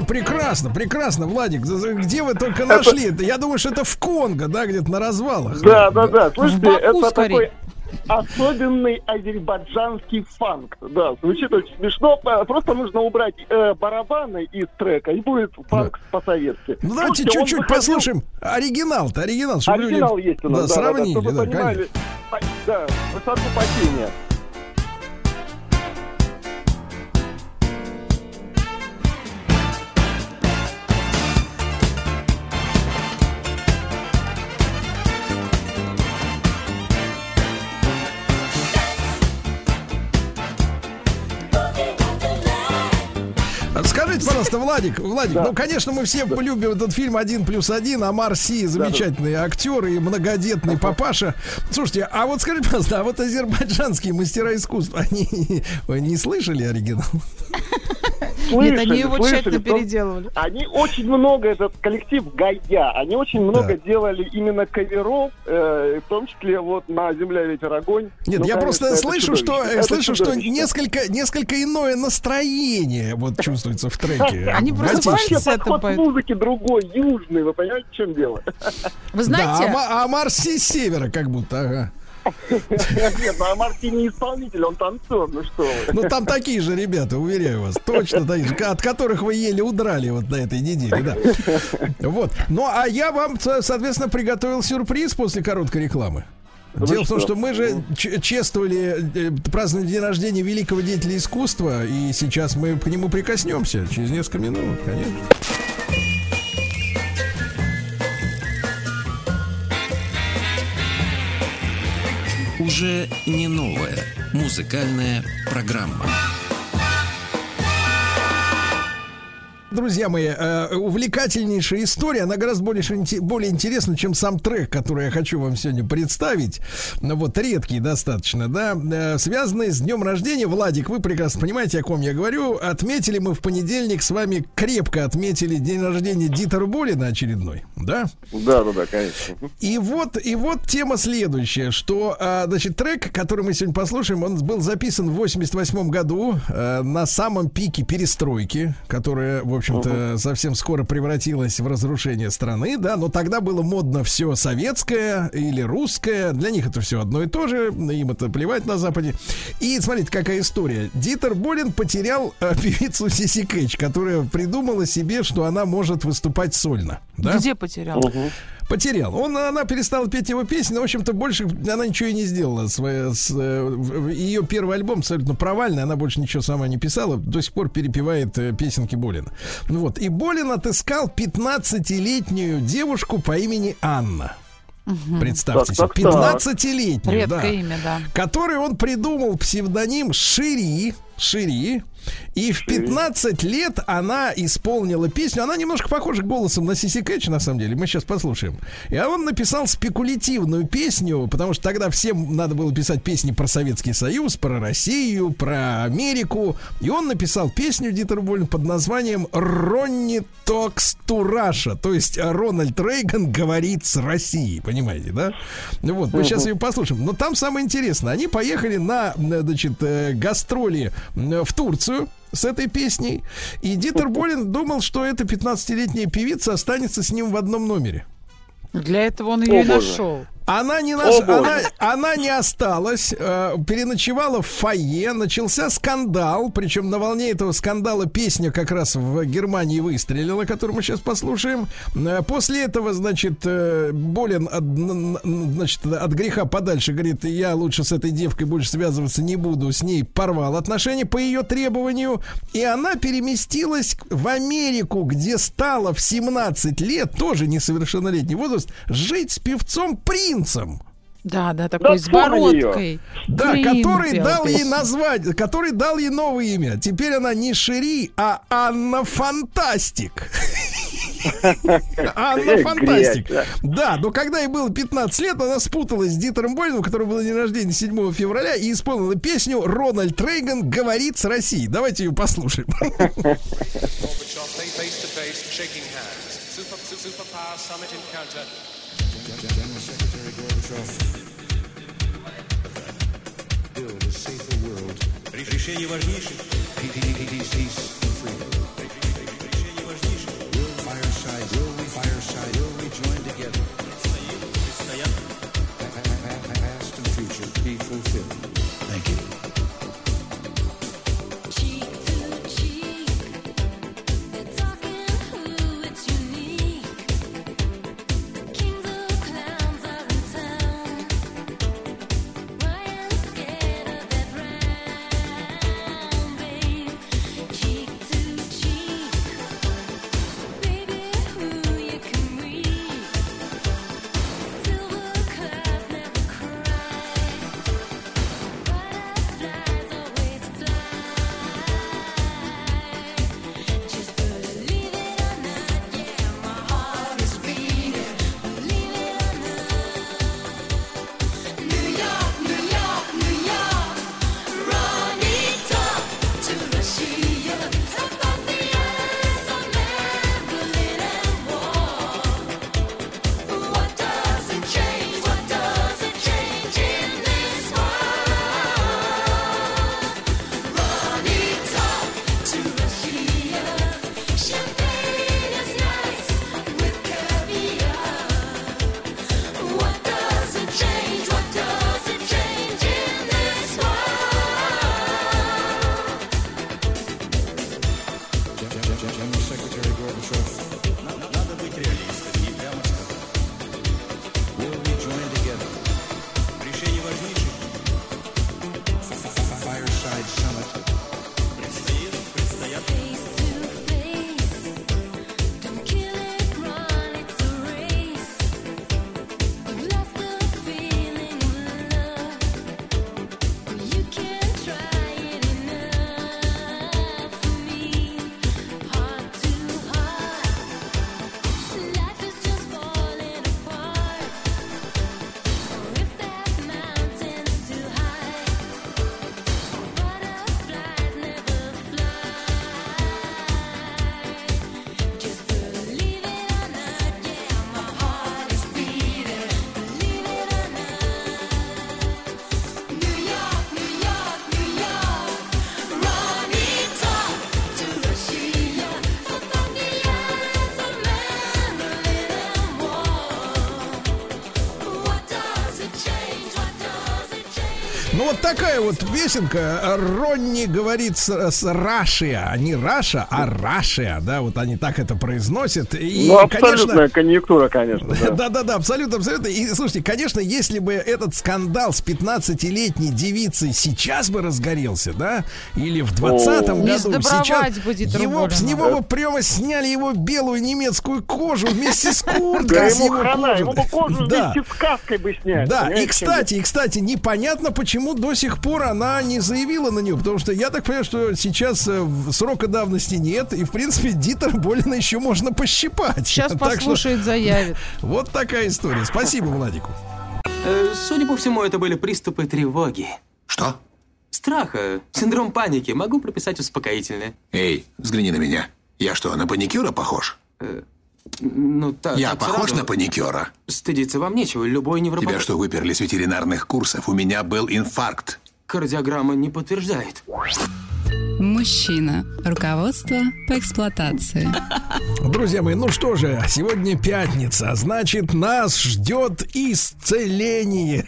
прекрасно, прекрасно, Владик. Где вы только нашли это? Я думаю, что это в Конго, да, где-то на развалах. Да. Слушайте, это такой особенный азербайджанский фанк. Да, звучит очень смешно. Просто нужно убрать барабаны из трека, и будет фанк по-советски. Ну, давайте чуть-чуть послушаем оригинал-то. Оригинал есть у нас. Да, сравнили. Чтобы вы понимали, высоту падения. Скажите, пожалуйста, Владик, ну, конечно, мы все любим этот фильм «1+1», Омар Си, замечательный актер и многодетный папаша. Слушайте, а вот скажите, пожалуйста, а вот азербайджанские мастера искусства, вы не слышали оригинал? Нет, они его тщательно переделывали. Они очень много, этот коллектив Гая, они очень много делали именно каверов, в том числе вот на «Земля, ветер, огонь». Нет, я просто слышу, что несколько иное настроение вот чувствуется в треке. Они просто подход музыки другой, южный, вы понимаете, в чем дело? Вы знаете? Да, Омар Си с севера как будто, ага. Нет, ну Омар Си не исполнитель, он танцор, ну что вы. Ну там такие же ребята, уверяю вас, точно такие же, от которых вы еле удрали вот на этой неделе, да. Вот, ну а я вам, соответственно, приготовил сюрприз после короткой рекламы. Дело в том, что мы же чествовали празднование день рождения великого деятеля искусства, и сейчас мы к нему прикоснемся через несколько минут, конечно. Уже не новая музыкальная программа. Друзья мои, увлекательнейшая история, она гораздо более интересна, чем сам трек, который я хочу вам сегодня представить. Вот, редкий достаточно, да, связанный с днем рождения. Владик, вы прекрасно понимаете, о ком я говорю. Отметили мы в понедельник с вами, крепко отметили день рождения Дитера Болина очередной, да? Да, конечно. И вот тема следующая, что, значит, трек, который мы сегодня послушаем, он был записан в 88 году на самом пике перестройки, которая, в общем-то, совсем скоро превратилась в разрушение страны, да, но тогда было модно все советское или русское, для них это все одно и то же, им это плевать на Западе. И смотрите, какая история. Дитер Болин потерял певицу Сиси Кэтч, которая придумала себе, что она может выступать сольно. Да? Где потерял? Потерял. Она перестала петь его песни, но, в общем-то, больше она ничего и не сделала. Ее первый альбом абсолютно провальный, она больше ничего сама не писала, до сих пор перепевает песенки Болина. Вот. И Болин отыскал 15-летнюю девушку по имени Анна. Представьте себе, 15-летнюю, имя, да. Которой он придумал псевдоним Шири. И в 15 лет она исполнила песню. Она немножко похожа голосом на Сиси Кэтч, на самом деле. Мы сейчас послушаем. И он написал спекулятивную песню, потому что тогда всем надо было писать песни про Советский Союз, про Россию, про Америку. И он написал песню, Дитер Болин, под названием «Ронни Talks to Russia». То есть Рональд Рейган говорит с Россией. Понимаете, да? Вот, мы сейчас ее послушаем. Но там самое интересное. Они поехали на, значит, гастроли в Турцию с этой песней. И Дитер Болин думал, что эта 15-летняя певица останется с ним в одном номере. Для этого он ее и нашел. Она не осталась, переночевала в фойе, начался скандал, причем на волне этого скандала песня как раз в Германии выстрелила, которую мы сейчас послушаем. После этого, значит, Болин от греха подальше говорит: я лучше с этой девкой больше связываться не буду, с ней порвал отношения по ее требованию, и она переместилась в Америку, где стала в 17 лет, тоже несовершеннолетний возраст, жить с певцом Принцем. Да, такой с бородкой. Да, который дал ей новое имя. Теперь она не Шири, а Анна Фантастик. Анна Фантастик. Да, но когда ей было 15 лет, она спуталась с Дитером Болином, у которого был день рождения 7 февраля, и исполнила песню «Рональд Рейган говорит с Россией». Давайте ее послушаем. General Secretary Gorbachev, build a safer world. Решение важнейших. Peace and freedom. Решение важнейших. fulfill. Thank you. Ну вот такая вот песенка. Ронни говорит с Рашия. Не Раша, а Рашия. Да, вот они так это произносят. И, ну, абсолютная конъюнктура, конечно. Да, абсолютно. И, слушайте, конечно, если бы этот скандал с 15-летней девицей сейчас бы разгорелся, да, или в 20-м году, сейчас с него бы прямо сняли его белую немецкую кожу вместе с курткой. Ему бы кожу вместе с каской бы сняли. Да, и кстати, непонятно, почему до сих пор она не заявила на нее, потому что я так понимаю, что сейчас срока давности нет, и, в принципе, Дитер Болина еще можно пощипать. Сейчас послушает, заявит. Вот такая история. Спасибо, Владику. Судя по всему, это были приступы тревоги. Что? Страха, синдром паники. Могу прописать успокоительное. Эй, взгляни на меня. Я что, на паникера похож? Я похож на паникера? Стыдиться вам нечего, любой невропатолог... Тебя что, выперли с ветеринарных курсов? У меня был инфаркт. Кардиограмма не подтверждает. Мужчина. Руководство по эксплуатации. Друзья мои, ну что же, сегодня пятница, значит, нас ждет исцеление.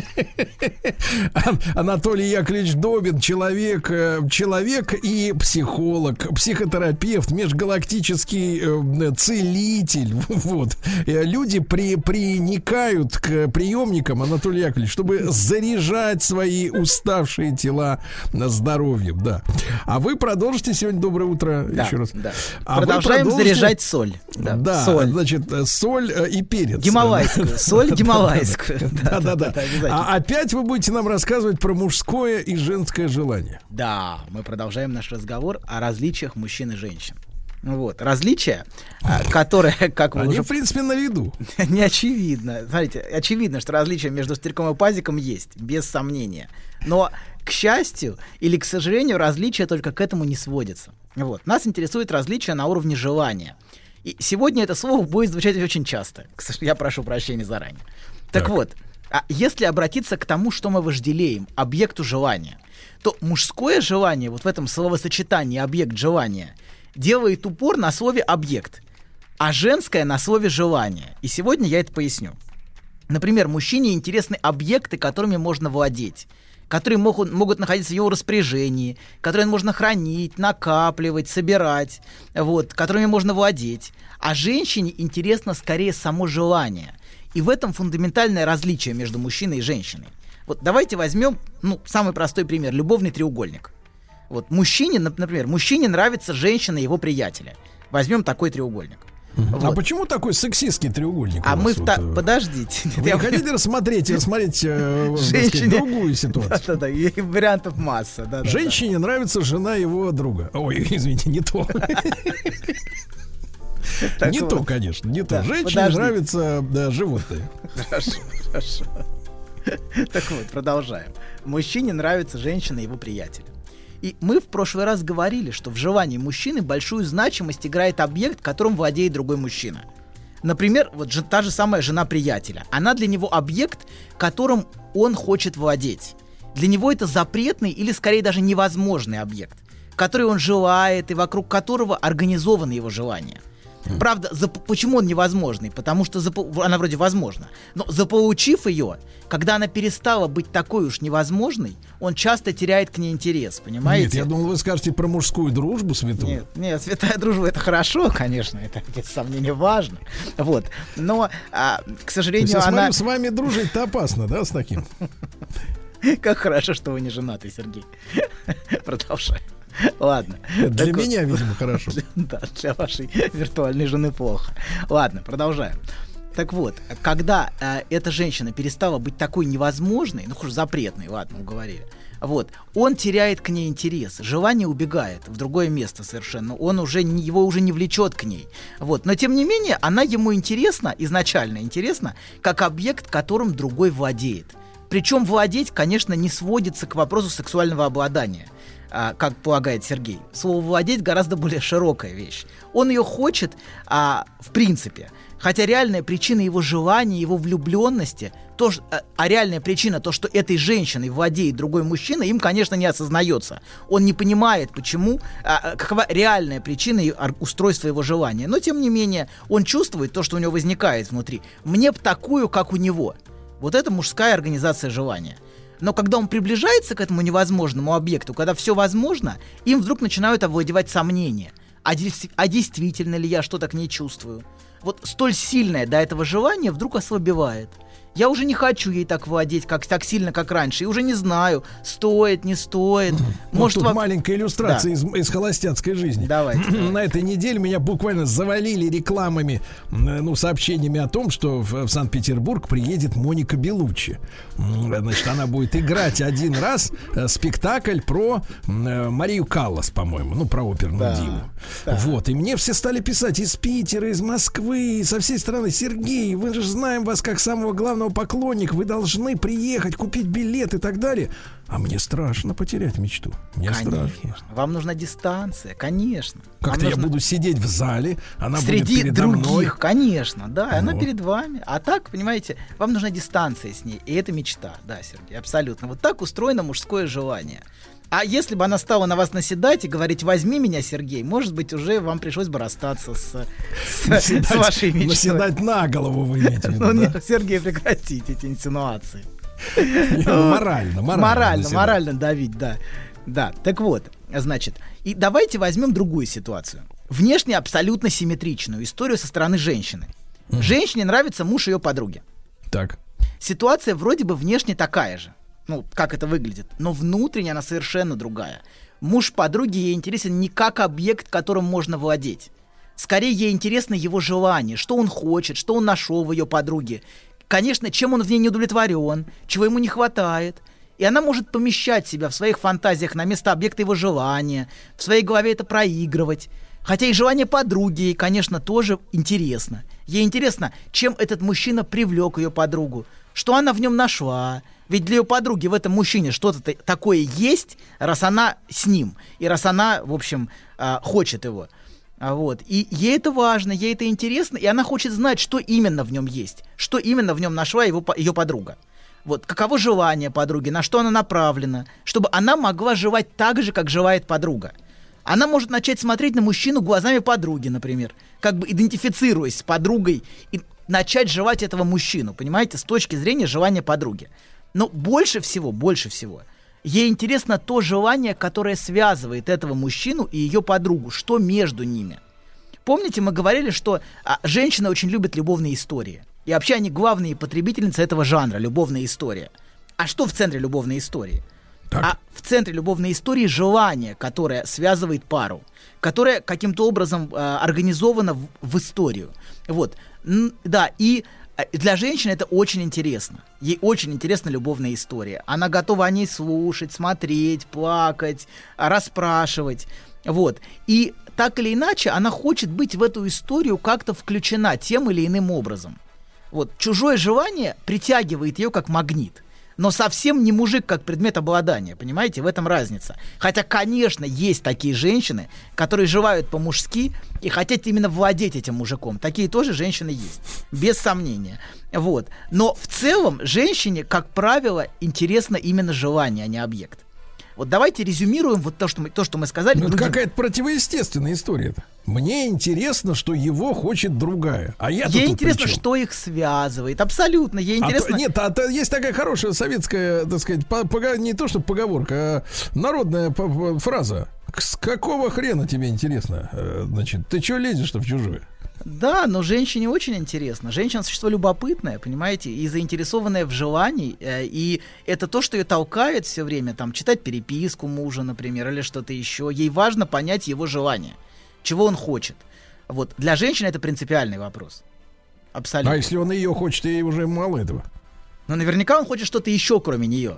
Анатолий Яковлевич Добин, человек и психолог, психотерапевт, межгалактический целитель. Вот. Люди приникают к приемникам, Анатолий Яковлевич, чтобы заряжать свои уставшие тела здоровьем, да. А вы продолжите сегодня, доброе утро, еще раз. Да. Продолжаем заряжать соль. Да, соль. Значит, соль и перец. Гималайскую, соль гималайскую. Да. А опять вы будете нам рассказывать про мужское и женское желание. Да, мы продолжаем наш разговор о различиях мужчин и женщин. Вот, различия, которые, как вы Они, уже... в принципе, на виду. Не очевидно. Смотрите, очевидно, что различия между стрелком и пазиком есть, без сомнения. Но, к счастью или к сожалению, различия только к этому не сводятся. Вот. Нас интересует различия на уровне желания. И сегодня это слово будет звучать очень часто. Я прошу прощения заранее. Так вот, если обратиться к тому, что мы вожделеем, объекту желания, то мужское желание, вот в этом словосочетании объект желания, делает упор на слове объект, а женское на слове желание. И сегодня я это поясню. Например, мужчине интересны объекты, которыми можно владеть, которые могут находиться в его распоряжении, которые можно хранить, накапливать, собирать, вот, которыми можно владеть. А женщине интересно скорее само желание. И в этом фундаментальное различие между мужчиной и женщиной. Вот давайте возьмем, самый простой пример, любовный треугольник. Вот мужчине, например, мужчине нравится женщина его приятеля. Возьмем такой треугольник. Вот. А почему такой сексистский треугольник? А мы подождите. Вы хотите рассмотреть другую ситуацию? Да, и вариантов масса. Женщине нравится жена его друга. Ой, извините, не то. Не то, конечно, не то. Женщине нравится животное. Хорошо. Так вот, продолжаем. Мужчине нравится женщина его приятеля. И мы в прошлый раз говорили, что в желании мужчины большую значимость играет объект, которым владеет другой мужчина. Например, вот та же самая жена приятеля. Она для него объект, которым он хочет владеть. Для него это запретный или, скорее, даже невозможный объект, который он желает и вокруг которого организованы его желания. Правда, почему он невозможный? Потому что она вроде возможна. Но заполучив ее, когда она перестала быть такой уж невозможной, он часто теряет к ней интерес, понимаете? Нет, я думал, вы скажете про мужскую дружбу святую. Нет, святая дружба — это хорошо, конечно, это без сомнения важно. Вот. Но, к сожалению, она... с вами дружить-то опасно, да, с таким? Как хорошо, что вы не женаты, Сергей. Продолжай. Ладно. Для меня, видимо, хорошо. Да, для вашей виртуальной жены плохо. Ладно, продолжаем. Так вот, когда эта женщина перестала быть такой невозможной, запретной, ладно, уговорили, вот, он теряет к ней интерес, желание убегает в другое место совершенно, его уже не влечет к ней, вот, но тем не менее, она ему интересна, изначально интересна, как объект, которым другой владеет. Причем владеть, конечно, не сводится к вопросу сексуального обладания, как полагает Сергей. Слово «владеть» гораздо более широкая вещь. Он ее хочет, в принципе. Хотя реальная причина его желания, его влюбленности, реальная причина, то, что этой женщиной владеет другой мужчина, им, конечно, не осознается. Он не понимает, почему, какова реальная причина устройства его желания. Но, тем не менее, он чувствует то, что у него возникает внутри. Мне б такую, как у него. Вот это мужская организация желания. Но когда он приближается к этому невозможному объекту, когда все возможно, им вдруг начинают овладевать сомнения. А действительно ли я что-то к ней чувствую? Вот столь сильное до этого желание вдруг ослабевает. Я уже не хочу ей так владеть, так сильно, как раньше. И уже не знаю, стоит, не стоит. Может, тут маленькая иллюстрация из холостяцкой жизни. Давайте. На этой неделе меня буквально завалили рекламами, сообщениями о том, что в Санкт-Петербург приедет Моника Белуччи. Значит, она будет играть один раз спектакль про Марию Каллас, по-моему, про оперную диву. Да. Вот, и мне все стали писать из Питера, из Москвы, со всей страны: Сергей, вы же знаем вас как самого главного поклонника, вы должны приехать, купить билет и так далее. А мне страшно потерять мечту. Мне страшно. Вам нужна дистанция, конечно. Как-то я буду сидеть в зале, она среди будет передо других, мной. Конечно, да, она перед вами. А так, понимаете, вам нужна дистанция с ней, и это мечта, да, Сергей, абсолютно. Вот так устроено мужское желание. А если бы она стала на вас наседать и говорить: возьми меня, Сергей, может быть, уже вам пришлось бы расстаться с вашей мечтой. Наседать на голову, вы имеете в виду, да? Сергей, прекратите эти инсинуации. Морально давить, да. Да, так вот, значит, и давайте возьмем другую ситуацию. Внешне абсолютно симметричную историю со стороны женщины. Женщине нравится муж ее подруги. Так. Ситуация вроде бы внешне такая же. Как это выглядит. Но внутренне она совершенно другая. Муж подруги ей интересен не как объект, которым можно владеть. Скорее, ей интересно его желание, что он хочет, что он нашел в ее подруге. Конечно, чем он в ней не удовлетворен, чего ему не хватает. И она может помещать себя в своих фантазиях на место объекта его желания, в своей голове это проигрывать. Хотя и желание подруги ей, конечно, тоже интересно. Ей интересно, чем этот мужчина привлек ее подругу, что она в нем нашла. Ведь для ее подруги в этом мужчине что-то такое есть, раз она с ним, и раз она, в общем, хочет его. Вот. И ей это важно, ей это интересно, и она хочет знать, что именно в нем есть, что именно в нем нашла ее подруга. Вот. Каково желание подруги, на что оно направлено, чтобы она могла желать так же, как желает подруга. Она может начать смотреть на мужчину глазами подруги, например, как бы идентифицируясь с подругой, и начать жевать этого мужчину, понимаете, с точки зрения желания подруги. Но больше всего, ей интересно то желание, которое связывает этого мужчину и ее подругу, что между ними. Помните, мы говорили, что женщины очень любят любовные истории. И вообще они главные потребительницы этого жанра, любовная история. А что в центре любовной истории? А в центре любовной истории желание, которое связывает пару, которое каким-то образом организовано в историю. Вот. Да, и для женщины это очень интересно. Ей очень интересна любовная история. Она готова о ней слушать, смотреть, плакать, расспрашивать. Вот. И так или иначе она хочет быть в эту историю как-то включена тем или иным образом. Вот. Чужое желание притягивает ее как магнит. Но совсем не мужик как предмет обладания, понимаете, в этом разница. Хотя, конечно, есть такие женщины, которые желают по-мужски и хотят именно владеть этим мужиком. Такие тоже женщины есть, без сомнения. Вот. Но в целом женщине, как правило, интересно именно желание, а не объект. Вот давайте резюмируем вот то, что мы сказали. Ну, это какая-то противоестественная история-то. Мне интересно, что его хочет другая. А я ей интересно, что их связывает. Абсолютно. Ей интересно. Есть такая хорошая советская, так сказать, не то что поговорка, а народная фраза. С какого хрена тебе интересно? Значит, ты что лезешь-то в чужое? Да, но женщине очень интересно. Женщина существо любопытное, понимаете, и заинтересованное в желании. И это то, что ее толкает все время, там, читать переписку мужа, например, или что-то еще. Ей важно понять его желание, чего он хочет. Вот. Для женщины это принципиальный вопрос. Абсолютно. А если он ее хочет, ей уже мало этого? Ну, наверняка он хочет что-то еще, кроме нее.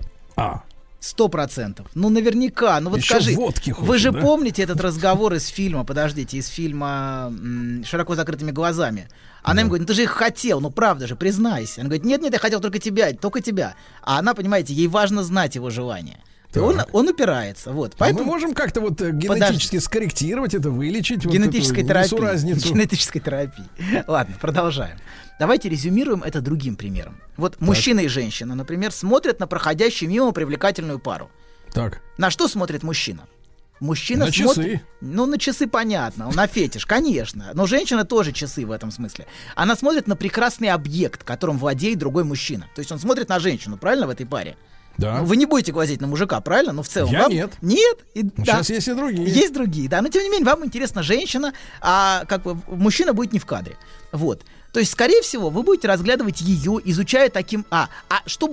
100%. Ну, наверняка. Ну, вот еще скажи, хочет, вы же помните этот разговор из фильма, из фильма «Широко закрытыми глазами». Она ему говорит, ну ты же их хотел, ну правда же, признайся. Он говорит, нет, я хотел только тебя. А она, понимаете, ей важно знать его желание. И он упирается. Вот. Поэтому мы можем как-то вот генетически скорректировать это, вылечить генетической вот эту несуразницу. Генетической терапии. Ладно, продолжаем. Давайте резюмируем это другим примером. Вот мужчина и женщина, например, смотрят на проходящую мимо привлекательную пару. Так. На что смотрит мужчина? Мужчина на смотрит... часы. Ну, на часы понятно, на фетиш, конечно. Но женщина тоже часы в этом смысле. Она смотрит на прекрасный объект, которым владеет другой мужчина. То есть он смотрит на женщину, правильно, в этой паре? Да. Вы не будете глазеть на мужика, правильно? Но в целом я вам... нет. Нет? Сейчас есть и другие. Есть другие, да. Но тем не менее, вам интересна женщина, а как бы мужчина будет не в кадре. Вот. То есть, скорее всего, вы будете разглядывать ее, изучая таким... что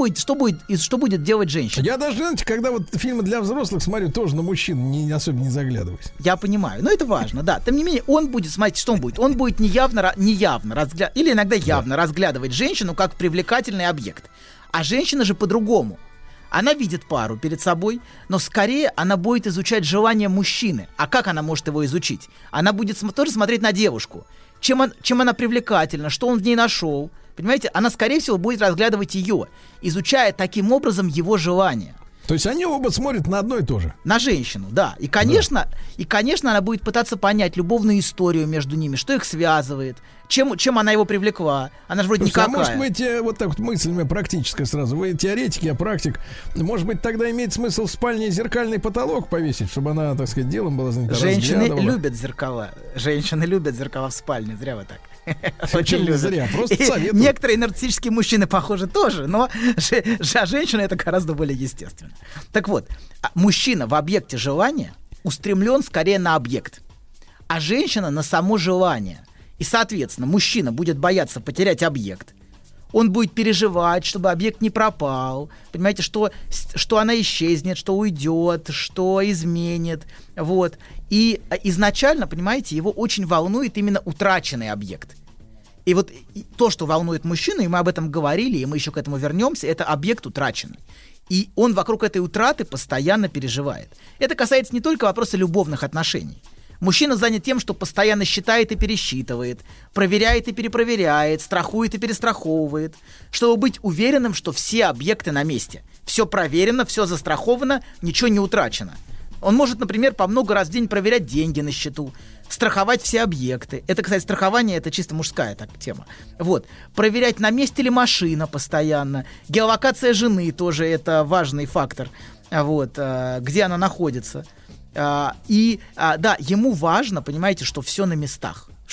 будет делать женщина? Я даже, знаете, когда вот фильмы для взрослых смотрю, тоже на мужчин особенно не заглядываюсь. Я понимаю, но это важно, да. Тем не менее, он будет, смотрите, что он будет? Он будет неявно разглядывать, или иногда явно разглядывать женщину как привлекательный объект. А женщина же по-другому. Она видит пару перед собой, но скорее она будет изучать желание мужчины. А как она может его изучить? Она будет тоже смотреть на девушку. Чем она привлекательна, что он в ней нашел. Понимаете, она, скорее всего, будет разглядывать ее, изучая таким образом его желание. То есть они оба смотрят на одно и то же? На женщину, да. И, конечно, она будет пытаться понять любовную историю между ними, что их связывает, чем она его привлекла. Она же вроде никакая. А может быть, вот так вот мысль у меня практическая сразу. Вы теоретик, я практик. Может быть, тогда имеет смысл в спальне зеркальный потолок повесить, чтобы она, так сказать, делом была занята. Женщины любят зеркала. Женщины любят зеркала в спальне. Зря вы так. Очень любят. Зря, просто советую. Некоторые нарциссические мужчины, похоже, тоже, но женщины это гораздо более естественно. Так вот, мужчина в объекте желания устремлен скорее на объект, а женщина на само желание. И, соответственно, мужчина будет бояться потерять объект. Он будет переживать, чтобы объект не пропал. Понимаете, что она исчезнет, что уйдет, что изменит. Вот. И изначально, понимаете, его очень волнует именно утраченный объект. И вот то, что волнует мужчину, и мы об этом говорили, и мы еще к этому вернемся, это объект утраченный. И он вокруг этой утраты постоянно переживает. Это касается не только вопроса любовных отношений. Мужчина занят тем, что постоянно считает и пересчитывает, проверяет и перепроверяет, страхует и перестраховывает, чтобы быть уверенным, что все объекты на месте. Все проверено, все застраховано, ничего не утрачено. Он может, например, по много раз в день проверять деньги на счету, страховать все объекты. Это, кстати, страхование, это чисто мужская тема. Вот. Проверять, на месте ли машина постоянно. Геолокация жены тоже это важный фактор. Вот. Где она находится. Да, ему важно, понимаете, что все на местах.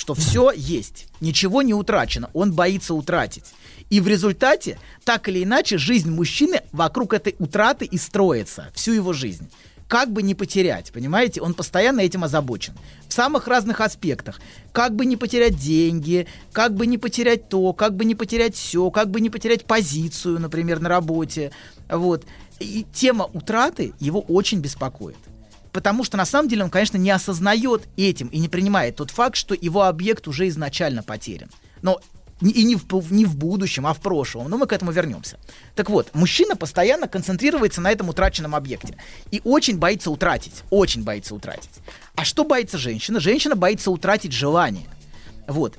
что все есть, ничего не утрачено, он боится утратить. И в результате, так или иначе, жизнь мужчины вокруг этой утраты и строится, всю его жизнь. Как бы не потерять, понимаете? Он постоянно этим озабочен. В самых разных аспектах. Как бы не потерять деньги, как бы не потерять то, как бы не потерять все, как бы не потерять позицию, например, на работе. Вот. И тема утраты его очень беспокоит. Потому что на самом деле он, конечно, не осознает этим и не принимает тот факт, что его объект уже изначально потерян. Но и не в будущем, а в прошлом. Но мы к этому вернемся. Так вот, мужчина постоянно концентрируется на этом утраченном объекте. И очень боится утратить. Очень боится утратить. А что боится женщина? Женщина боится утратить желание. Вот.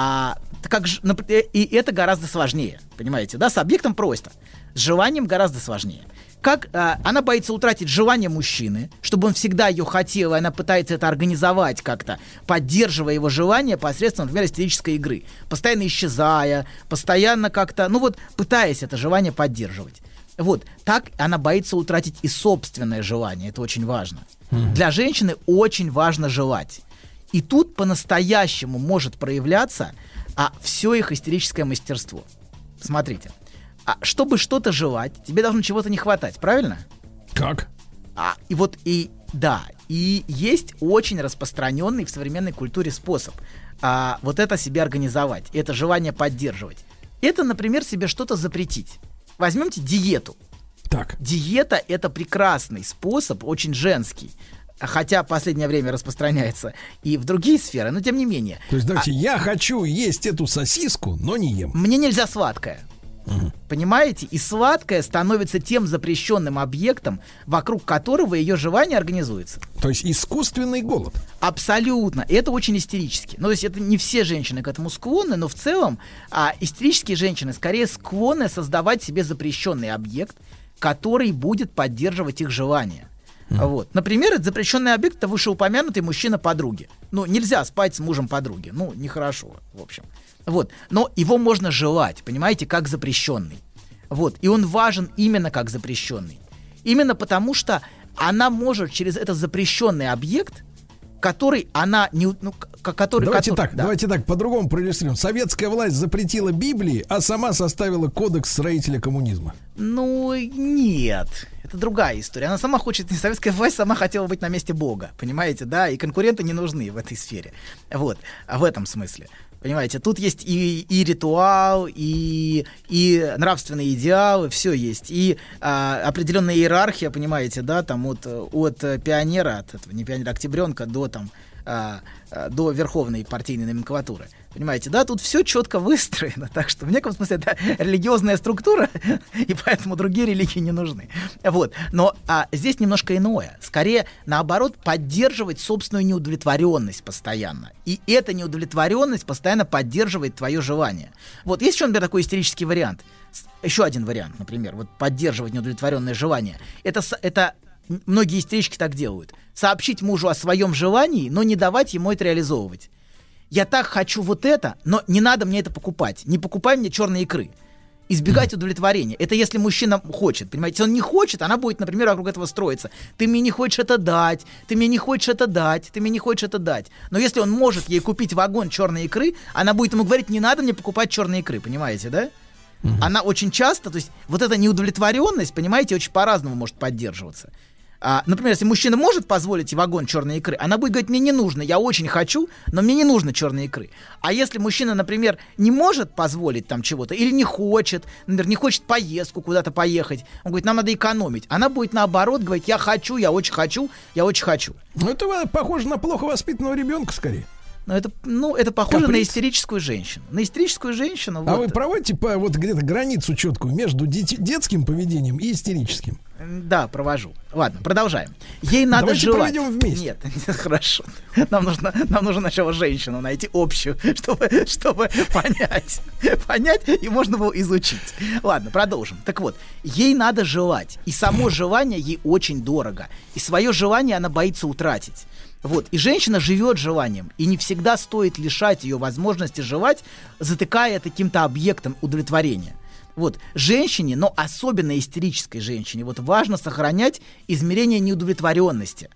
И это гораздо сложнее. Понимаете, да? С объектом просто. С желанием гораздо сложнее. Она боится утратить желание мужчины, чтобы он всегда ее хотел, и она пытается это организовать как-то, поддерживая его желание посредством, например, истерической игры, постоянно исчезая, постоянно как-то, пытаясь это желание поддерживать. Вот, так она боится утратить и собственное желание, это очень важно. Для женщины очень важно желать. И тут по-настоящему может проявляться все их истерическое мастерство. Смотрите. Чтобы что-то желать, тебе должно чего-то не хватать, правильно? Как? И есть очень распространенный в современной культуре способ вот это себе организовать, это желание поддерживать. Это, например, себе что-то запретить. Возьмемте диету. Так. Диета — это прекрасный способ, очень женский. Хотя в последнее время распространяется и в другие сферы, но тем не менее. То есть, давайте, я хочу есть эту сосиску, но не ем. Мне нельзя сладкое. Понимаете? И сладкое становится тем запрещенным объектом, вокруг которого ее желание организуется. То есть искусственный голод. Абсолютно. И это очень истерически. То есть это не все женщины к этому склонны, но в целом истерические женщины скорее склонны создавать себе запрещенный объект, который будет поддерживать их желание. Вот. Например, это запрещенный объект — это вышеупомянутый мужчина подруги. Нельзя спать с мужем подруги. Нехорошо, в общем. Вот. Но его можно желать, понимаете, как запрещенный. Вот. И он важен именно как запрещенный. Именно потому, что она может через этот запрещенный объект, который она не... Давайте так, по-другому проиллюстрируем. Советская власть запретила Библии, а сама составила кодекс строителя коммунизма. Нет. Это другая история. Она сама хочет, советская власть сама хотела быть на месте Бога, понимаете, да? И конкуренты не нужны в этой сфере. Вот. В этом смысле. Понимаете, тут есть и ритуал, и нравственные идеалы, все есть. И определенная иерархия, понимаете, да, там от пионера, не пионера, октябренка до верховной партийной номенклатуры. Понимаете, да, тут все четко выстроено, так что в неком смысле это религиозная структура, и поэтому другие религии не нужны. Вот. Но здесь немножко иное. Скорее, наоборот, поддерживать собственную неудовлетворенность постоянно. И эта неудовлетворенность постоянно поддерживает твое желание. Вот есть еще, например, такой истерический вариант. Еще один вариант, например, вот поддерживать неудовлетворенное желание. Это многие истерички так делают. Сообщить мужу о своем желании, но не давать ему это реализовывать. Я так хочу вот это, но не надо мне это покупать. Не покупай мне черные икры. Избегать удовлетворения. Это если мужчина хочет, понимаете? Если он не хочет, она будет, например, вокруг этого строиться. Ты мне не хочешь это дать, ты мне не хочешь это дать, ты мне не хочешь это дать. Но если он может ей купить вагон черной икры, она будет ему говорить, не надо мне покупать черные икры, понимаете, да? Она очень часто, то есть вот эта неудовлетворенность, понимаете, очень по-разному может поддерживаться. Например, если мужчина может позволить вагон черной икры, она будет говорить, мне не нужно, я очень хочу, но мне не нужно черной икры. А если мужчина, например, не может позволить там чего-то, или не хочет, например, не хочет поездку куда-то поехать, он говорит, нам надо экономить. Она будет наоборот говорить, я хочу, я очень хочу, я очень хочу. Это похоже на плохо воспитанного ребенка скорее. Это похоже на истерическую женщину. На истерическую женщину. Вы проводите где-то границу четкую между детским поведением и истерическим? Да, провожу. Ладно, продолжаем. Ей надо желать. Давайте проведем вместе. Нет, хорошо. Нам нужно сначала женщину найти общую, чтобы понять и можно было изучить. Ладно, продолжим. Так вот, ей надо желать. И само желание ей очень дорого. И свое желание она боится утратить. Вот. И женщина живет желанием, и не всегда стоит лишать ее возможности желать, затыкая каким-то объектом удовлетворения. Вот. Женщине, но особенно истерической женщине, вот важно сохранять измерение неудовлетворенности.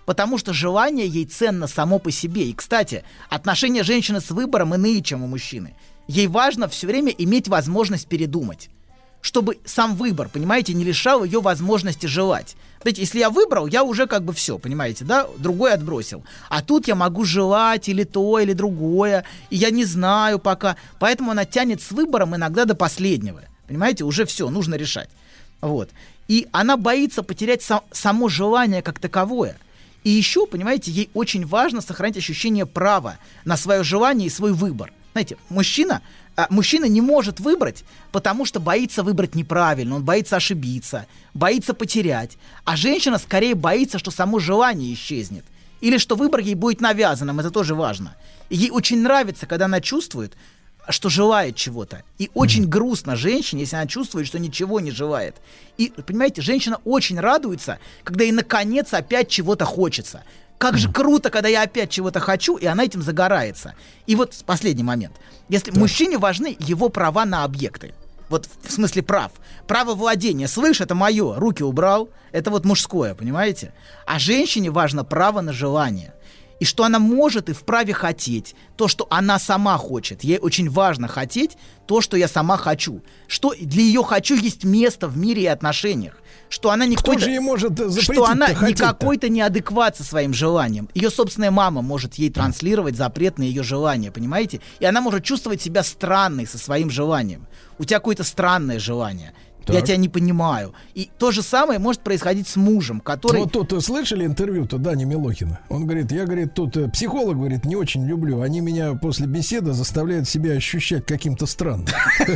Потому что желание ей ценно само по себе. И, кстати, отношения женщины с выбором иные, чем у мужчины. Ей важно все время иметь возможность передумать. Чтобы сам выбор, понимаете, не лишал ее возможности желать. Знаете, если я выбрал, я уже как бы все, понимаете, да, другой отбросил. А тут я могу желать или то, или другое, и я не знаю пока. Поэтому она тянет с выбором иногда до последнего. Понимаете, уже все, нужно решать. Вот. И она боится потерять само желание как таковое. И еще, понимаете, ей очень важно сохранить ощущение права на свое желание и свой выбор. Знаете, мужчина не может выбрать, потому что боится выбрать неправильно, он боится ошибиться, боится потерять. А женщина скорее боится, что само желание исчезнет. Или что выбор ей будет навязанным, это тоже важно. И ей очень нравится, когда она чувствует, что желает чего-то. И очень грустно женщине, если она чувствует, что ничего не желает. И, понимаете, женщина очень радуется, когда ей наконец опять чего-то хочется. Как же круто, когда я опять чего-то хочу, и она этим загорается. И вот последний момент. Если мужчине важны его права на объекты, вот в смысле прав. Право владения. Слышь, это мое. Руки убрал. Это вот мужское, понимаете? А женщине важно право на желание. И что она может и вправе хотеть то, что она сама хочет. Ей очень важно хотеть то, что я сама хочу. Что для ее «хочу» есть место в мире и отношениях. Что она не Кто же ей может запретить-то что она хотеть-то? не какой-то неадекват со своим желанием. Ее собственная мама может ей транслировать запрет на ее желание, понимаете? И она может чувствовать себя странной со своим желанием. У тебя какое-то странное желание. Я тебя не понимаю. И то же самое может происходить с мужем, который... Вот тут слышали интервью-то Дани Милохина? Он говорит, я, говорит, тут психолог, говорит, не очень люблю. Они меня после беседы заставляют себя ощущать каким-то странным.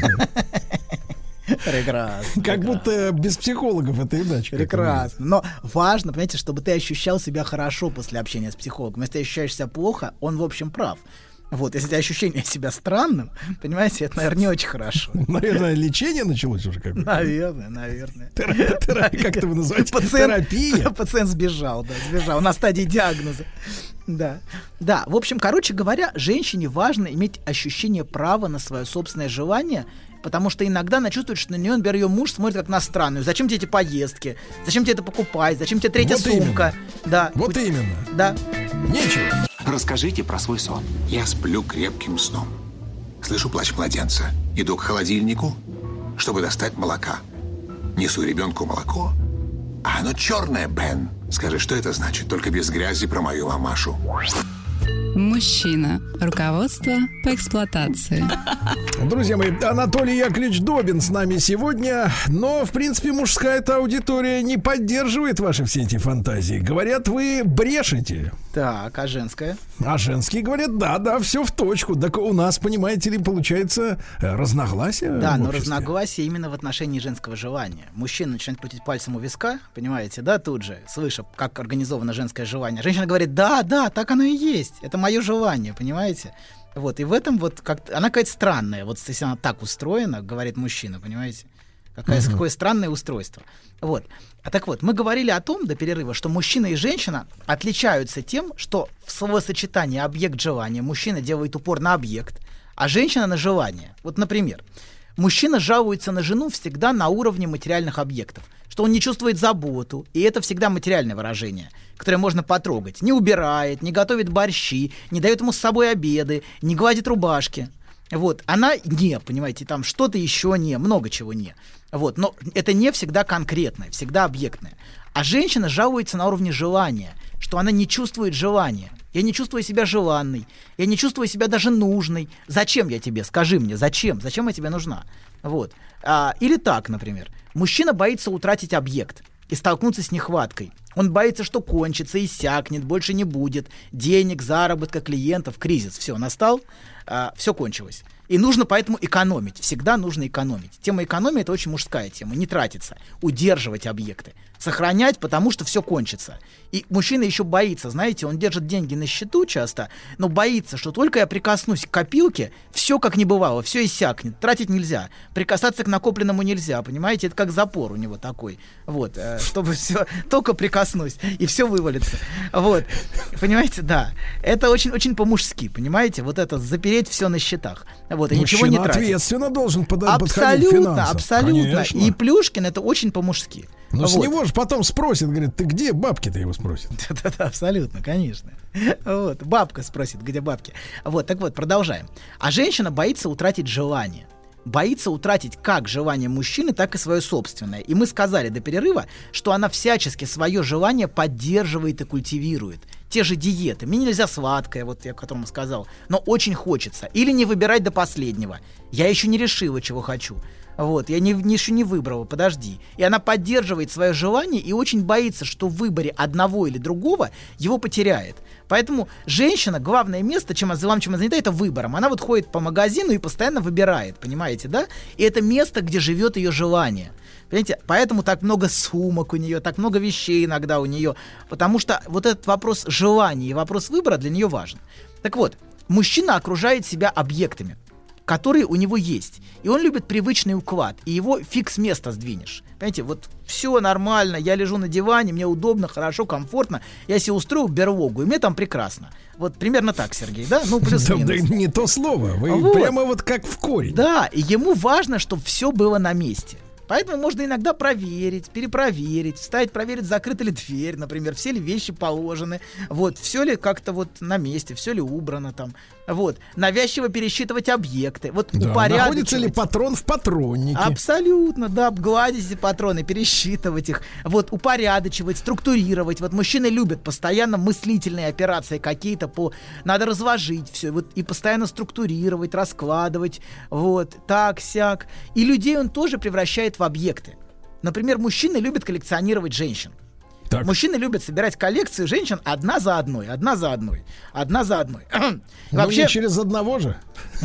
Прекрасно. Как будто без психологов это иначе. Прекрасно. Но важно, понимаете, чтобы ты ощущал себя хорошо после общения с психологом. Если ты ощущаешь себя плохо, он, в общем, прав. Вот, если у тебя ощущение себя странным, понимаете, это, наверное, не очень хорошо. Наверное, лечение началось уже как-то. Наверное. Как это вы называете? Терапия? Пациент сбежал на стадии диагноза. Да, в общем, короче говоря, женщине важно иметь ощущение права на свое собственное желание, потому что иногда она чувствует, что на нее, например, ее муж смотрит как на странную. Зачем тебе эти поездки? Зачем тебе это покупать? Зачем тебе третья сумка? Да. Вот именно. Да. Нечего. Расскажите про свой сон. Я сплю крепким сном. Слышу плач младенца. Иду к холодильнику, чтобы достать молока. Несу ребенку молоко. А оно черное, Бен. Скажи, что это значит? Только без грязи про мою мамашу. Мужчина. Руководство по эксплуатации. Друзья мои, Анатолий Яковлевич Добин с нами сегодня. Но, в принципе, мужская-то аудитория не поддерживает ваши все эти фантазии. Говорят, вы брешете. Так, а женская? А женские говорят, да, все в точку. Так у нас, понимаете ли, получается разногласия. Да, но разногласия именно в отношении женского желания. Мужчина начинает крутить пальцем у виска, понимаете, да, тут же, слыша, как организовано женское желание. Женщина говорит, да, так оно и есть. Это мое желание, понимаете? Вот, и в этом вот как-то она какая-то странная. Вот если она так устроена, говорит мужчина, понимаете? Какое странное устройство. Вот. Так вот, мы говорили о том до перерыва, что мужчина и женщина отличаются тем, что в словосочетании объект желания мужчина делает упор на объект, а женщина на желание. Вот, например, мужчина жалуется на жену всегда на уровне материальных объектов, что он не чувствует заботу, и это всегда материальное выражение, которое можно потрогать. Не убирает, не готовит борщи, не дает ему с собой обеды, не гладит рубашки. Вот, она не, понимаете, там что-то еще не, много чего не. Вот, но это не всегда конкретное, всегда объектное. А женщина жалуется на уровне желания, что она не чувствует желания. Я не чувствую себя желанной, я не чувствую себя даже нужной. Зачем я тебе? Скажи мне, зачем? Зачем я тебе нужна? Вот. Или так, например. Мужчина боится утратить объект и столкнуться с нехваткой. Он боится, что кончится, иссякнет, больше не будет. Денег, заработка, клиентов, кризис. Все, настал, все кончилось. И нужно поэтому экономить. Всегда нужно экономить. Тема экономии — это очень мужская тема. Не тратиться, удерживать объекты. Сохранять, потому что все кончится. И мужчина еще боится, знаете, он держит деньги на счету часто, но боится, что только я прикоснусь к копилке, все как не бывало, все иссякнет. Тратить нельзя. Прикасаться к накопленному нельзя, понимаете? Это как запор у него такой. Вот, чтобы все, только прикоснусь, и все вывалится. Вот, понимаете, да. Это очень-очень по-мужски, понимаете? Вот это запереть все на счетах. Вот. Вот, и ничего не тратит. Ответственно должен подходить к финансам. Абсолютно. Конечно. И Плюшкин это очень по-мужски. Но с него же потом спросит, говорит, ты где бабки-то, его спросит. Да-да-да, абсолютно, конечно. Вот, бабка спросит, где бабки. Вот, так вот, продолжаем. А женщина боится утратить желание. Боится утратить как желание мужчины, так и свое собственное. И мы сказали до перерыва, что она всячески свое желание поддерживает и культивирует. Те же диеты. Мне нельзя сладкое, вот я которому сказал, но очень хочется. Или не выбирать до последнего. Я еще не решила, чего хочу. Вот, я еще не выбрала, подожди. И она поддерживает свое желание и очень боится, что в выборе одного или другого его потеряет. Поэтому женщина, главное место, чем она занята, это выбором. Она вот ходит по магазину и постоянно выбирает, понимаете, да? И это место, где живет ее желание. Понимаете? Поэтому так много сумок у нее, так много вещей иногда у нее. Потому что вот этот вопрос желания и вопрос выбора для нее важен. Так вот, мужчина окружает себя объектами, которые у него есть. И он любит привычный уклад, и его фиг с места сдвинешь. Понимаете, вот все нормально, я лежу на диване, мне удобно, хорошо, комфортно, я себе устрою берлогу, и мне там прекрасно. Вот примерно так, Сергей, да? Ну, плюс-минус. Да, не то слово, вы прямо вот как в корень. Да, и ему важно, чтобы все было на месте. Поэтому можно иногда проверить, перепроверить, встать, проверить, закрыта ли дверь, например, все ли вещи положены, вот, все ли как-то вот на месте, все ли убрано там, вот, навязчиво пересчитывать объекты, вот, да, упорядочивать. Находится ли патрон в патроннике? Абсолютно, да, обгладить эти патроны, пересчитывать их, вот, упорядочивать, структурировать, вот, мужчины любят постоянно мыслительные операции какие-то, надо разложить все, вот, и постоянно структурировать, раскладывать, вот, так-сяк, и людей он тоже превращает в объекты. Например, мужчины любят коллекционировать женщин. Так. Мужчины любят собирать коллекцию женщин одна за одной. Вообще... не через одного же.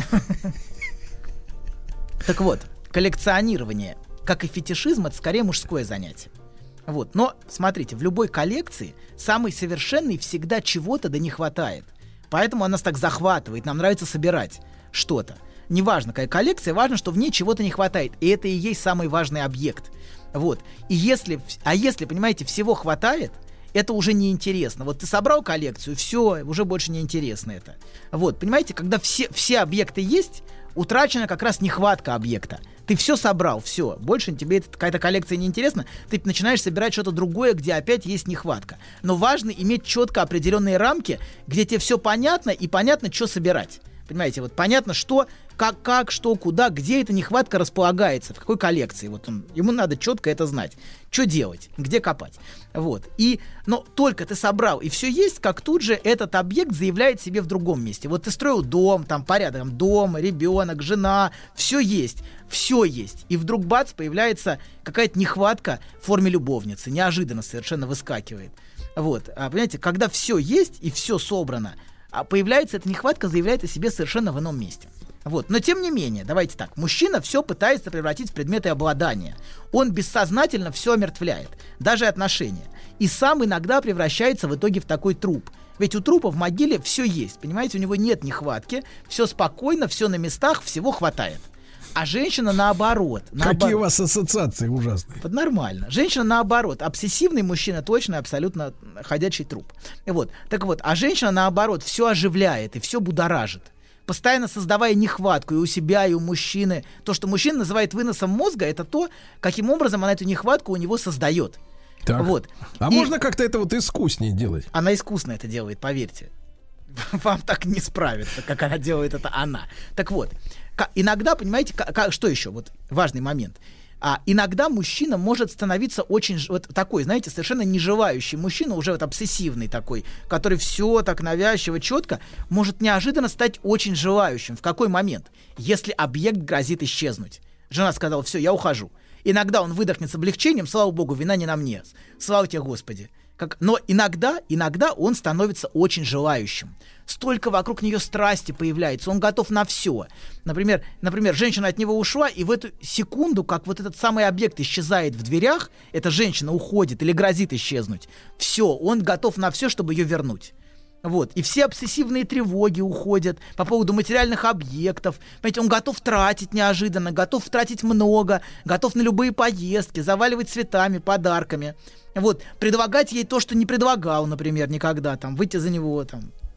Так вот, коллекционирование, как и фетишизм, это скорее мужское занятие. Вот. Но, смотрите, в любой коллекции самый совершенный всегда чего-то да не хватает. Поэтому она нас так захватывает, нам нравится собирать что-то. Неважно, какая коллекция, важно, что в ней чего-то не хватает. И это и есть самый важный объект. Вот. И если, понимаете, всего хватает, это уже неинтересно. Вот ты собрал коллекцию, все, уже больше неинтересно это. Вот, понимаете, когда все объекты есть, утрачена как раз нехватка объекта. Ты все собрал, все, больше тебе какая-то коллекция не интересна, ты начинаешь собирать что-то другое, где опять есть нехватка. Но важно иметь четко определенные рамки, где тебе все понятно и понятно, что собирать. Понимаете, вот понятно, что, как, что, куда, где эта нехватка располагается, в какой коллекции. Вот ему надо четко это знать. Что делать, где копать. Вот. Но только ты собрал, и все есть, как тут же этот объект заявляет себе в другом месте. Вот ты строил дом, там порядок, там, дом, ребенок, жена, все есть. И вдруг, бац, появляется какая-то нехватка в форме любовницы. Неожиданно совершенно выскакивает. Вот. Понимаете, когда все есть и все собрано, а появляется эта нехватка, заявляет о себе совершенно в ином месте. Вот. Но тем не менее, давайте так, мужчина все пытается превратить в предметы обладания. Он бессознательно все омертвляет, даже отношения. И сам иногда превращается в итоге в такой труп. Ведь у трупа в могиле все есть, понимаете, у него нет нехватки, все спокойно, все на местах, всего хватает. А женщина наоборот. Какие у вас ассоциации ужасные. Нормально. Женщина наоборот. Обсессивный мужчина точно абсолютно ходячий труп. Вот. Так вот, а женщина наоборот все оживляет и все будоражит. Постоянно создавая нехватку и у себя, и у мужчины. То, что мужчина называет выносом мозга, это то, каким образом она эту нехватку у него создает. Так. Вот. Можно как-то это вот искуснее делать? Она искусно это делает, поверьте. Вам так не справиться, как она делает это она. Так вот, иногда, понимаете, что еще? Вот важный момент. Иногда мужчина может становиться очень вот такой, знаете, совершенно не желающий мужчина, уже вот обсессивный такой, который все так навязчиво, четко, может неожиданно стать очень желающим. В какой момент? Если объект грозит исчезнуть. Жена сказала: все, я ухожу. Иногда он выдохнет с облегчением: слава богу, вина не на мне. Слава тебе, Господи. Но иногда он становится очень желающим. Столько вокруг нее страсти появляется, он готов на все. Например, женщина от него ушла, и в эту секунду, как вот этот самый объект исчезает в дверях, эта женщина уходит или грозит исчезнуть, все, он готов на все, чтобы ее вернуть. Вот. И все обсессивные тревоги уходят по поводу материальных объектов. Понимаете, он готов тратить неожиданно, готов тратить много, готов на любые поездки, заваливать цветами, подарками. Вот. Предлагать ей то, что не предлагал, например, никогда. Там, выйти за него, там,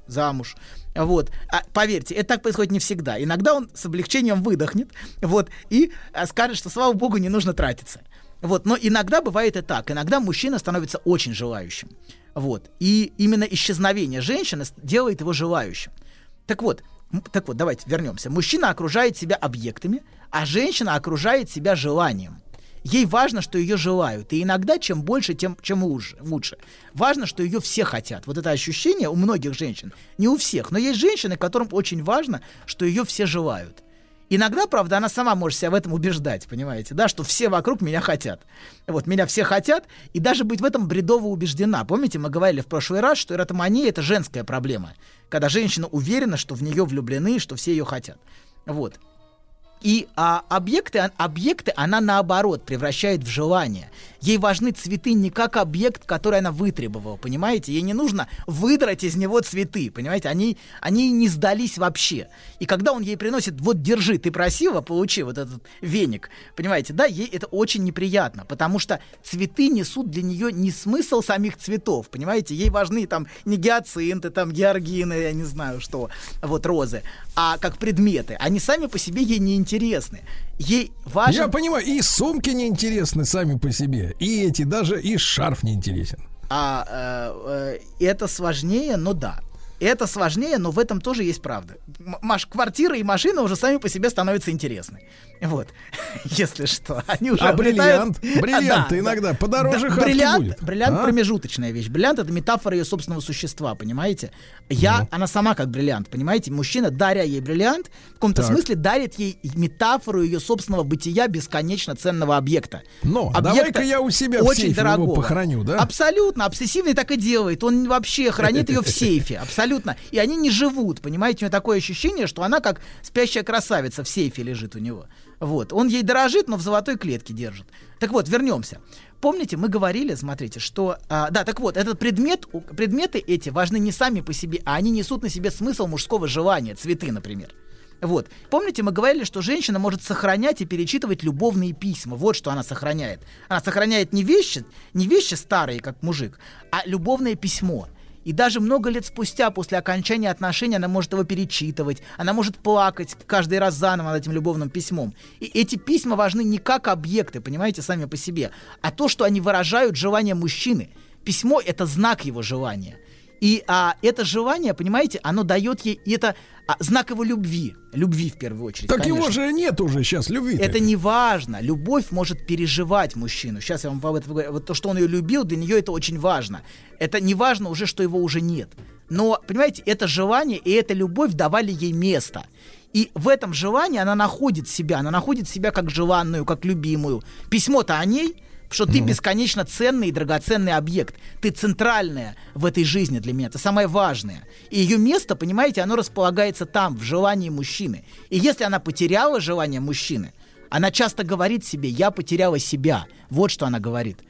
замуж. Вот. А поверьте, это так происходит не всегда. Иногда он с облегчением выдохнет, вот, и скажет, что, слава богу, не нужно тратиться. Вот. Но иногда бывает и так. Иногда мужчина становится очень желающим. Вот. И именно исчезновение женщины делает его желающим. Так вот, давайте вернемся. Мужчина окружает себя объектами, а женщина окружает себя желанием. Ей важно, что ее желают. И иногда чем больше, чем лучше. Важно, что ее все хотят. Вот это ощущение у многих женщин. Не у всех, но есть женщины, которым очень важно, что ее все желают. Иногда, правда, она сама может себя в этом убеждать, понимаете, да, что все вокруг меня хотят. Вот, меня все хотят, и даже быть в этом бредово убеждена. Помните, мы говорили в прошлый раз, что эротомания — это женская проблема, когда женщина уверена, что в нее влюблены, что все ее хотят. Вот. И объекты она, наоборот, превращает в желание. Ей важны цветы не как объект, который она вытребовала, понимаете? Ей не нужно выдрать из него цветы, понимаете? Они не сдались вообще. И когда он ей приносит: вот, держи, ты просила, получи вот этот веник, понимаете? Да, ей это очень неприятно, потому что цветы несут для нее не смысл самих цветов, понимаете? Ей важны там не гиацинты, там георгины, я не знаю что, вот розы, а как предметы. Они сами по себе ей не интересны. Ей важно... Я понимаю, и сумки не интересны сами по себе, и эти даже, и шарф не интересен. Это сложнее, но да. Это сложнее, но в этом тоже есть правда. Квартира и машина уже сами по себе становятся интересны. Вот, если что. Они уже бриллиант? Бриллиант иногда подороже хатки будет. Бриллиант промежуточная вещь. Бриллиант — это метафора ее собственного существа, понимаете? Она сама как бриллиант, понимаете? Мужчина, даря ей бриллиант, в каком-то смысле дарит ей метафору ее собственного бытия бесконечно ценного объекта. Но давай-ка я у себя в сейфе его похороню, да? Абсолютно. Обсессивный так и делает. Он вообще хранит ее в сейфе. Абсолютно. И они не живут, понимаете? У него такое ощущение, что она как спящая красавица в сейфе лежит у него. Вот. Он ей дорожит, но в золотой клетке держит. Так вот, вернемся. Помните, мы говорили, смотрите, что... так вот, предметы эти важны не сами по себе, а они несут на себе смысл мужского желания. Цветы, например. Вот. Помните, мы говорили, что женщина может сохранять и перечитывать любовные письма. Вот что она сохраняет. Она сохраняет не вещи старые, как мужик, а любовное письмо. И даже много лет спустя, после окончания отношений, она может его перечитывать, она может плакать каждый раз заново над этим любовным письмом. И эти письма важны не как объекты, понимаете, сами по себе, а то, что они выражают желание мужчины. Письмо — это знак его желания. И это желание, понимаете, оно дает ей, и это знак его любви в первую очередь. Так конечно. Его же нет уже сейчас, любви. Это не важно. Любовь может переживать мужчину. Сейчас я вам об этом говорю. Вот то, что он ее любил, для нее это очень важно. Это не важно уже, что его уже нет. Но, понимаете, это желание и эта любовь давали ей место. И в этом желании она находит себя как желанную, как любимую. Письмо-то о ней, что ты бесконечно ценный и драгоценный объект. Ты центральная в этой жизни для меня. Это самое важное. И ее место, понимаете, оно располагается там, в желании мужчины. И если она потеряла желание мужчины, она часто говорит себе: я потеряла себя. Вот что она говорит.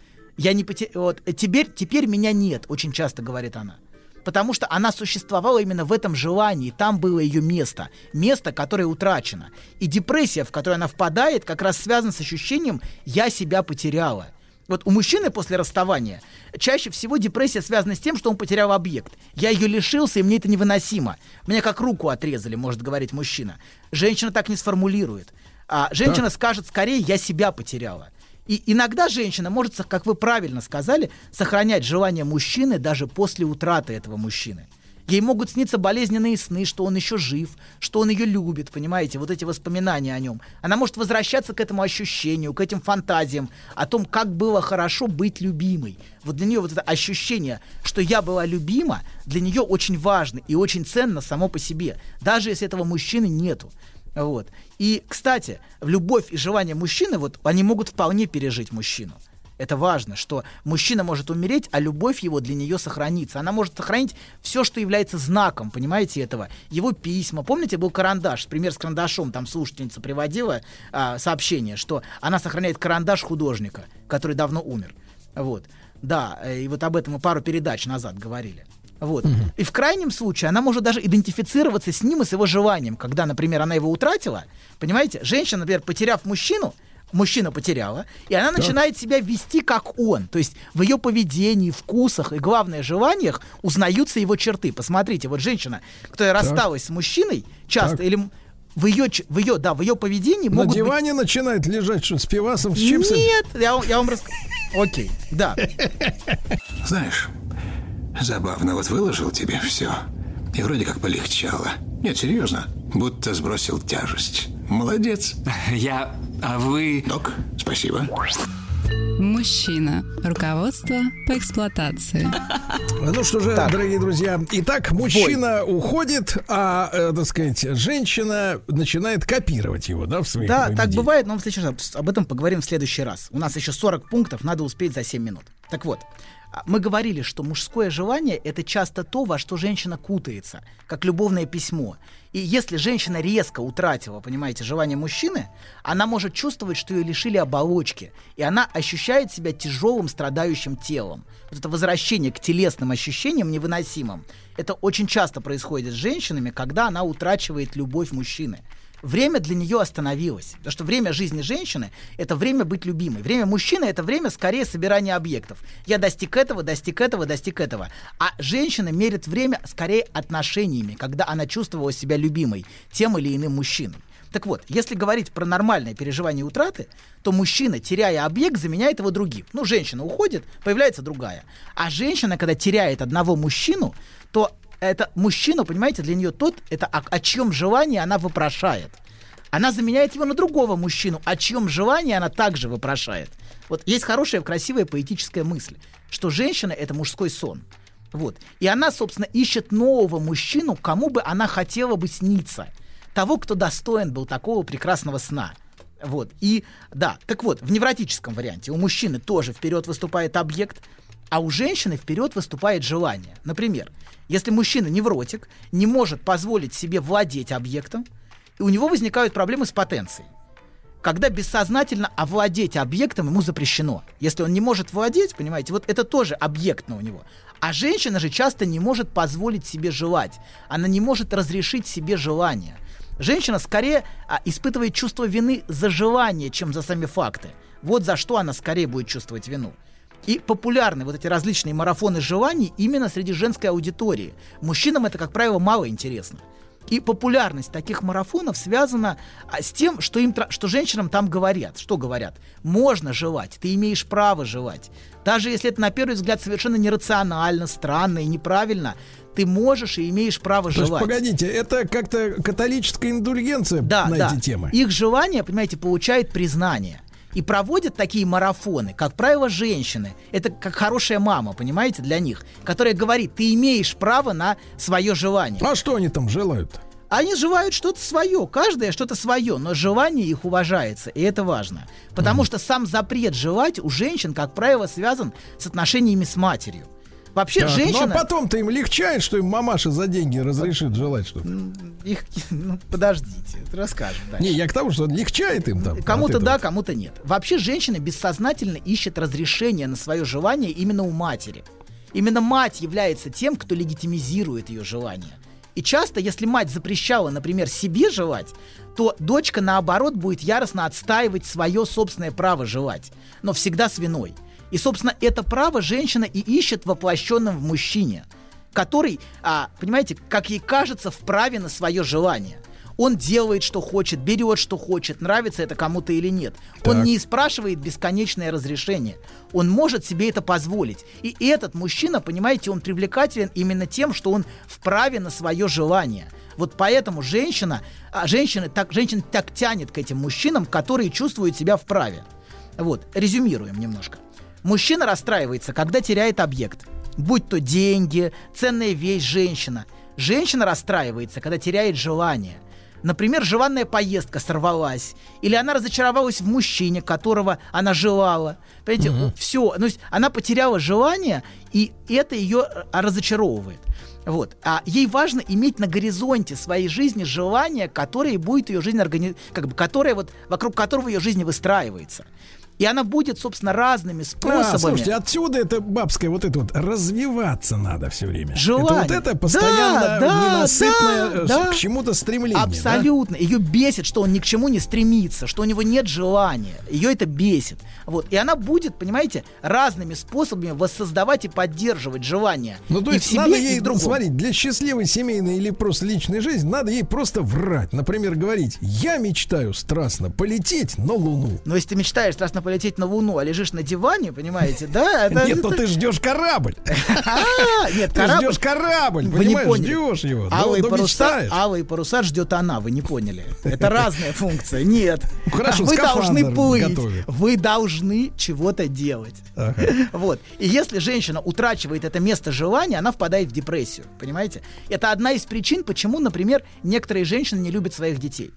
Теперь меня нет, очень часто говорит она. Потому что она существовала именно в этом желании, там было ее место, которое утрачено. И депрессия, в которую она впадает, как раз связана с ощущением «я себя потеряла». Вот у мужчины после расставания чаще всего депрессия связана с тем, что он потерял объект. Я ее лишился, и мне это невыносимо. Меня как руку отрезали, может говорить мужчина. Женщина так не сформулирует. Женщина скажет скорее «я себя потеряла». И иногда женщина может, как вы правильно сказали, сохранять желание мужчины даже после утраты этого мужчины. Ей могут сниться болезненные сны, что он еще жив, что он ее любит, понимаете, вот эти воспоминания о нем. Она может возвращаться к этому ощущению, к этим фантазиям о том, как было хорошо быть любимой. Вот для нее вот это ощущение, что я была любима, для нее очень важно и очень ценно само по себе, даже если этого мужчины нету. Вот. И, кстати, любовь и желание мужчины, вот, они могут вполне пережить мужчину. Это важно, что мужчина может умереть, а любовь его для нее сохранится. Она может сохранить все, что является знаком, понимаете, этого. Его письма. Помните, был карандаш, пример с карандашом, там слушательница приводила сообщение, что она сохраняет карандаш художника, который давно умер. Вот. Да, и вот об этом мы пару передач назад говорили. Вот. И в крайнем случае она может даже идентифицироваться с ним и с его желанием, когда, например, она его утратила. Понимаете, женщина, например, потеряв мужчину, мужчина потеряла, и она начинает себя вести как он. То есть в ее поведении, вкусах и, главное, желаниях узнаются его черты. Посмотрите, вот женщина, которая рассталась с мужчиной, часто или в ее поведении на могут диване быть... начинает лежать что, с пивасом, с чипсами? Нет, я вам расскажу. Окей, да. Знаешь, забавно, вот выложил тебе все, и вроде как полегчало. Нет, серьезно, будто сбросил тяжесть. Молодец. А вы... Док, спасибо. Мужчина. Руководство по эксплуатации. Ну что же, дорогие друзья, итак, мужчина уходит, а, так сказать, женщина начинает копировать его, да, в своих поведениях. Так бывает, но об этом поговорим в следующий раз. У нас еще 40 пунктов, надо успеть за 7 минут. Так вот, мы говорили, что мужское желание — это часто то, во что женщина кутается, как любовное письмо. И если женщина резко утратила, понимаете, желание мужчины, она может чувствовать, что ее лишили оболочки, и она ощущает себя тяжелым, страдающим телом. Вот это возвращение к телесным ощущениям невыносимым, это очень часто происходит с женщинами, когда она утрачивает любовь мужчины. Время для нее остановилось. Потому что время жизни женщины — это время быть любимой. Время мужчины — это время скорее собирания объектов. Я достиг этого, достиг этого, достиг этого. А женщина мерит время скорее отношениями, когда она чувствовала себя любимой тем или иным мужчиной. Так вот, если говорить про нормальное переживание утраты, то мужчина, теряя объект, заменяет его другим. Ну, женщина уходит, появляется другая. А женщина, когда теряет одного мужчину, то это мужчина, понимаете, для нее это о чьем желании она вопрошает. Она заменяет его на другого мужчину, о чьем желании она также вопрошает. Вот есть хорошая, красивая поэтическая мысль, что женщина — это мужской сон. Вот. И она, собственно, ищет нового мужчину, кому бы она хотела бы сниться. Того, кто достоин был такого прекрасного сна. Вот. И да, так вот, в невротическом варианте у мужчины тоже вперед выступает объект, а у женщины вперед выступает желание. Например, если мужчина невротик, не может позволить себе владеть объектом, и у него возникают проблемы с потенцией. Когда бессознательно овладеть объектом ему запрещено. Если он не может владеть, понимаете, вот это тоже объектно у него. А женщина же часто не может позволить себе желать. Она не может разрешить себе желание. Женщина скорее испытывает чувство вины за желание, чем за сами факты. Вот за что она скорее будет чувствовать вину. И популярны вот эти различные марафоны желаний именно среди женской аудитории. Мужчинам это, как правило, мало интересно. И популярность таких марафонов связана с тем, что женщинам там говорят. Что говорят? Можно желать, ты имеешь право желать. Даже если это на первый взгляд совершенно нерационально, странно и неправильно, ты можешь и имеешь право желать. То есть, погодите, это как-то католическая индульгенция на эти темы? Их желание, понимаете, получает признание. И проводят такие марафоны, как правило, женщины. Это как хорошая мама, понимаете, для них, которая говорит, ты имеешь право на свое желание. А что они там желают? Они желают что-то свое, каждое что-то свое, но желание их уважается, и это важно. Потому что сам запрет желать у женщин, как правило, связан с отношениями с матерью. Вообще женщина... Ну а потом-то им легчает, что им мамаша за деньги разрешит желать что-то. Подождите, расскажем дальше. Не, я к тому, что легчает им там. Кому-то да, кому-то нет. Вообще женщина бессознательно ищет разрешение на свое желание именно у матери. Именно мать является тем, кто легитимизирует ее желание. И часто, если мать запрещала, например, себе желать, то дочка, наоборот, будет яростно отстаивать свое собственное право желать, но всегда с виной. И, собственно, это право женщина и ищет воплощенным в мужчине, который, понимаете, как ей кажется, вправе на свое желание. Он делает, что хочет, берет, что хочет, нравится это кому-то или нет. Так. Он не спрашивает бесконечное разрешение. Он может себе это позволить. И этот мужчина, понимаете, он привлекателен именно тем, что он вправе на свое желание. Вот поэтому женщина так тянет к этим мужчинам, которые чувствуют себя вправе. Вот, резюмируем немножко. Мужчина расстраивается, когда теряет объект. Будь то деньги, ценная вещь, женщина. Женщина расстраивается, когда теряет желание. Например, желанная поездка сорвалась. Или она разочаровалась в мужчине, которого она желала. Понимаете, все. Ну, она потеряла желание, и это ее разочаровывает. Вот. А ей важно иметь на горизонте своей жизни желание, которое будет ее жизнь вокруг которого ее жизнь выстраивается. И она будет, собственно, разными способами. Слушайте, отсюда это бабское вот это вот развиваться надо все время. Желание. Это вот это постоянно ненасытное к чему-то стремление. Абсолютно. Ее бесит, что он ни к чему не стремится, что у него нет желания. Ее это бесит. Вот. И она будет, понимаете, разными способами воссоздавать и поддерживать желание. Ну, то и есть в себе, надо и ей, в другом. смотрите, для счастливой семейной или просто личной жизни надо ей просто врать. Например, говорить: я мечтаю страстно полететь на Луну. Но если ты мечтаешь страстно полететь на Луну, а лежишь на диване, понимаете, да? Нет, но ты ждешь корабль. Нет, ты ждешь корабль, понимаешь, ждешь его. Алые паруса ждет она, вы не поняли. Это разная функция. Нет. Хорошо, вы должны плыть. готовит. Вы должны чего-то делать. Вот. И если женщина утрачивает это место желания, она впадает в депрессию. Понимаете? Это одна из причин, почему, например, некоторые женщины не любят своих детей.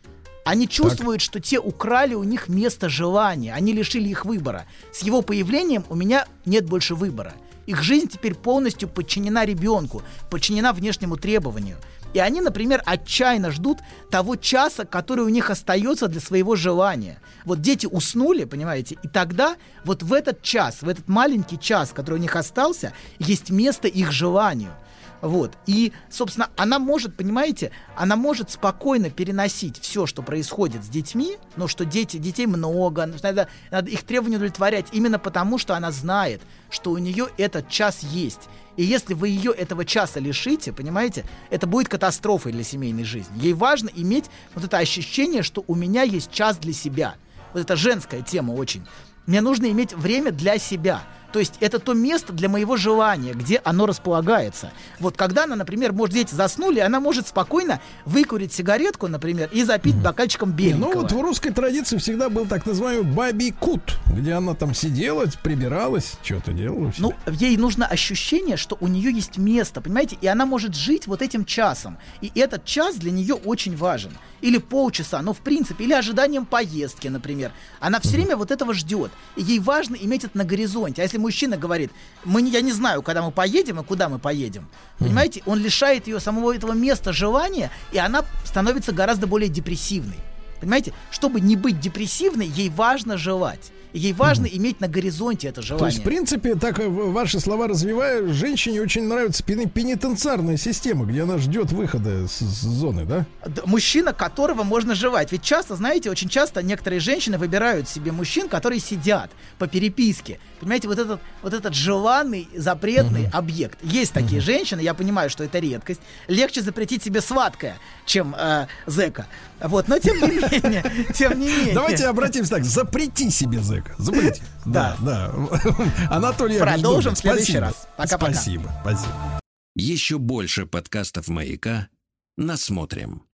Они чувствуют, что те украли у них место желания, они лишили их выбора. С его появлением у меня нет больше выбора. Их жизнь теперь полностью подчинена ребенку, подчинена внешнему требованию. И они, например, отчаянно ждут того часа, который у них остается для своего желания. Вот дети уснули, понимаете, и тогда вот в этот час, в этот маленький час, который у них остался, есть место их желанию. Вот. И, собственно, она может, понимаете, она может спокойно переносить все, что происходит с детьми, но что детей много, надо их требования удовлетворять именно потому, что она знает, что у нее этот час есть. И если вы ее этого часа лишите, понимаете, это будет катастрофой для семейной жизни. Ей важно иметь вот это ощущение, что у меня есть час для себя. Вот это женская тема очень. Мне нужно иметь время для себя. То есть это то место для моего желания, где оно располагается. Вот когда она, например, дети заснули, она может спокойно выкурить сигаретку, например, и запить бокальчиком беленького. Ну вот в русской традиции всегда был так называемый бабий кут, где она там сидела, прибиралась, что-то делала. Ну, ей нужно ощущение, что у нее есть место, понимаете, и она может жить вот этим часом. И этот час для нее очень важен. Или полчаса, ну, в принципе, или ожиданием поездки, например. Она все время вот этого ждет. И ей важно иметь это на горизонте. А если мужчина говорит: я не знаю, когда мы поедем и куда мы поедем, понимаете, он лишает ее самого этого места желания, и она становится гораздо более депрессивной. Понимаете, чтобы не быть депрессивной, ей важно желать. И ей важно иметь на горизонте это желание. То есть, в принципе, так ваши слова развивая, женщине очень нравится пенитенциарная система, где она ждет выхода с зоны, да? Мужчина, которого можно жевать. Ведь часто, знаете, очень часто некоторые женщины выбирают себе мужчин, которые сидят по переписке. Понимаете, вот этот желанный, запретный объект. Есть такие женщины, я понимаю, что это редкость. Легче запретить себе сладкое, чем зэка. Вот, но тем не менее. Давайте обратимся так: запрети себе зэка. Запрети. Да. Анатолий, продолжим в следующий раз. Пока-пока. Спасибо. Еще больше подкастов «Маяка» насмотрим.